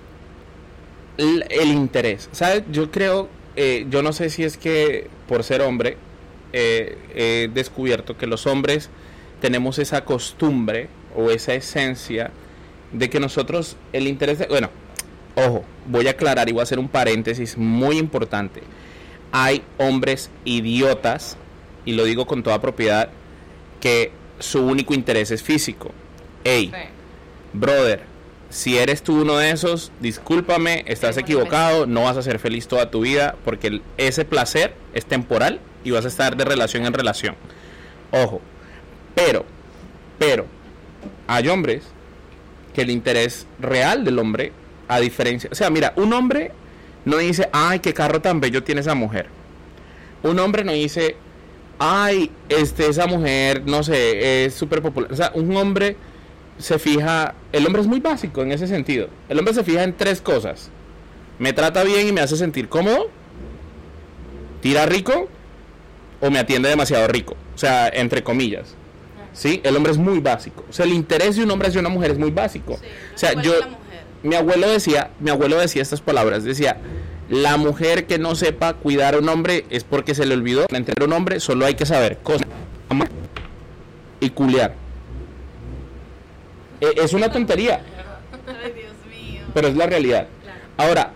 Speaker 4: El, el interés, ¿sabes? Yo creo, eh, yo no sé si es que por ser hombre, eh, he descubierto que los hombres tenemos esa costumbre o esa esencia de que nosotros el interés, de, bueno, ojo, voy a aclarar y voy a hacer un paréntesis muy importante. Hay hombres idiotas, y lo digo con toda propiedad, que su único interés es físico. Ey, sí. brother, si eres tú uno de esos, discúlpame, estás sí, equivocado, no vas a ser feliz toda tu vida, porque el, ese placer es temporal y vas a estar de relación en relación. Ojo, pero, pero, hay hombres que el interés real del hombre, a diferencia, o sea, mira, un hombre no dice, ay, qué carro tan bello tiene esa mujer. Un hombre no dice, ay, este, esa mujer, no sé, es súper popular. O sea, un hombre se fija, el hombre es muy básico en ese sentido. El hombre se fija en tres cosas: me trata bien y me hace sentir cómodo, tira rico, o me atiende demasiado rico. O sea, entre comillas. ¿Sí? El hombre es muy básico. O sea, el interés de un hombre hacia una mujer es muy básico. Sí, o sea, yo, mi abuelo decía, mi abuelo decía estas palabras, decía, la mujer que no sepa cuidar a un hombre es porque se le olvidó. Para entender a un hombre solo hay que saber cosas, amar y culiar. Eh, es una tontería.
Speaker 6: Ay, Dios mío.
Speaker 4: Pero es la realidad. Ahora,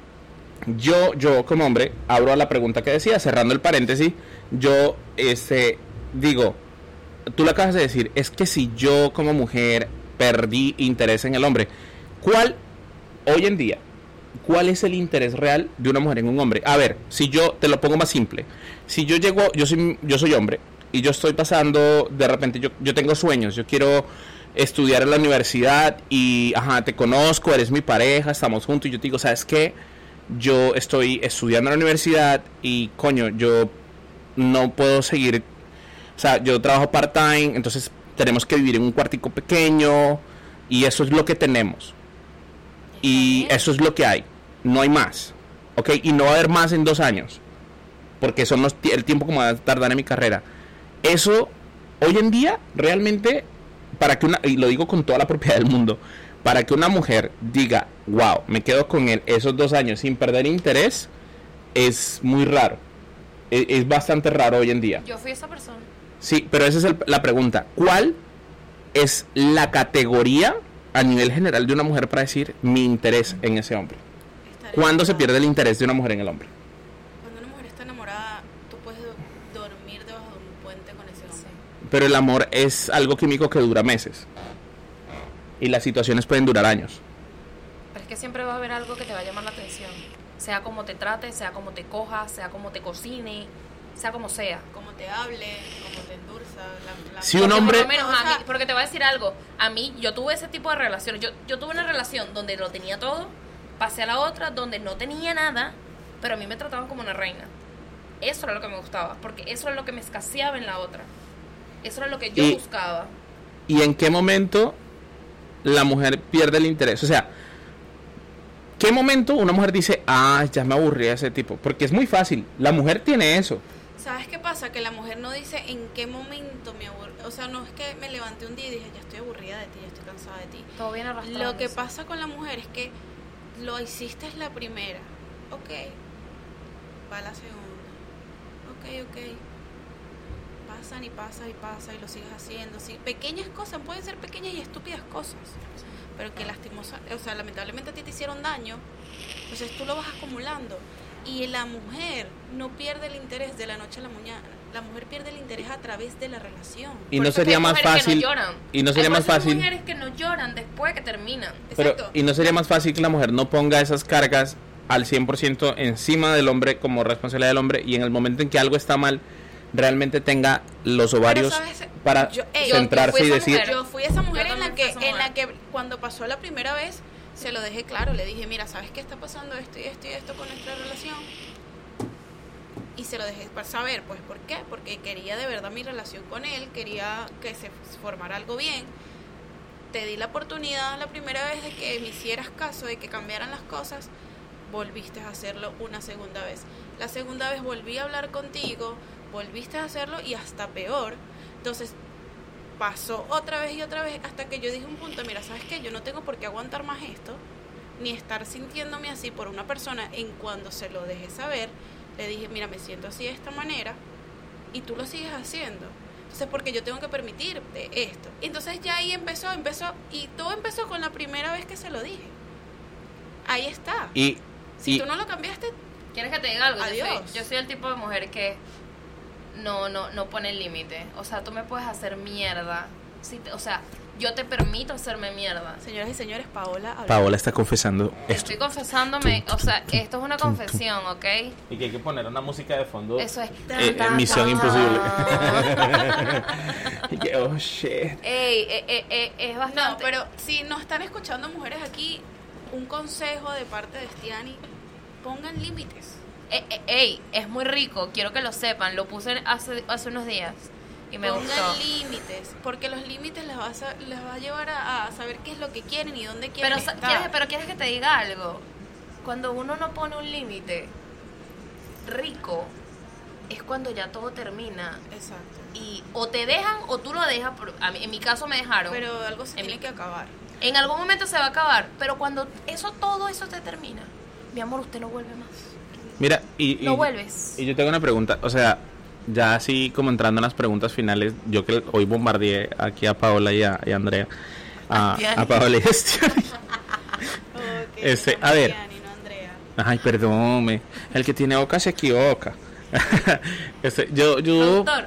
Speaker 4: yo, yo como hombre, abro a la pregunta que decía, cerrando el paréntesis, yo este, digo, tú lo acabas de decir, es que si yo como mujer perdí interés en el hombre, ¿cuál, hoy en día, cuál es el interés real de una mujer en un hombre? A ver, si yo, te lo pongo más simple, si yo llego, yo soy, yo soy hombre, y yo estoy pasando, de repente, yo, yo tengo sueños, yo quiero estudiar en la universidad, y, ajá, te conozco, eres mi pareja, estamos juntos, y yo te digo, ¿sabes qué? Yo estoy estudiando en la universidad, y, coño, yo no puedo seguir, o sea, yo trabajo part-time, entonces tenemos que vivir en un cuartico pequeño, y eso es lo que tenemos. Y eso es lo que hay, no hay más, ¿ok? Y no va a haber más en dos años, porque son los, el tiempo como va a tardar en mi carrera. Eso, hoy en día, realmente, para que una, y lo digo con toda la propiedad del mundo, para que una mujer diga, wow, me quedo con él esos dos años sin perder interés, es muy raro, es, es bastante raro hoy en día.
Speaker 5: Yo fui esa persona.
Speaker 4: Sí, pero esa es el, la pregunta, ¿cuál es la categoría a nivel general de una mujer para decir mi interés en ese hombre? ¿Cuándo se pierde el interés de una mujer en el hombre?
Speaker 6: Cuando una mujer está enamorada, tú puedes do- dormir debajo de un puente con ese hombre.
Speaker 4: Pero el amor es algo químico que dura meses. Y las situaciones pueden durar años.
Speaker 5: Pero es que siempre va a haber algo que te va a llamar la atención. Sea como te trate, sea como te coja, sea como te cocine, sea como sea.
Speaker 6: Como te hable, como te endulza. La, la
Speaker 4: Si un hombre...
Speaker 5: Por lo menos a mí, porque te voy a decir algo. A mí, yo tuve ese tipo de relaciones. Yo, yo tuve una relación donde lo tenía todo, pasé a la otra donde no tenía nada, pero a mí me trataban como una reina. Eso era lo que me gustaba, porque eso era lo que me escaseaba en la otra. Eso era lo que yo
Speaker 4: y,
Speaker 5: buscaba.
Speaker 4: ¿Y en qué momento la mujer pierde el interés? O sea, ¿qué momento una mujer dice, ah, ya me aburrí de ese tipo? Porque es muy fácil, la mujer tiene eso.
Speaker 6: ¿Sabes qué pasa? Que la mujer no dice en qué momento me aburrí. O sea, no es que me levanté un día y dije, ya estoy aburrida de ti, ya estoy cansada de ti.
Speaker 5: Todo bien arrastrado.
Speaker 6: Lo que pasa con la mujer es que lo hiciste es la primera. Ok, va la segunda. Ok, ok. Pasan y pasan y pasan y lo sigues haciendo. Sí, pequeñas cosas, pueden ser pequeñas y estúpidas cosas, pero que lastimosa, o sea, lamentablemente a ti te hicieron daño. Entonces tú lo vas acumulando. Y la mujer no pierde el interés de la noche a la mañana. La mujer pierde el interés a través de la relación.
Speaker 4: Y no sería más fácil. Y no sería más fácil.
Speaker 5: Hay mujeres que no lloran después que terminan.
Speaker 4: Pero,
Speaker 6: Exacto.
Speaker 4: y no sería más fácil que la mujer no ponga esas cargas al cien por ciento encima del hombre como responsabilidad del hombre, y en el momento en que algo está mal, realmente tenga los ovarios para
Speaker 6: yo, ey,
Speaker 4: centrarse
Speaker 6: yo,
Speaker 4: y
Speaker 6: yo
Speaker 4: decir.
Speaker 6: mujer, yo fui esa mujer
Speaker 5: Yo
Speaker 6: en la
Speaker 5: también
Speaker 6: que
Speaker 5: fui esa
Speaker 6: en la
Speaker 5: mujer.
Speaker 6: que cuando pasó la primera vez se lo dejé claro, le dije, mira, ¿sabes qué está pasando esto y esto y esto con nuestra relación? Y se lo dejé para saber, pues, ¿por qué? Porque quería de verdad mi relación con él, quería que se formara algo bien. Te di la oportunidad la primera vez de que me hicieras caso, de que cambiaran las cosas, volviste a hacerlo una segunda vez. La segunda vez volví a hablar contigo, volviste a hacerlo y hasta peor. Entonces pasó otra vez y otra vez hasta que yo dije un punto, mira, ¿sabes qué? Yo no tengo por qué aguantar más esto, ni estar sintiéndome así por una persona. En cuando se lo dejé saber, le dije, mira, me siento así de esta manera y tú lo sigues haciendo. Entonces, porque yo tengo que permitirte esto. Entonces ya ahí empezó, empezó, y todo empezó con la primera vez que se lo dije. Ahí está.
Speaker 4: Y,
Speaker 6: si
Speaker 4: y,
Speaker 6: tú no lo cambiaste,
Speaker 5: ¿quieres que te diga algo?
Speaker 6: adiós.
Speaker 5: Yo soy, yo soy el tipo de mujer que no, no, no pone límite. O sea, tú me puedes hacer mierda. Si te, o sea, yo te permito hacerme mierda.
Speaker 6: Señoras y señores, Paola habla.
Speaker 4: Paola está confesando esto.
Speaker 5: Estoy confesándome, o sea, esto es una confesión, ¿ok?
Speaker 4: Y que hay que poner una música de fondo.
Speaker 5: Eso es.
Speaker 4: Eh, eh, Misión Imposible. Y que, oh shit.
Speaker 5: Ey, eh, eh, eh, es bastante.
Speaker 6: No, pero si nos están escuchando mujeres aquí, un consejo de parte de Stiani, pongan límites.
Speaker 5: Eh, eh, ey, es muy rico, quiero que lo sepan. Lo puse hace, hace unos días y me
Speaker 6: pongan
Speaker 5: gustó.
Speaker 6: límites, porque los límites les va a, les va a llevar a, a saber qué es lo que quieren y dónde quieren
Speaker 5: Pero,
Speaker 6: estar.
Speaker 5: ¿quieres, pero quieres que te diga algo. Cuando uno no pone un límite rico, es cuando ya todo termina.
Speaker 6: Exacto.
Speaker 5: Y o te dejan o tú lo dejas. A mí, en mi caso me dejaron.
Speaker 6: Pero algo se
Speaker 5: en
Speaker 6: tiene
Speaker 5: mi,
Speaker 6: que acabar.
Speaker 5: En algún momento se va a acabar. Pero cuando eso todo eso te termina, mi amor, usted no vuelve más.
Speaker 4: Mira, y, y
Speaker 5: no vuelves.
Speaker 4: Y yo tengo una pregunta, o sea, ya así como entrando en las preguntas finales, yo que hoy bombardeé aquí a Paola y a, y a Andrea, a, a Paola y Estiani.
Speaker 6: Okay,
Speaker 4: Este, a ver.
Speaker 6: Estiani, no Andrea.
Speaker 4: Ay, perdón, me- el que tiene boca se equivoca. Este, yo, yo,
Speaker 5: Productor.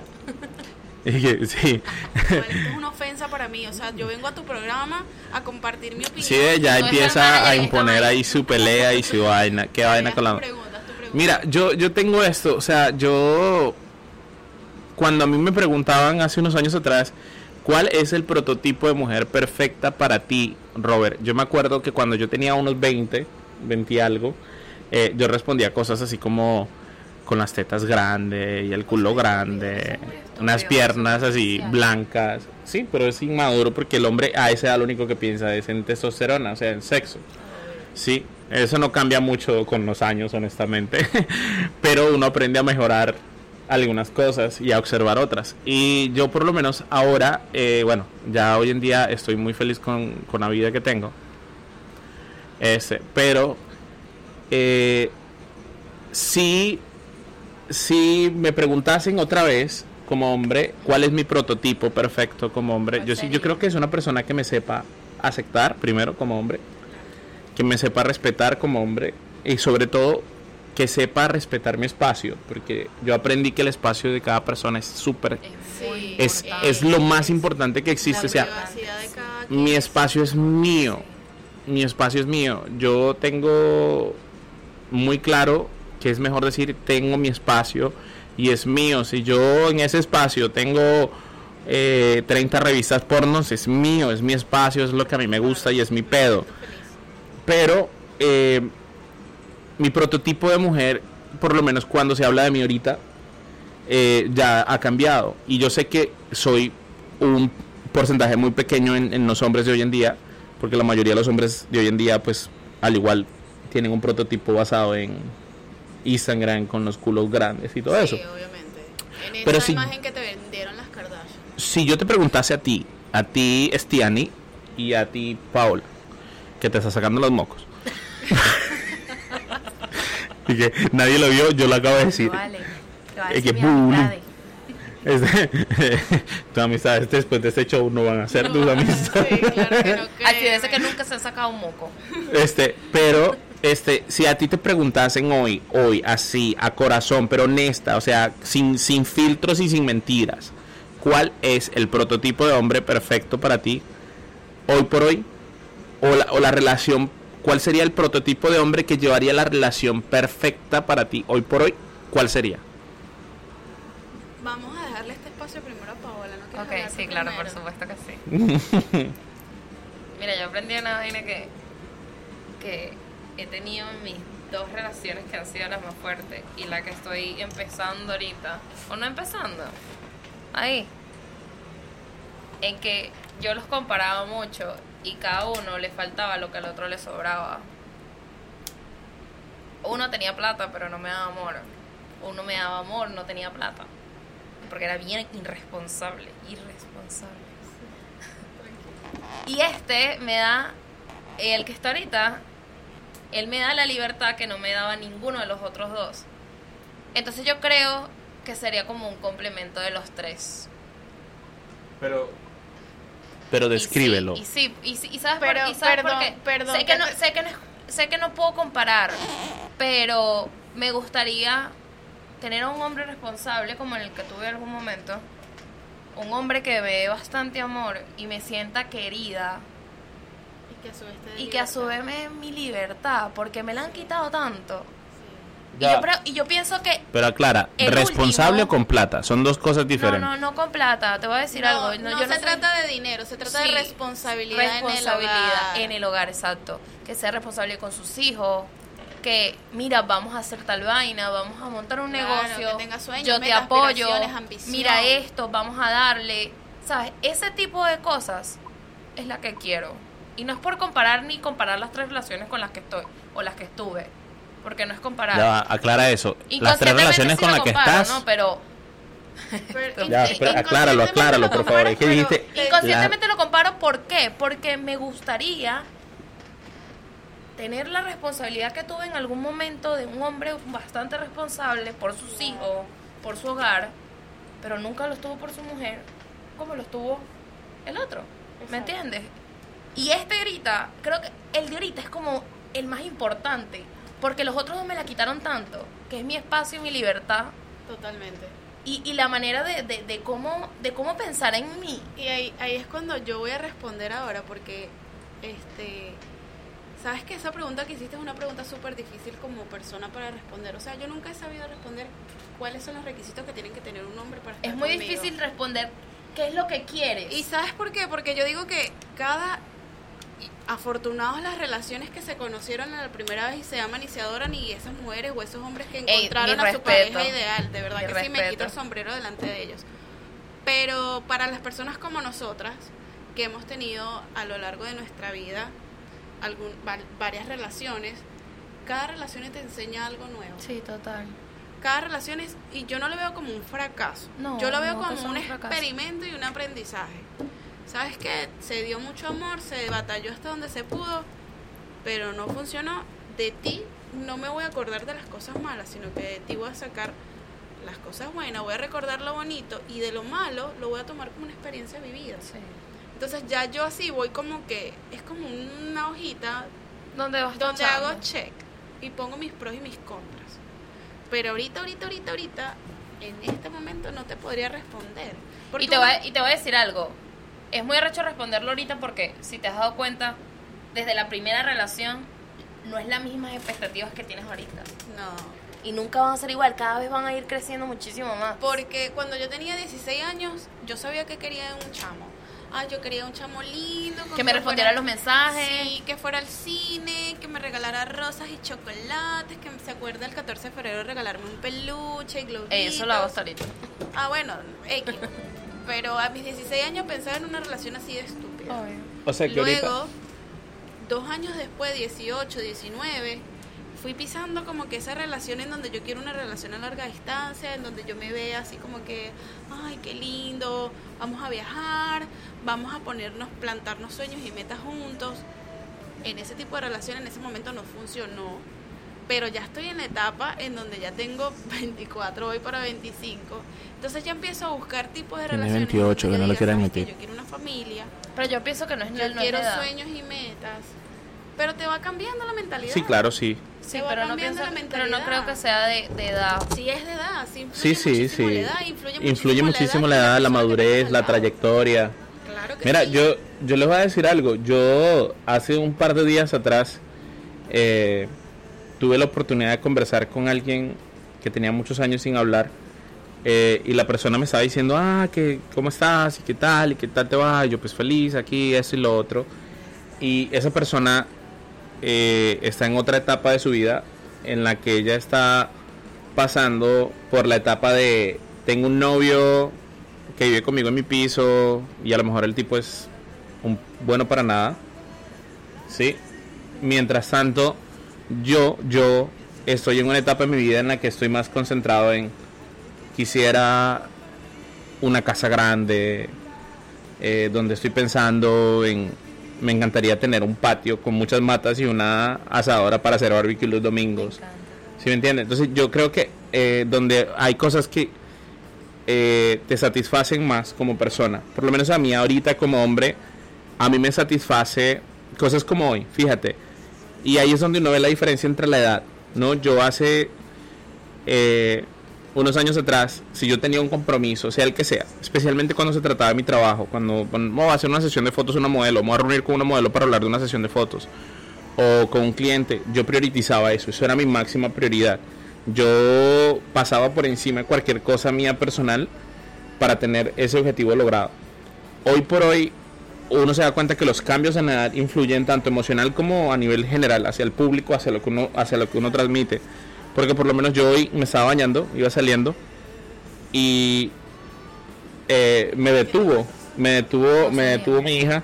Speaker 4: sí,
Speaker 6: Igual, esto es una ofensa para mí. O sea, yo vengo a tu programa a compartir mi opinión.
Speaker 4: sí, ya
Speaker 5: No es
Speaker 4: empieza
Speaker 5: hermana
Speaker 4: a
Speaker 5: de esta
Speaker 4: imponer
Speaker 5: vaina.
Speaker 4: ahí su pelea y su vaina. ¿Qué vaina
Speaker 6: Haz
Speaker 4: con
Speaker 6: tu
Speaker 4: la?
Speaker 6: pregunta, haz tu pregunta.
Speaker 4: Mira, yo, yo tengo esto, o sea, yo cuando a mí me preguntaban hace unos años atrás, ¿cuál es el prototipo de mujer perfecta para ti, Robert? Yo me acuerdo que cuando yo tenía unos veinte, veinte y algo, eh, yo respondía cosas así como con las tetas grandes y el culo grande, unas piernas así blancas. Sí, pero es inmaduro porque el hombre a esa edad lo único que piensa es en testosterona, o sea, en sexo. Sí, eso no cambia mucho con los años, honestamente, pero uno aprende a mejorar algunas cosas y a observar otras. Y yo por lo menos ahora, eh, bueno, ya hoy en día estoy muy feliz con, con la vida que tengo. Este, pero eh, sí, si me preguntasen otra vez como hombre, ¿cuál es mi prototipo perfecto como hombre? Yo sí, yo creo que es una persona que me sepa aceptar primero como hombre, que me sepa respetar como hombre y sobre todo que sepa respetar mi espacio, porque yo aprendí que el espacio de cada persona es súper,
Speaker 6: Sí,
Speaker 4: es,
Speaker 6: porque
Speaker 4: es lo más importante que existe, o sea,
Speaker 6: privacidad de cada quien.
Speaker 4: mi espacio es mío, mi espacio es mío, yo tengo muy claro que es mejor decir tengo mi espacio y es mío. Si yo en ese espacio tengo eh, treinta revistas pornos, es mío, es mi espacio, es lo que a mí me gusta y es mi pedo. Pero eh, mi prototipo de mujer, por lo menos cuando se habla de mí ahorita, eh, ya ha cambiado. Y yo sé que soy un porcentaje muy pequeño en, en los hombres de hoy en día, porque la mayoría de los hombres de hoy en día, pues, al igual, tienen un prototipo basado en Instagram con los culos grandes y todo
Speaker 6: Sí,
Speaker 4: eso.
Speaker 6: obviamente. En esa
Speaker 4: Pero si-
Speaker 6: imagen que te vendieron las Kardashian.
Speaker 4: Si yo te preguntase a ti, a ti Estiani y a ti Paola, que te está sacando los mocos, y que nadie lo vio, yo lo acabo de decir.
Speaker 5: Vale. Que va a
Speaker 4: Es que
Speaker 5: decir mi
Speaker 4: boom.
Speaker 5: amistades.
Speaker 4: Este, tus amistades después de este show no van a ser tus amistades.
Speaker 6: Sí, claro que no.
Speaker 5: Así debe ser
Speaker 6: créeme.
Speaker 5: que nunca se han sacado un moco.
Speaker 4: Este, pero este, si a ti te preguntasen hoy, hoy, así, a corazón, pero honesta, o sea, sin, sin filtros y sin mentiras, ¿cuál es el prototipo de hombre perfecto para ti hoy por hoy? O la, o la relación, ¿cuál sería el prototipo de hombre que llevaría la relación perfecta para ti hoy por hoy? ¿Cuál sería?
Speaker 6: Vamos a dejarle este espacio primero a Paola, ¿no? ¿Quieres
Speaker 5: Ok,
Speaker 6: hablar
Speaker 5: sí,
Speaker 6: tú
Speaker 5: claro, por
Speaker 6: primero?
Speaker 5: supuesto que sí. Mira, yo aprendí una vaina que, que he tenido en mis dos relaciones que han sido las más fuertes y la que estoy empezando ahorita, o no empezando, ahí, en que yo los comparaba mucho y cada uno le faltaba lo que al otro le sobraba. Uno tenía plata pero no me daba amor, uno me daba amor, no tenía plata, porque era bien irresponsable, irresponsable. Y este me da, el que está ahorita, él me da la libertad que no me daba ninguno de los otros dos. Entonces yo creo que sería como un complemento de los tres.
Speaker 4: Pero, pero descríbelo.
Speaker 5: Y sí, y, sí, y, sí, y sabes,
Speaker 6: Pero,
Speaker 5: por, y sabes
Speaker 6: perdón,
Speaker 5: por qué.
Speaker 6: perdón,
Speaker 5: sé que,
Speaker 6: que
Speaker 5: no,
Speaker 6: te-
Speaker 5: sé que no, sé que no puedo comparar, pero me gustaría tener a un hombre responsable como el que tuve en algún momento, un hombre que me dé bastante amor y me sienta querida
Speaker 6: Y que a su vez te dé
Speaker 5: y que a su
Speaker 6: libertad.
Speaker 5: vez me dé mi libertad, porque me la han quitado tanto. Y
Speaker 4: Ya.
Speaker 5: yo, pre- y yo pienso que
Speaker 4: Pero aclara,
Speaker 5: El
Speaker 4: responsable
Speaker 5: último-
Speaker 4: o con plata, son dos cosas
Speaker 5: no,
Speaker 4: diferentes.
Speaker 5: no, no con plata, te voy a decir
Speaker 6: No,
Speaker 5: algo.
Speaker 6: no,
Speaker 5: yo
Speaker 6: se
Speaker 5: soy-
Speaker 6: trata de dinero, se trata
Speaker 5: Sí,
Speaker 6: de responsabilidad,
Speaker 5: responsabilidad
Speaker 6: en el hogar.
Speaker 5: en el hogar, exacto. Que sea responsable con sus hijos. Que, mira, vamos a hacer tal vaina, vamos a montar un
Speaker 6: Claro,
Speaker 5: negocio.
Speaker 6: que tenga sueños,
Speaker 5: yo te
Speaker 6: metas,
Speaker 5: apoyo.
Speaker 6: aspiraciones, ambición.
Speaker 5: Mira esto, vamos a darle. ¿Sabes? Ese tipo de cosas es la que quiero. Y no es por comparar ni comparar las tres relaciones con las que estoy o las que estuve. Porque no es comparar.
Speaker 4: Ya va, aclara eso. Las tres
Speaker 5: Inconscientemente
Speaker 4: relaciones
Speaker 5: sí
Speaker 4: con
Speaker 5: lo
Speaker 4: las que
Speaker 5: comparo,
Speaker 4: estás.
Speaker 5: ¿no? Pero
Speaker 6: Pero
Speaker 4: Ya,
Speaker 6: in-
Speaker 4: espera, acláralo, acláralo, por favor. Es que
Speaker 6: Pero-
Speaker 4: dijiste.
Speaker 6: pero-
Speaker 5: inconscientemente lo comparo, ¿por qué? Porque me gustaría tener la responsabilidad que tuve en algún momento de un hombre bastante responsable por sus hijos, por su hogar, pero nunca lo estuvo por su mujer como lo estuvo el otro. ¿Me entiendes? Y este ahorita, creo que el de ahorita es como el más importante, porque los otros dos me la quitaron tanto, que es mi espacio y mi libertad.
Speaker 6: Totalmente.
Speaker 5: Y, y la manera de, de, de cómo de cómo pensar en mí.
Speaker 6: Y ahí, ahí es cuando yo voy a responder ahora, porque este sabes que esa pregunta que hiciste es una pregunta súper difícil como persona para responder. O sea, yo nunca he sabido responder cuáles son los requisitos que tienen que tener un hombre para estar
Speaker 5: Es muy
Speaker 6: conmigo.
Speaker 5: difícil responder qué es lo que quieres.
Speaker 6: ¿Y sabes por qué? Porque yo digo que cada... afortunados las relaciones que se conocieron a la primera vez y se aman y se adoran, y esas mujeres o esos hombres que encontraron
Speaker 5: Ey,
Speaker 6: a su
Speaker 5: respeto.
Speaker 6: pareja ideal, de verdad
Speaker 5: Mi
Speaker 6: que
Speaker 5: respeto.
Speaker 6: sí me quito el sombrero delante de ellos. Pero para las personas como nosotras, que hemos tenido a lo largo de nuestra vida algún, va, varias relaciones, cada relación te enseña algo nuevo.
Speaker 5: Sí, total.
Speaker 6: Cada relación es, y yo no lo veo como un fracaso,
Speaker 5: No,
Speaker 6: yo lo veo
Speaker 5: no, que
Speaker 6: como
Speaker 5: son
Speaker 6: un
Speaker 5: un fracaso.
Speaker 6: experimento y un aprendizaje. ¿Sabes qué? Se dio mucho amor, se batalló hasta donde se pudo, pero no funcionó. De ti no me voy a acordar de las cosas malas, sino que de ti voy a sacar las cosas buenas, voy a recordar lo bonito, y de lo malo lo voy a tomar como una experiencia vivida.
Speaker 5: Sí.
Speaker 6: Entonces ya yo así voy como que, es como una hojita
Speaker 5: ¿Dónde vas
Speaker 6: donde
Speaker 5: tachando?
Speaker 6: hago check y pongo mis pros y mis contras. Pero ahorita, ahorita, ahorita, ahorita, en este momento no te podría responder. Porque
Speaker 5: Y te, voy
Speaker 6: uno-
Speaker 5: a, y te voy a decir algo. Es muy arrecho responderlo ahorita porque, si te has dado cuenta, desde la primera relación no es las mismas expectativas que tienes ahorita.
Speaker 6: No.
Speaker 5: Y nunca van a ser igual, cada vez van a ir creciendo muchísimo más.
Speaker 6: Porque cuando yo tenía dieciséis años, yo sabía que quería un chamo. Ah, yo quería un chamo lindo. con
Speaker 5: Que me respondiera
Speaker 6: fuera-
Speaker 5: los mensajes.
Speaker 6: Sí, que fuera al cine, que me regalara rosas y chocolates, que se acuerde el catorce de febrero de regalarme un peluche y globitos.
Speaker 5: Ey, eso lo hago hasta ahorita.
Speaker 6: Ah, bueno, X. Pero a mis dieciséis años pensaba en una relación así de estúpida.
Speaker 4: O sea que
Speaker 6: Luego,
Speaker 4: ahorita...
Speaker 6: dos años después, dieciocho, diecinueve, fui pisando como que esa relación en donde yo quiero una relación a larga distancia, en donde yo me vea así como que, ay, qué lindo, vamos a viajar, vamos a ponernos, plantarnos sueños y metas juntos. En ese tipo de relación en ese momento no funcionó, pero ya estoy en la etapa en donde ya tengo veinticuatro, voy para veinticinco, entonces ya empiezo a buscar tipos de
Speaker 4: Tiene
Speaker 6: relaciones.
Speaker 4: veintiocho,
Speaker 6: donde
Speaker 4: que no
Speaker 6: yo
Speaker 4: lo
Speaker 6: diga,
Speaker 4: quieren
Speaker 6: "¿Sabes qué?
Speaker 4: admitir".
Speaker 6: Yo quiero una familia,
Speaker 5: Pero yo pienso que no es,
Speaker 6: yo
Speaker 5: no es la
Speaker 6: quiero
Speaker 5: edad.
Speaker 6: sueños y metas, pero te va cambiando la mentalidad.
Speaker 4: Sí, claro, sí.
Speaker 5: Sí,
Speaker 6: Te va
Speaker 5: pero no,
Speaker 6: cambiando
Speaker 5: pienso,
Speaker 6: la
Speaker 5: pero no
Speaker 6: mentalidad.
Speaker 5: creo que sea de, de edad.
Speaker 6: Sí es de edad, sí
Speaker 4: Sí,
Speaker 6: influye
Speaker 4: sí,
Speaker 6: muchísimo
Speaker 4: sí.
Speaker 6: la edad, influye,
Speaker 4: Influye muchísimo la
Speaker 6: y
Speaker 4: edad, la
Speaker 6: persona que
Speaker 4: madurez,
Speaker 6: tienes al
Speaker 4: la
Speaker 6: lado.
Speaker 4: trayectoria.
Speaker 6: Claro que
Speaker 4: Mira,
Speaker 6: sí.
Speaker 4: yo, yo les voy a decir algo. Yo hace un par de días atrás eh, tuve la oportunidad de conversar con alguien que tenía muchos años sin hablar, eh, y la persona me estaba diciendo, ah, que cómo estás y qué tal y qué tal te va. Y yo pues feliz aquí, esto y lo otro. Y esa persona eh, está en otra etapa de su vida en la que ella está pasando por la etapa de tengo un novio que vive conmigo en mi piso y a lo mejor el tipo es un bueno para nada, ¿sí? Mientras tanto, yo, yo estoy en una etapa de mi vida en la que estoy más concentrado en quisiera una casa grande, eh, donde estoy pensando en, me encantaría tener un patio con muchas matas y una asadora para hacer barbecue los domingos. ¿Sí me entiendes? Entonces yo creo que eh, donde hay cosas que eh, te satisfacen más como persona, por lo menos a mí ahorita como hombre, a mí me satisface cosas como hoy, fíjate. Y ahí es donde uno ve la diferencia entre la edad, ¿no? Yo hace eh, unos años atrás, si yo tenía un compromiso, sea el que sea, especialmente cuando se trataba de mi trabajo, cuando vamos a hacer una sesión de fotos a una modelo, vamos a reunir con una modelo para hablar de una sesión de fotos, o con un cliente, yo priorizaba eso, eso era mi máxima prioridad. Yo pasaba por encima de cualquier cosa mía personal para tener ese objetivo logrado. Hoy por hoy uno se da cuenta que los cambios en la edad influyen tanto emocional como a nivel general, hacia el público, hacia lo que uno, hacia lo que uno transmite. Porque por lo menos yo hoy me estaba bañando, iba saliendo y eh, me detuvo, me detuvo, me detuvo mi hija,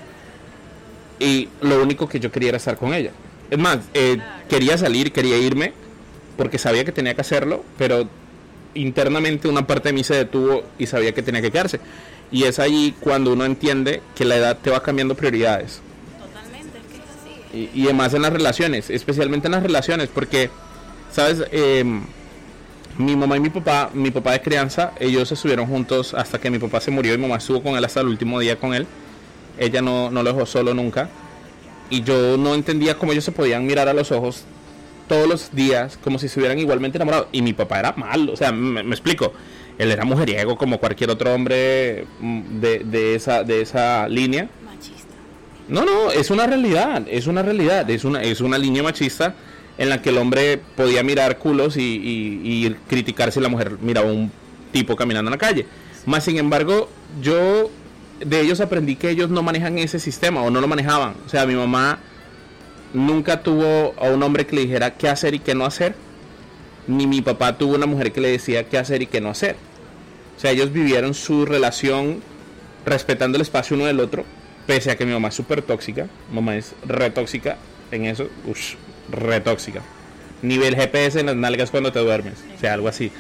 Speaker 4: y lo único que yo quería era estar con ella. Es más, eh, quería salir, quería irme, porque sabía que tenía que hacerlo, pero internamente una parte de mí se detuvo y sabía que tenía que quedarse. Y es ahí cuando uno entiende que la edad te va cambiando prioridades.
Speaker 6: Totalmente, es que es así.
Speaker 4: Y, y además en las relaciones, especialmente en las relaciones, porque, ¿sabes? Eh, mi mamá y mi papá, mi papá de crianza, ellos estuvieron juntos hasta que mi papá se murió y mi mamá estuvo con él hasta el último día con él. Ella no, no lo dejó solo nunca. y yo no entendía cómo ellos se podían mirar a los ojos todos los días como si estuvieran igualmente enamorados. Y mi papá era malo, o sea, me, me explico. Él era mujeriego como cualquier otro hombre de, de, esa, de esa línea.
Speaker 6: Machista.
Speaker 4: No, no, es una realidad, es una realidad, es una, es una línea machista en la que el hombre podía mirar culos y, y, y criticar si la mujer miraba a un tipo caminando en la calle. Más sin embargo, yo de ellos aprendí que ellos no manejan ese sistema o no lo manejaban. O sea, mi mamá nunca tuvo a un hombre que le dijera qué hacer y qué no hacer, ni mi papá tuvo una mujer que le decía qué hacer y qué no hacer. O sea, ellos vivieron su relación respetando el espacio uno del otro, pese a que mi mamá es súper tóxica. Mi mamá es re tóxica en eso, uff, re tóxica. Nivel G P S en las nalgas cuando te duermes, o sea, algo así.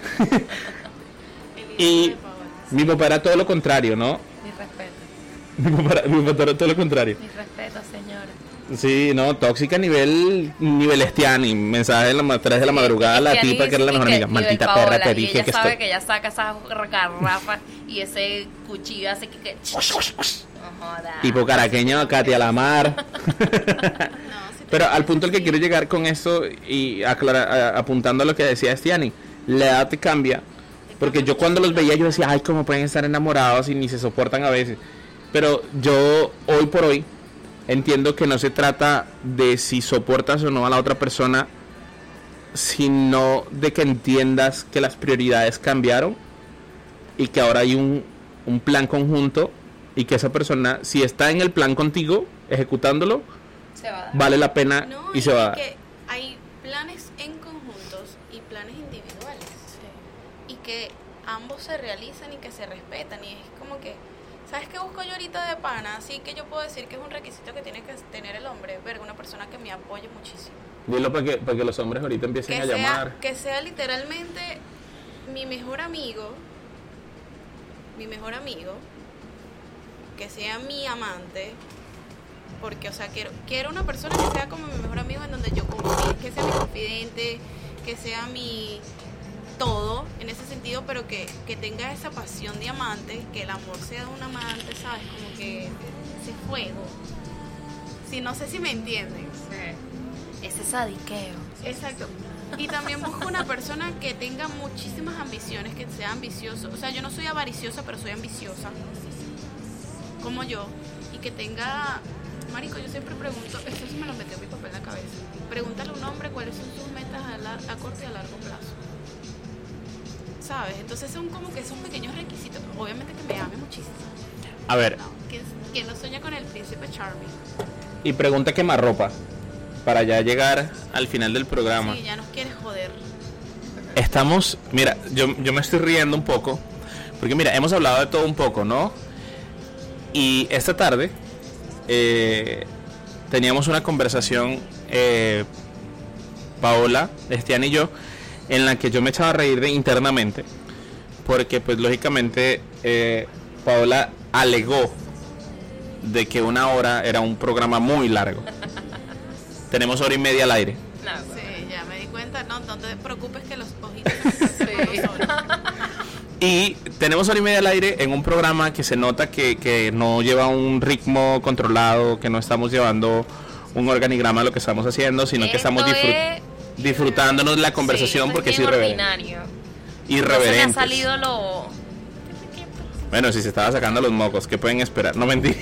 Speaker 4: Y mi papá era todo lo contrario, ¿no?
Speaker 5: Mi respeto.
Speaker 4: Mi papá, era, mi papá era todo lo contrario.
Speaker 5: Mi respeto, señora.
Speaker 4: Sí, no, tóxica a nivel nivel Estiani, mensaje de las tres de la madrugada, la tipa que era la mejor amiga, maldita
Speaker 5: Paola,
Speaker 4: perra, te
Speaker 5: y
Speaker 4: dije
Speaker 5: ella
Speaker 4: que
Speaker 5: sabe
Speaker 4: estoy...
Speaker 5: que ella saca esas garrafas y ese cuchillo hace que... que... No joda.
Speaker 4: Tipo caraqueño, Katia Lamar. Pero al punto al que quiero llegar con esto y aclarar, a, apuntando a lo que decía Estiani, la edad te cambia, porque yo cuando los veía yo decía, ay, cómo pueden estar enamorados y ni se soportan a veces. Pero yo hoy por hoy entiendo que no se trata de si soportas o no a la otra persona, sino de que entiendas que las prioridades cambiaron y que ahora hay un, un plan conjunto y que esa persona, si está en el plan contigo, ejecutándolo,
Speaker 5: se va a dar.
Speaker 4: Vale la pena
Speaker 6: No,
Speaker 4: y, y se va a dar.
Speaker 6: Que hay planes en conjuntos y planes individuales. Sí. Y que ambos se realizan y que se respetan. Y es como que, ¿sabes qué busco yo ahorita de pana? Así que yo puedo decir que es un requisito que tiene que tener el hombre, ver una persona que me apoye muchísimo.
Speaker 4: Dilo para que, para que los hombres ahorita empiecen
Speaker 6: Que
Speaker 4: a
Speaker 6: sea,
Speaker 4: llamar.
Speaker 6: que sea literalmente mi mejor amigo, mi mejor amigo, que sea mi amante, porque, o sea, quiero, quiero una persona que sea como mi mejor amigo, en donde yo confíe, que sea mi confidente, que sea mi todo en ese sentido, pero que, que tenga esa pasión de amante, que el amor sea de un amante, ¿sabes? Como que ese fuego. Sí, no sé si me entienden.
Speaker 5: Sí. Ese sadiqueo.
Speaker 6: Exacto. Y también busco una persona que tenga muchísimas ambiciones, que sea ambicioso. O sea, yo no soy avariciosa, pero soy ambiciosa, como yo. Y que tenga... Marico, yo siempre pregunto, esto sí me lo metió mi papá en la cabeza. Pregúntale a un hombre cuáles son sus metas a, lar- a corto y a largo plazo. ¿Sabes? Entonces son como que esos pequeños requisitos. Obviamente que me ame muchísimo.
Speaker 4: A ver.
Speaker 6: No, ¿quién, quién no sueña con el príncipe Charming?
Speaker 4: Y pregunta quemarropa, para ya llegar al final del programa.
Speaker 6: Sí, ya nos quieres joder.
Speaker 4: Estamos, mira, yo, yo me estoy riendo un poco, porque mira, hemos hablado de todo un poco, ¿no? Y esta tarde eh, teníamos una conversación, eh, Paola, Estián y yo, en la que yo me echaba a reír de internamente, porque pues lógicamente eh, Paola alegó de que una hora era un programa muy largo. Tenemos hora y media al aire.
Speaker 6: No, sí, ya me di cuenta. No, no te preocupes que los ojitos sí.
Speaker 4: Y tenemos hora y media al aire en un programa que se nota que, que no lleva un ritmo controlado, que no estamos llevando un organigrama de lo que estamos haciendo, sino
Speaker 5: Esto
Speaker 4: que estamos disfrut-
Speaker 5: es...
Speaker 4: disfrutándonos la conversación,
Speaker 5: sí,
Speaker 4: porque es
Speaker 5: bien
Speaker 4: irreverente.
Speaker 5: ordinario.
Speaker 4: Irreverente.
Speaker 5: No se me ha salido lo...
Speaker 4: Bueno, si se estaba sacando los mocos, ¿qué pueden esperar? No mentira.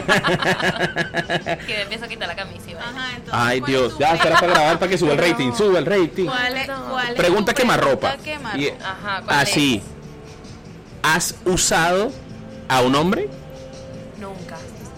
Speaker 5: Que me empiezo a quitar la camisa y vaya.
Speaker 6: Ajá, entonces,
Speaker 4: Ay, Dios, ya espera para grabar para que suba el rating, sube el rating.
Speaker 6: ¿Cuál es, cuál es
Speaker 4: Pregunta
Speaker 6: tu
Speaker 4: quemarropa.
Speaker 6: pregunta quemarropa?
Speaker 4: Y-
Speaker 5: Ajá, ¿cuál
Speaker 4: Así.
Speaker 5: es?
Speaker 4: ¿Has usado a un hombre?
Speaker 5: Nunca.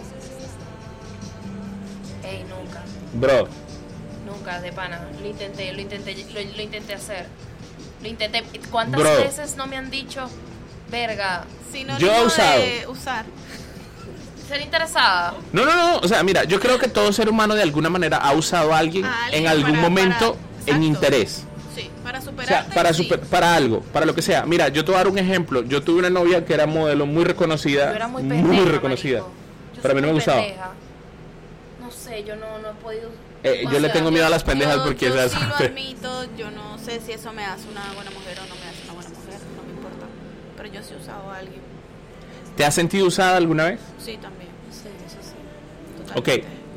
Speaker 5: Ey, nunca.
Speaker 4: Bro,
Speaker 5: Nunca, de pana. Lo intenté, lo intenté, lo, lo intenté hacer. Lo intenté. ¿Cuántas
Speaker 4: Bro.
Speaker 5: veces no me han dicho, verga,
Speaker 6: Sinónimo
Speaker 4: Yo he usado.
Speaker 6: de usar.
Speaker 5: ser interesada?
Speaker 4: no, no, no, o sea, mira, yo creo que todo ser humano de alguna manera ha usado a alguien,
Speaker 6: A alguien
Speaker 4: en algún
Speaker 6: para-
Speaker 4: momento
Speaker 6: para-
Speaker 4: en
Speaker 6: exacto.
Speaker 4: interés.
Speaker 6: Sí, para
Speaker 4: O sea,
Speaker 6: superarte.
Speaker 4: para,
Speaker 6: sí.
Speaker 4: super- para algo, para lo que sea. Mira, yo te voy a dar un ejemplo. Yo tuve una novia que era modelo muy reconocida.
Speaker 5: Yo era muy
Speaker 4: muy
Speaker 5: pendeja,
Speaker 4: reconocida.
Speaker 5: marico. Yo
Speaker 4: Pero a mí
Speaker 5: soy
Speaker 4: no me
Speaker 5: muy
Speaker 4: gustaba.
Speaker 5: pendeja. No sé, yo no, no he podido.
Speaker 4: Eh,
Speaker 5: O
Speaker 4: yo le
Speaker 5: sea,
Speaker 4: tengo miedo a las
Speaker 6: Yo-
Speaker 4: pendejas
Speaker 6: yo,
Speaker 4: porque
Speaker 6: yo
Speaker 4: esas-
Speaker 6: sí lo admito, yo no sé si eso me hace una buena mujer o no me hace una buena mujer, no me importa. Pero yo sí he usado a alguien.
Speaker 4: ¿Te has sentido usada alguna vez?
Speaker 6: Sí, también. Sí, eso sí.
Speaker 4: Ok.
Speaker 6: Totalmente.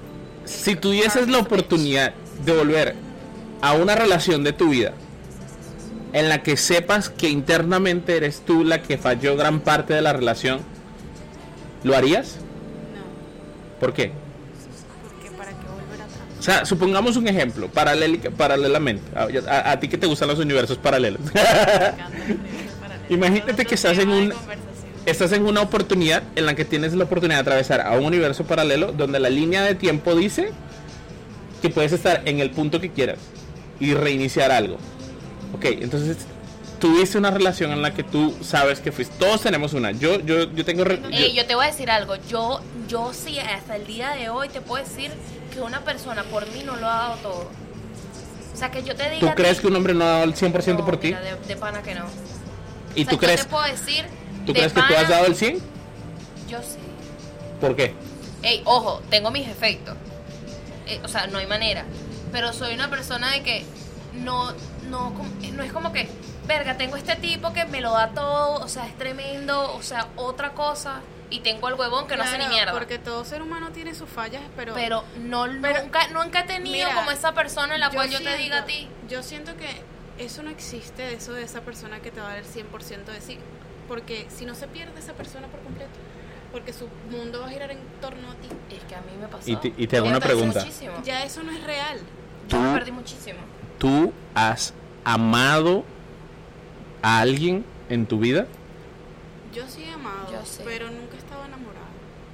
Speaker 4: Si tuvieses la oportunidad de volver a una relación de tu vida en la que sepas que internamente eres tú la que falló gran parte de la relación, ¿lo harías?
Speaker 6: No.
Speaker 4: ¿Por qué?
Speaker 6: Porque para qué volver atrás.
Speaker 4: O sea, supongamos un ejemplo, paralélica, paralelamente, a, a, a ti que te gustan los universos paralelos. Imagínate que estás en un estás en una oportunidad en la que tienes la oportunidad de atravesar a un universo paralelo donde la línea de tiempo dice que puedes estar en el punto que quieras y reiniciar algo. Ok, entonces tuviste una relación en la que tú sabes que fuiste. Todos tenemos una. Yo yo yo tengo re,
Speaker 5: eh,
Speaker 4: yo,
Speaker 5: yo te voy a decir algo. Yo yo sí hasta el día de hoy te puedo decir que una persona por mí no lo ha dado todo. O sea, que yo te diga.
Speaker 4: ¿Tú crees que un hombre no ha dado el cien por ciento
Speaker 5: no,
Speaker 4: por ti?
Speaker 5: Mira, de, de pana que no.
Speaker 4: ¿Y
Speaker 5: o sea,
Speaker 4: tú crees?
Speaker 5: Yo te puedo decir.
Speaker 4: ¿Tú crees pana, que tú has dado el cien?
Speaker 5: Yo sí.
Speaker 4: ¿Por qué?
Speaker 5: Ey, ojo, tengo mis efectos. Eh, o sea, no hay manera. Pero soy una persona de que no, no, no es como que, verga, tengo este tipo que me lo da todo, o sea, es tremendo, o sea, otra cosa, y tengo al huevón que
Speaker 6: claro,
Speaker 5: no hace ni mierda.
Speaker 6: Porque todo ser humano tiene sus fallas, pero...
Speaker 5: Pero, no, pero nunca, nunca he tenido
Speaker 6: mira,
Speaker 5: como esa persona en la yo cual yo
Speaker 6: siento,
Speaker 5: te diga a ti.
Speaker 6: Yo siento que eso no existe, eso de esa persona que te va a dar el cien por ciento de sí, porque si no se pierde esa persona por completo, porque su mundo va a girar en torno a ti.
Speaker 5: Es que a mí me pasó.
Speaker 4: Y te, y te hago una pregunta.
Speaker 5: Muchísimo.
Speaker 6: Ya eso no es real.
Speaker 5: Yo me perdí muchísimo.
Speaker 4: ¿Tú has amado a alguien en tu vida?
Speaker 6: Yo sí he amado,
Speaker 5: Yo sí.
Speaker 6: pero nunca he estado enamorada.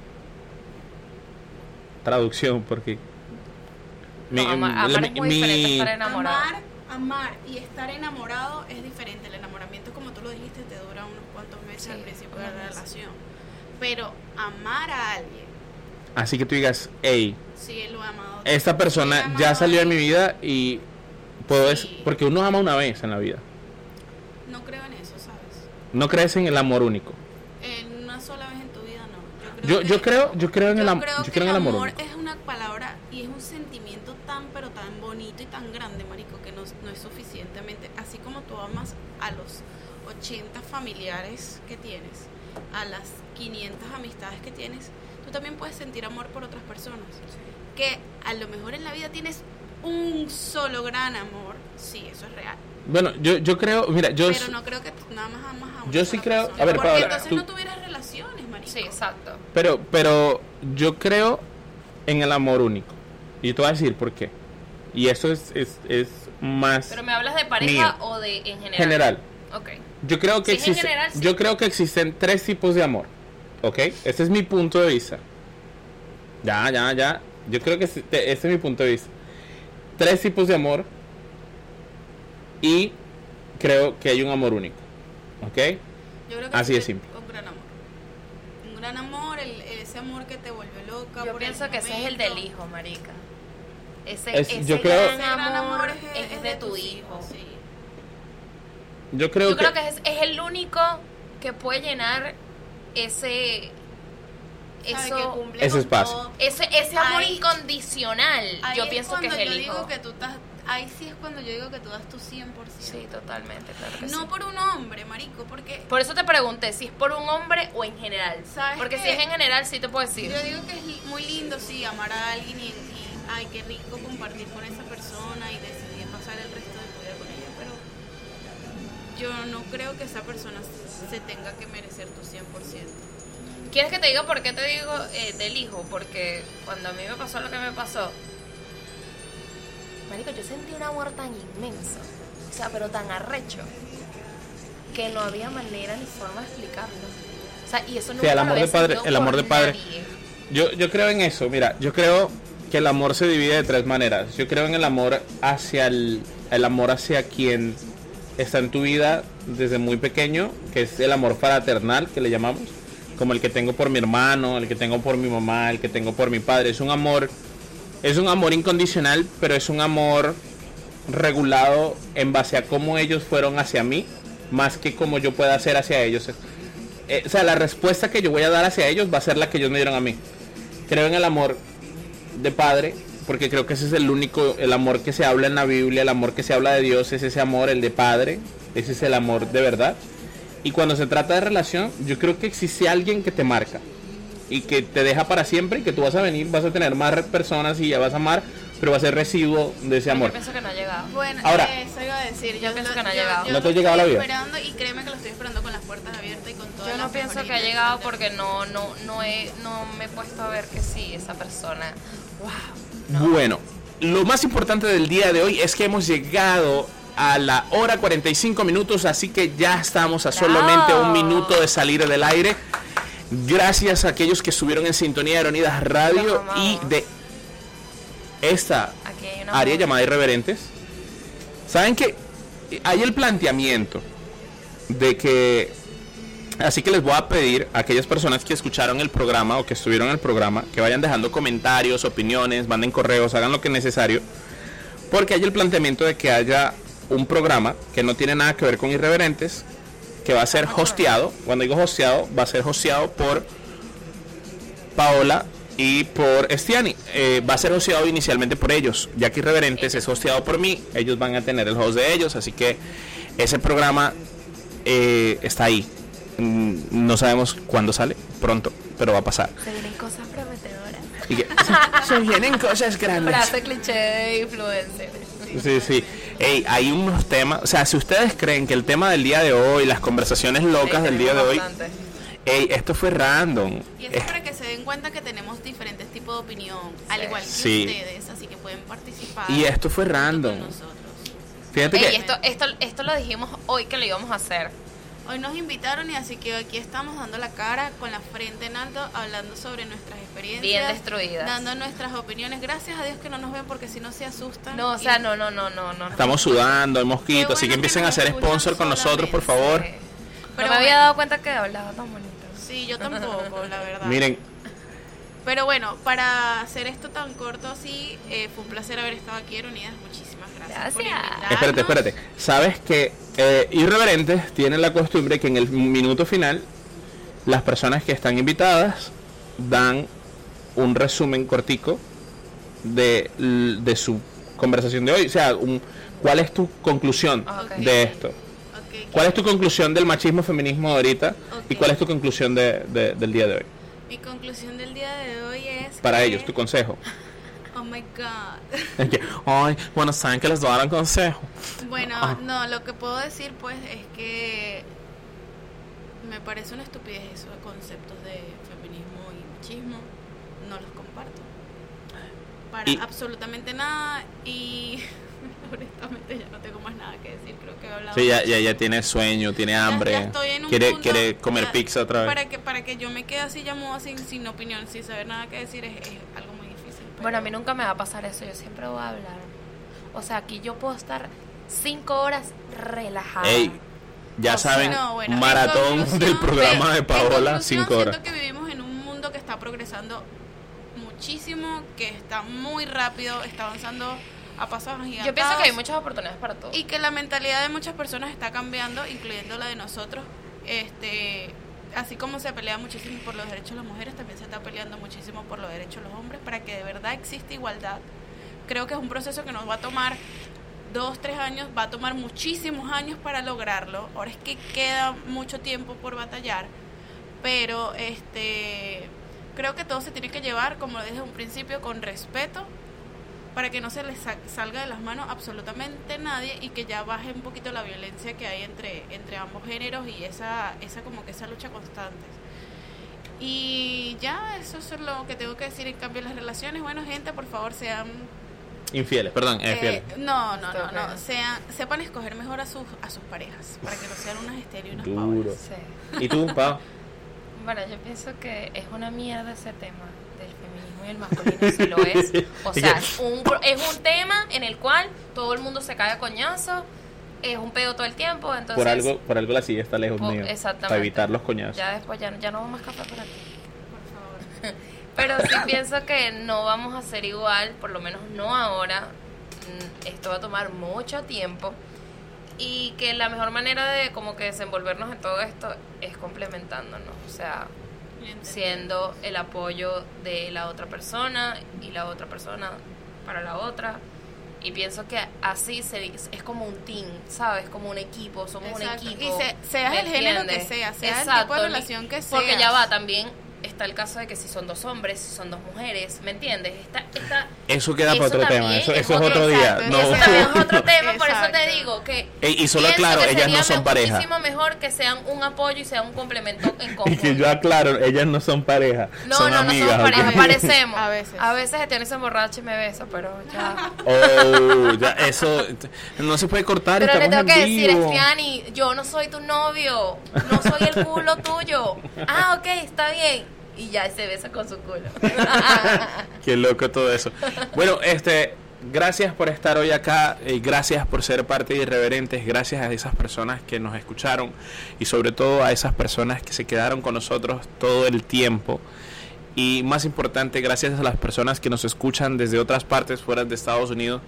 Speaker 4: Traducción, porque...
Speaker 5: No,
Speaker 4: mi,
Speaker 5: amar, amar
Speaker 4: mi,
Speaker 5: es muy
Speaker 4: mi,
Speaker 5: diferente a estar enamorado.
Speaker 6: Amar, amar y estar enamorado es diferente. El enamoramiento, como tú lo dijiste, te dura unos cuantos meses
Speaker 5: sí,
Speaker 6: al principio de la relación. Pero amar a alguien...
Speaker 4: Así que tú digas, hey,
Speaker 6: sí, lo he amado.
Speaker 4: esta persona
Speaker 6: amado
Speaker 4: ya salió de mi vida y puedo sí. decir... Porque uno ama una vez en la vida.
Speaker 6: No creo en eso, ¿sabes?
Speaker 4: ¿No crees en el amor único?
Speaker 6: En una sola vez en tu vida, no.
Speaker 4: Yo creo, yo,
Speaker 6: que,
Speaker 4: yo creo, yo creo en
Speaker 6: yo
Speaker 4: el, am
Speaker 6: creo
Speaker 4: yo creo en el amor
Speaker 6: amor
Speaker 4: único.
Speaker 6: Es una palabra y es un sentimiento tan, pero tan bonito y tan grande, marico, que no, no es suficientemente. Así como tú amas a los ochenta familiares que tienes, a las quinientas amistades que tienes, tú también puedes sentir amor por otras personas. Sí. Que a lo mejor en la vida tienes un solo gran amor, sí, eso es real.
Speaker 4: Bueno, yo, yo creo, mira, yo...
Speaker 6: Pero no creo que nada más amas a una
Speaker 4: Yo sí creo...
Speaker 6: persona.
Speaker 4: A ver,
Speaker 6: porque
Speaker 4: Paola,
Speaker 6: entonces
Speaker 4: tú,
Speaker 6: no tuvieras relaciones, marico.
Speaker 5: Sí, exacto.
Speaker 4: Pero, pero yo creo en el amor único. Y te voy a decir por qué. Y eso es, es, es más...
Speaker 5: ¿Pero me hablas de pareja
Speaker 4: mío.
Speaker 5: o de en general?
Speaker 4: General.
Speaker 5: Ok.
Speaker 4: Yo creo que
Speaker 5: sí,
Speaker 4: existe,
Speaker 5: general, sí.
Speaker 4: yo creo que existen tres tipos de amor. ¿Ok? Este es mi punto de vista. Ya, ya, ya. Yo creo que este, este es mi punto de vista. Tres tipos de amor. Y creo que hay un amor único. ¿Ok?
Speaker 6: Yo creo que
Speaker 4: así de simple.
Speaker 6: Un gran amor. Un gran amor, el, ese amor que te vuelve loca.
Speaker 5: Yo
Speaker 6: por
Speaker 5: pienso
Speaker 6: el
Speaker 5: que ese es el
Speaker 6: momento.
Speaker 5: del hijo, marica. Ese,
Speaker 4: Es-
Speaker 5: ese
Speaker 4: yo creo-
Speaker 5: gran amor,
Speaker 6: Ese gran amor
Speaker 5: es, es de tu
Speaker 6: tus
Speaker 5: hijo.
Speaker 6: hijos, sí.
Speaker 4: Yo creo
Speaker 5: Yo
Speaker 4: que...
Speaker 5: creo que es, es el único que puede llenar ese...
Speaker 6: Sabe
Speaker 5: Eso,
Speaker 6: que cumple
Speaker 4: Ese
Speaker 6: con
Speaker 4: espacio.
Speaker 6: todo.
Speaker 5: ese, ese amor
Speaker 6: Ahí-
Speaker 5: incondicional,
Speaker 6: Ahí
Speaker 5: yo pienso que es
Speaker 6: cuando
Speaker 5: el
Speaker 6: yo
Speaker 5: hijo.
Speaker 6: digo que tú estás, ahí sí es cuando yo digo que tú das tu cien por ciento.
Speaker 5: Sí, totalmente, claro que
Speaker 6: No
Speaker 5: sí.
Speaker 6: por un hombre, marico, porque
Speaker 5: Por eso te pregunté si es por un hombre o en general.
Speaker 6: ¿Sabes
Speaker 5: Porque
Speaker 6: qué?
Speaker 5: si es en general, sí te puedo decir.
Speaker 6: yo digo que es li- muy lindo, sí, amar a alguien y, y ay, qué rico compartir con esa persona y decidir pasar el resto de tu vida con ella, pero yo no creo que esa persona se tenga que merecer tu cien por ciento.
Speaker 5: ¿Quieres que te diga por qué te digo eh, del hijo? Porque cuando a mí me pasó lo que me pasó, marico, yo sentí un amor tan inmenso, o sea, pero tan arrecho, que no había manera ni forma de explicarlo. O sea, y eso no
Speaker 4: Sí, el amor de padre, el amor de padre. Yo, yo creo en eso, mira, yo creo que el amor se divide de tres maneras. Yo creo en el amor hacia el, el amor hacia quien está en tu vida desde muy pequeño, que es el amor fraternal, que le llamamos, como el que tengo por mi hermano, el que tengo por mi mamá, el que tengo por mi padre. Es un amor, es un amor incondicional, pero es un amor regulado en base a cómo ellos fueron hacia mí, más que cómo yo pueda hacer hacia ellos. Eh, o sea, la respuesta que yo voy a dar hacia ellos va a ser la que ellos me dieron a mí. Creo en el amor de padre, porque creo que ese es el único, el amor que se habla en la Biblia, el amor que se habla de Dios, es ese amor, el de padre, ese es el amor de verdad. Y cuando se trata de relación, yo creo que existe alguien que te marca. y que te deja para siempre y que tú vas a venir, vas a tener más personas y ya vas a amar, pero va a ser residuo de ese amor.
Speaker 5: Yo pienso que no ha llegado.
Speaker 6: Bueno,
Speaker 4: ahora,
Speaker 6: eso iba a decir.
Speaker 5: Yo, yo pienso
Speaker 6: lo,
Speaker 5: que no ha
Speaker 6: yo,
Speaker 5: llegado.
Speaker 6: Yo
Speaker 4: ¿No te ha llegado la vida?
Speaker 6: Estoy esperando y créeme que lo estoy esperando con las puertas abiertas y con todo.
Speaker 5: Yo no pienso que ha llegado porque no, no, no, he, no me he puesto a ver que sí, esa persona. Wow. No.
Speaker 4: Bueno, lo más importante del día de hoy es que hemos llegado a la hora cuarenta y cinco minutos, así que ya estamos a solamente un minuto de salir del aire. Gracias a aquellos que estuvieron en sintonía de Aeronidas Radio y de esta área llamada Irreverentes. Saben que hay el planteamiento de que, así que les voy a pedir a aquellas personas que escucharon el programa o que estuvieron en el programa que vayan dejando comentarios, opiniones, manden correos, hagan lo que es necesario, porque hay el planteamiento de que haya un programa que no tiene nada que ver con Irreverentes, que va a ser hosteado. Cuando digo hosteado, va a ser hosteado por Paola y por Estiani. Eh, va a ser hosteado inicialmente por ellos, ya que Irreverentes es hosteado por mí. Ellos van a tener el host de ellos, así que ese programa eh, está ahí. No sabemos cuándo sale, pronto, pero va a pasar.
Speaker 5: Se vienen cosas prometedoras.
Speaker 4: Y que, se, se vienen cosas grandes.
Speaker 5: Frase cliché de influencer.
Speaker 4: Sí, sí. Ey, hay unos temas, o sea, si ustedes creen que el tema del día de hoy, las conversaciones locas sí, del día de hoy, ey, esto fue random.
Speaker 6: Y eso es para que se den cuenta que tenemos diferentes tipos de opinión, al igual que
Speaker 4: sí.
Speaker 6: ustedes, así que pueden participar.
Speaker 4: Y esto fue random.
Speaker 5: Fíjate ey, que esto, esto, esto lo dijimos hoy que lo íbamos a hacer.
Speaker 6: Hoy nos invitaron y así que aquí estamos dando la cara con la frente en alto, hablando sobre nuestras experiencias.
Speaker 5: Bien destruidas.
Speaker 6: Dando nuestras opinioes. Gracias a Dios que no nos ven porque si no se asustan.
Speaker 5: No, o sea, no, no, no, no, no.
Speaker 4: Estamos sudando, hay mosquitos, bueno, así que empiecen que a hacer sponsor con nosotros, por favor. Sí.
Speaker 5: Pero no me había dado cuenta que hablaba tan bonito.
Speaker 6: Sí, yo tampoco, la verdad.
Speaker 4: Miren.
Speaker 6: Pero bueno, para hacer esto tan corto así, eh, fue un placer haber estado aquí, Aeronidas. Muchísimas gracias.
Speaker 5: Gracias.
Speaker 4: Espérate, espérate. ¿Sabes que eh, Irreverentes tienen la costumbre que en el minuto final las personas que están invitadas dan un resumen cortico de, de su conversación de hoy? O sea, un, ¿cuál es tu conclusión okay. de esto? Okay. ¿Cuál es tu conclusión del machismo feminismo de ahorita? Okay. ¿Y cuál es tu conclusión de, de, del día de hoy?
Speaker 6: Mi conclusión del día de hoy es
Speaker 4: para
Speaker 6: que...
Speaker 4: ellos, tu consejo.
Speaker 6: Oh my God.
Speaker 4: Ay, bueno, saben que les voy a dar un consejo.
Speaker 6: Bueno,
Speaker 4: ah.
Speaker 6: no, lo que puedo decir pues es que me parece una estupidez eso de conceptos de feminismo y machismo. No los comparto. Para y... absolutamente nada y honestamente ya no tengo más nada que decir. Creo que he hablado.
Speaker 4: Sí, ya, ya, ya tiene sueño, tiene hambre.
Speaker 6: Ya, ya estoy en un
Speaker 4: quiere
Speaker 6: punto,
Speaker 4: quiere comer
Speaker 6: ya,
Speaker 4: pizza otra vez.
Speaker 6: Para que para que yo me quede así ya muda sin sin opinión, sin saber nada que decir es, es algo muy difícil. Pero...
Speaker 5: Bueno, a mí nunca me va a pasar eso. Yo siempre voy a hablar. O sea, aquí yo puedo estar cinco horas relajada.
Speaker 4: Ey, ya o saben, no, bueno, maratón del programa de Paola, cinco horas.
Speaker 6: Siento que vivimos en un mundo que está progresando muchísimo, que está muy rápido, está avanzando a pasos agigantados.
Speaker 5: Yo pienso que hay muchas oportunidades para todos.
Speaker 6: Y que la mentalidad de muchas personas está cambiando, incluyendo la de nosotros. Este, así como se pelea muchísimo por los derechos de las mujeres, también se está peleando muchísimo por los derechos de los hombres, para que de verdad exista igualdad. Creo que es un proceso que nos va a tomar dos, tres años, va a tomar muchísimos años para lograrlo. Ahora es que queda mucho tiempo por batallar, pero este, creo que todo se tiene que llevar, como lo dije desde un principio, con respeto, para que no se les salga de las manos absolutamente nadie y que ya baje un poquito la violencia que hay entre entre ambos géneros y esa esa como que esa lucha constante. Y ya, eso es lo que tengo que decir. En cambio, las relaciones, bueno, gente, por favor, sean
Speaker 4: infieles, perdón,
Speaker 6: eh,
Speaker 4: infieles.
Speaker 6: No, no, no, no, sean, sepan escoger mejor a sus a sus parejas, para que no sean unas estériles y unas
Speaker 4: Duro.
Speaker 6: pavas.
Speaker 5: Sí.
Speaker 4: ¿Y tú, Pau?
Speaker 5: Bueno, yo pienso que es una mierda ese tema del feminismo y el masculino, si lo es. O sea, es un, es un tema en el cual todo el mundo se cae a coñazo, es un pedo todo el tiempo, entonces...
Speaker 4: Por algo, por algo la silla está lejos
Speaker 5: por,
Speaker 4: mío,
Speaker 5: exactamente.
Speaker 4: para evitar los coñazos.
Speaker 5: Ya después, ya, ya no vamos más café para ti, por favor. Pero sí pienso que no vamos a ser igual, por lo menos no ahora. Esto va a tomar mucho tiempo. Y que la mejor manera de como que desenvolvernos en todo esto es complementándonos, o sea, siendo el apoyo de la otra persona y la otra persona para la otra. Y pienso que así se, es como un team, ¿sabes? Como un equipo, somos
Speaker 6: Exacto.
Speaker 5: un equipo.
Speaker 6: Y se, seas el género que sea, sea
Speaker 5: Exacto,
Speaker 6: el tipo de relación que sea.
Speaker 5: Porque ya va, también está el caso de que si son dos hombres, si son dos mujeres, ¿me entiendes? Esta, esta,
Speaker 4: eso queda para otro tema, eso, eso es otro día.
Speaker 5: Exacto,
Speaker 4: No.
Speaker 5: Eso también es otro tema, por eso
Speaker 6: Exacto.
Speaker 5: te digo que
Speaker 4: y, y solo aclaro, ellas no son pareja.
Speaker 5: Es muchísimo mejor que sean un apoyo y sean un complemento en común.
Speaker 4: Y que yo aclaro, ellas no son pareja,
Speaker 5: no,
Speaker 4: son
Speaker 5: no,
Speaker 4: amigas.
Speaker 5: No, somos pareja,
Speaker 4: ¿ok?
Speaker 5: parecemos.
Speaker 6: A veces.
Speaker 5: A veces Etienne se emborracha y me besa, pero ya.
Speaker 4: Oh, ya, eso no se puede cortar.
Speaker 5: Pero le
Speaker 4: estamos
Speaker 5: tengo que
Speaker 4: en
Speaker 5: decir,
Speaker 4: vivo.
Speaker 5: Estiani, yo no soy tu novio, no soy el culo tuyo. Ah, ok, está bien. Y ya se besa con su culo.
Speaker 4: Qué loco todo eso. Bueno, este, gracias por estar hoy acá, y gracias por ser parte de Irreverentes, gracias a esas personas que nos escucharon y sobre todo a esas personas que se quedaron con nosotros todo el tiempo. Y más importante, gracias a las personas que nos escuchan desde otras partes fuera de Estados Unidos.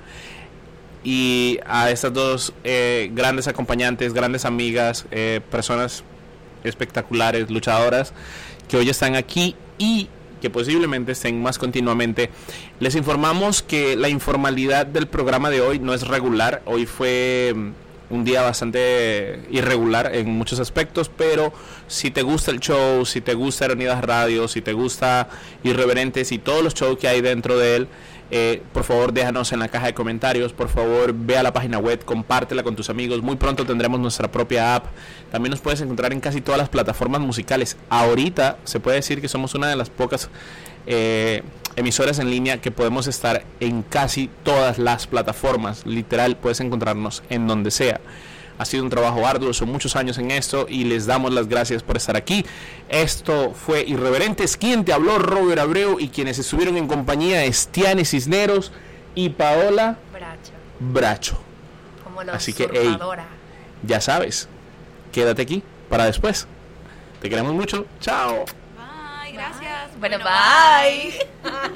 Speaker 4: Y a estas dos eh, grandes acompañantes, grandes amigas, eh, personas espectaculares, luchadoras, que hoy están aquí y que posiblemente estén más continuamente. Les informamos que la informalidad del programa de hoy no es regular. Hoy fue un día bastante irregular en muchos aspectos, pero si te gusta el show, si te gusta Ironidas Radio, si te gusta Irreverentes y todos los shows que hay dentro de él, eh, por favor déjanos en la caja de comentarios, por favor ve a la página web, compártela con tus amigos. Muy pronto tendremos nuestra propia app. También nos puedes encontrar en casi todas las plataformas musicales. Ahorita se puede decir que somos una de las pocas eh, emisoras en línea que podemos estar en casi todas las plataformas. Literal, puedes encontrarnos en donde sea. Ha sido un trabajo arduo, son muchos años en esto y les damos las gracias por estar aquí. Esto fue Irreverentes. Quien te habló, Robert Abreu, y quienes estuvieron en compañía, Estiani Cisneros y Paola
Speaker 5: Bracho.
Speaker 4: Bracho.
Speaker 5: Como la
Speaker 4: Así que, hey, ya sabes, quédate aquí para después. Te queremos mucho. Chao.
Speaker 6: Bye, gracias.
Speaker 5: Bueno, bye.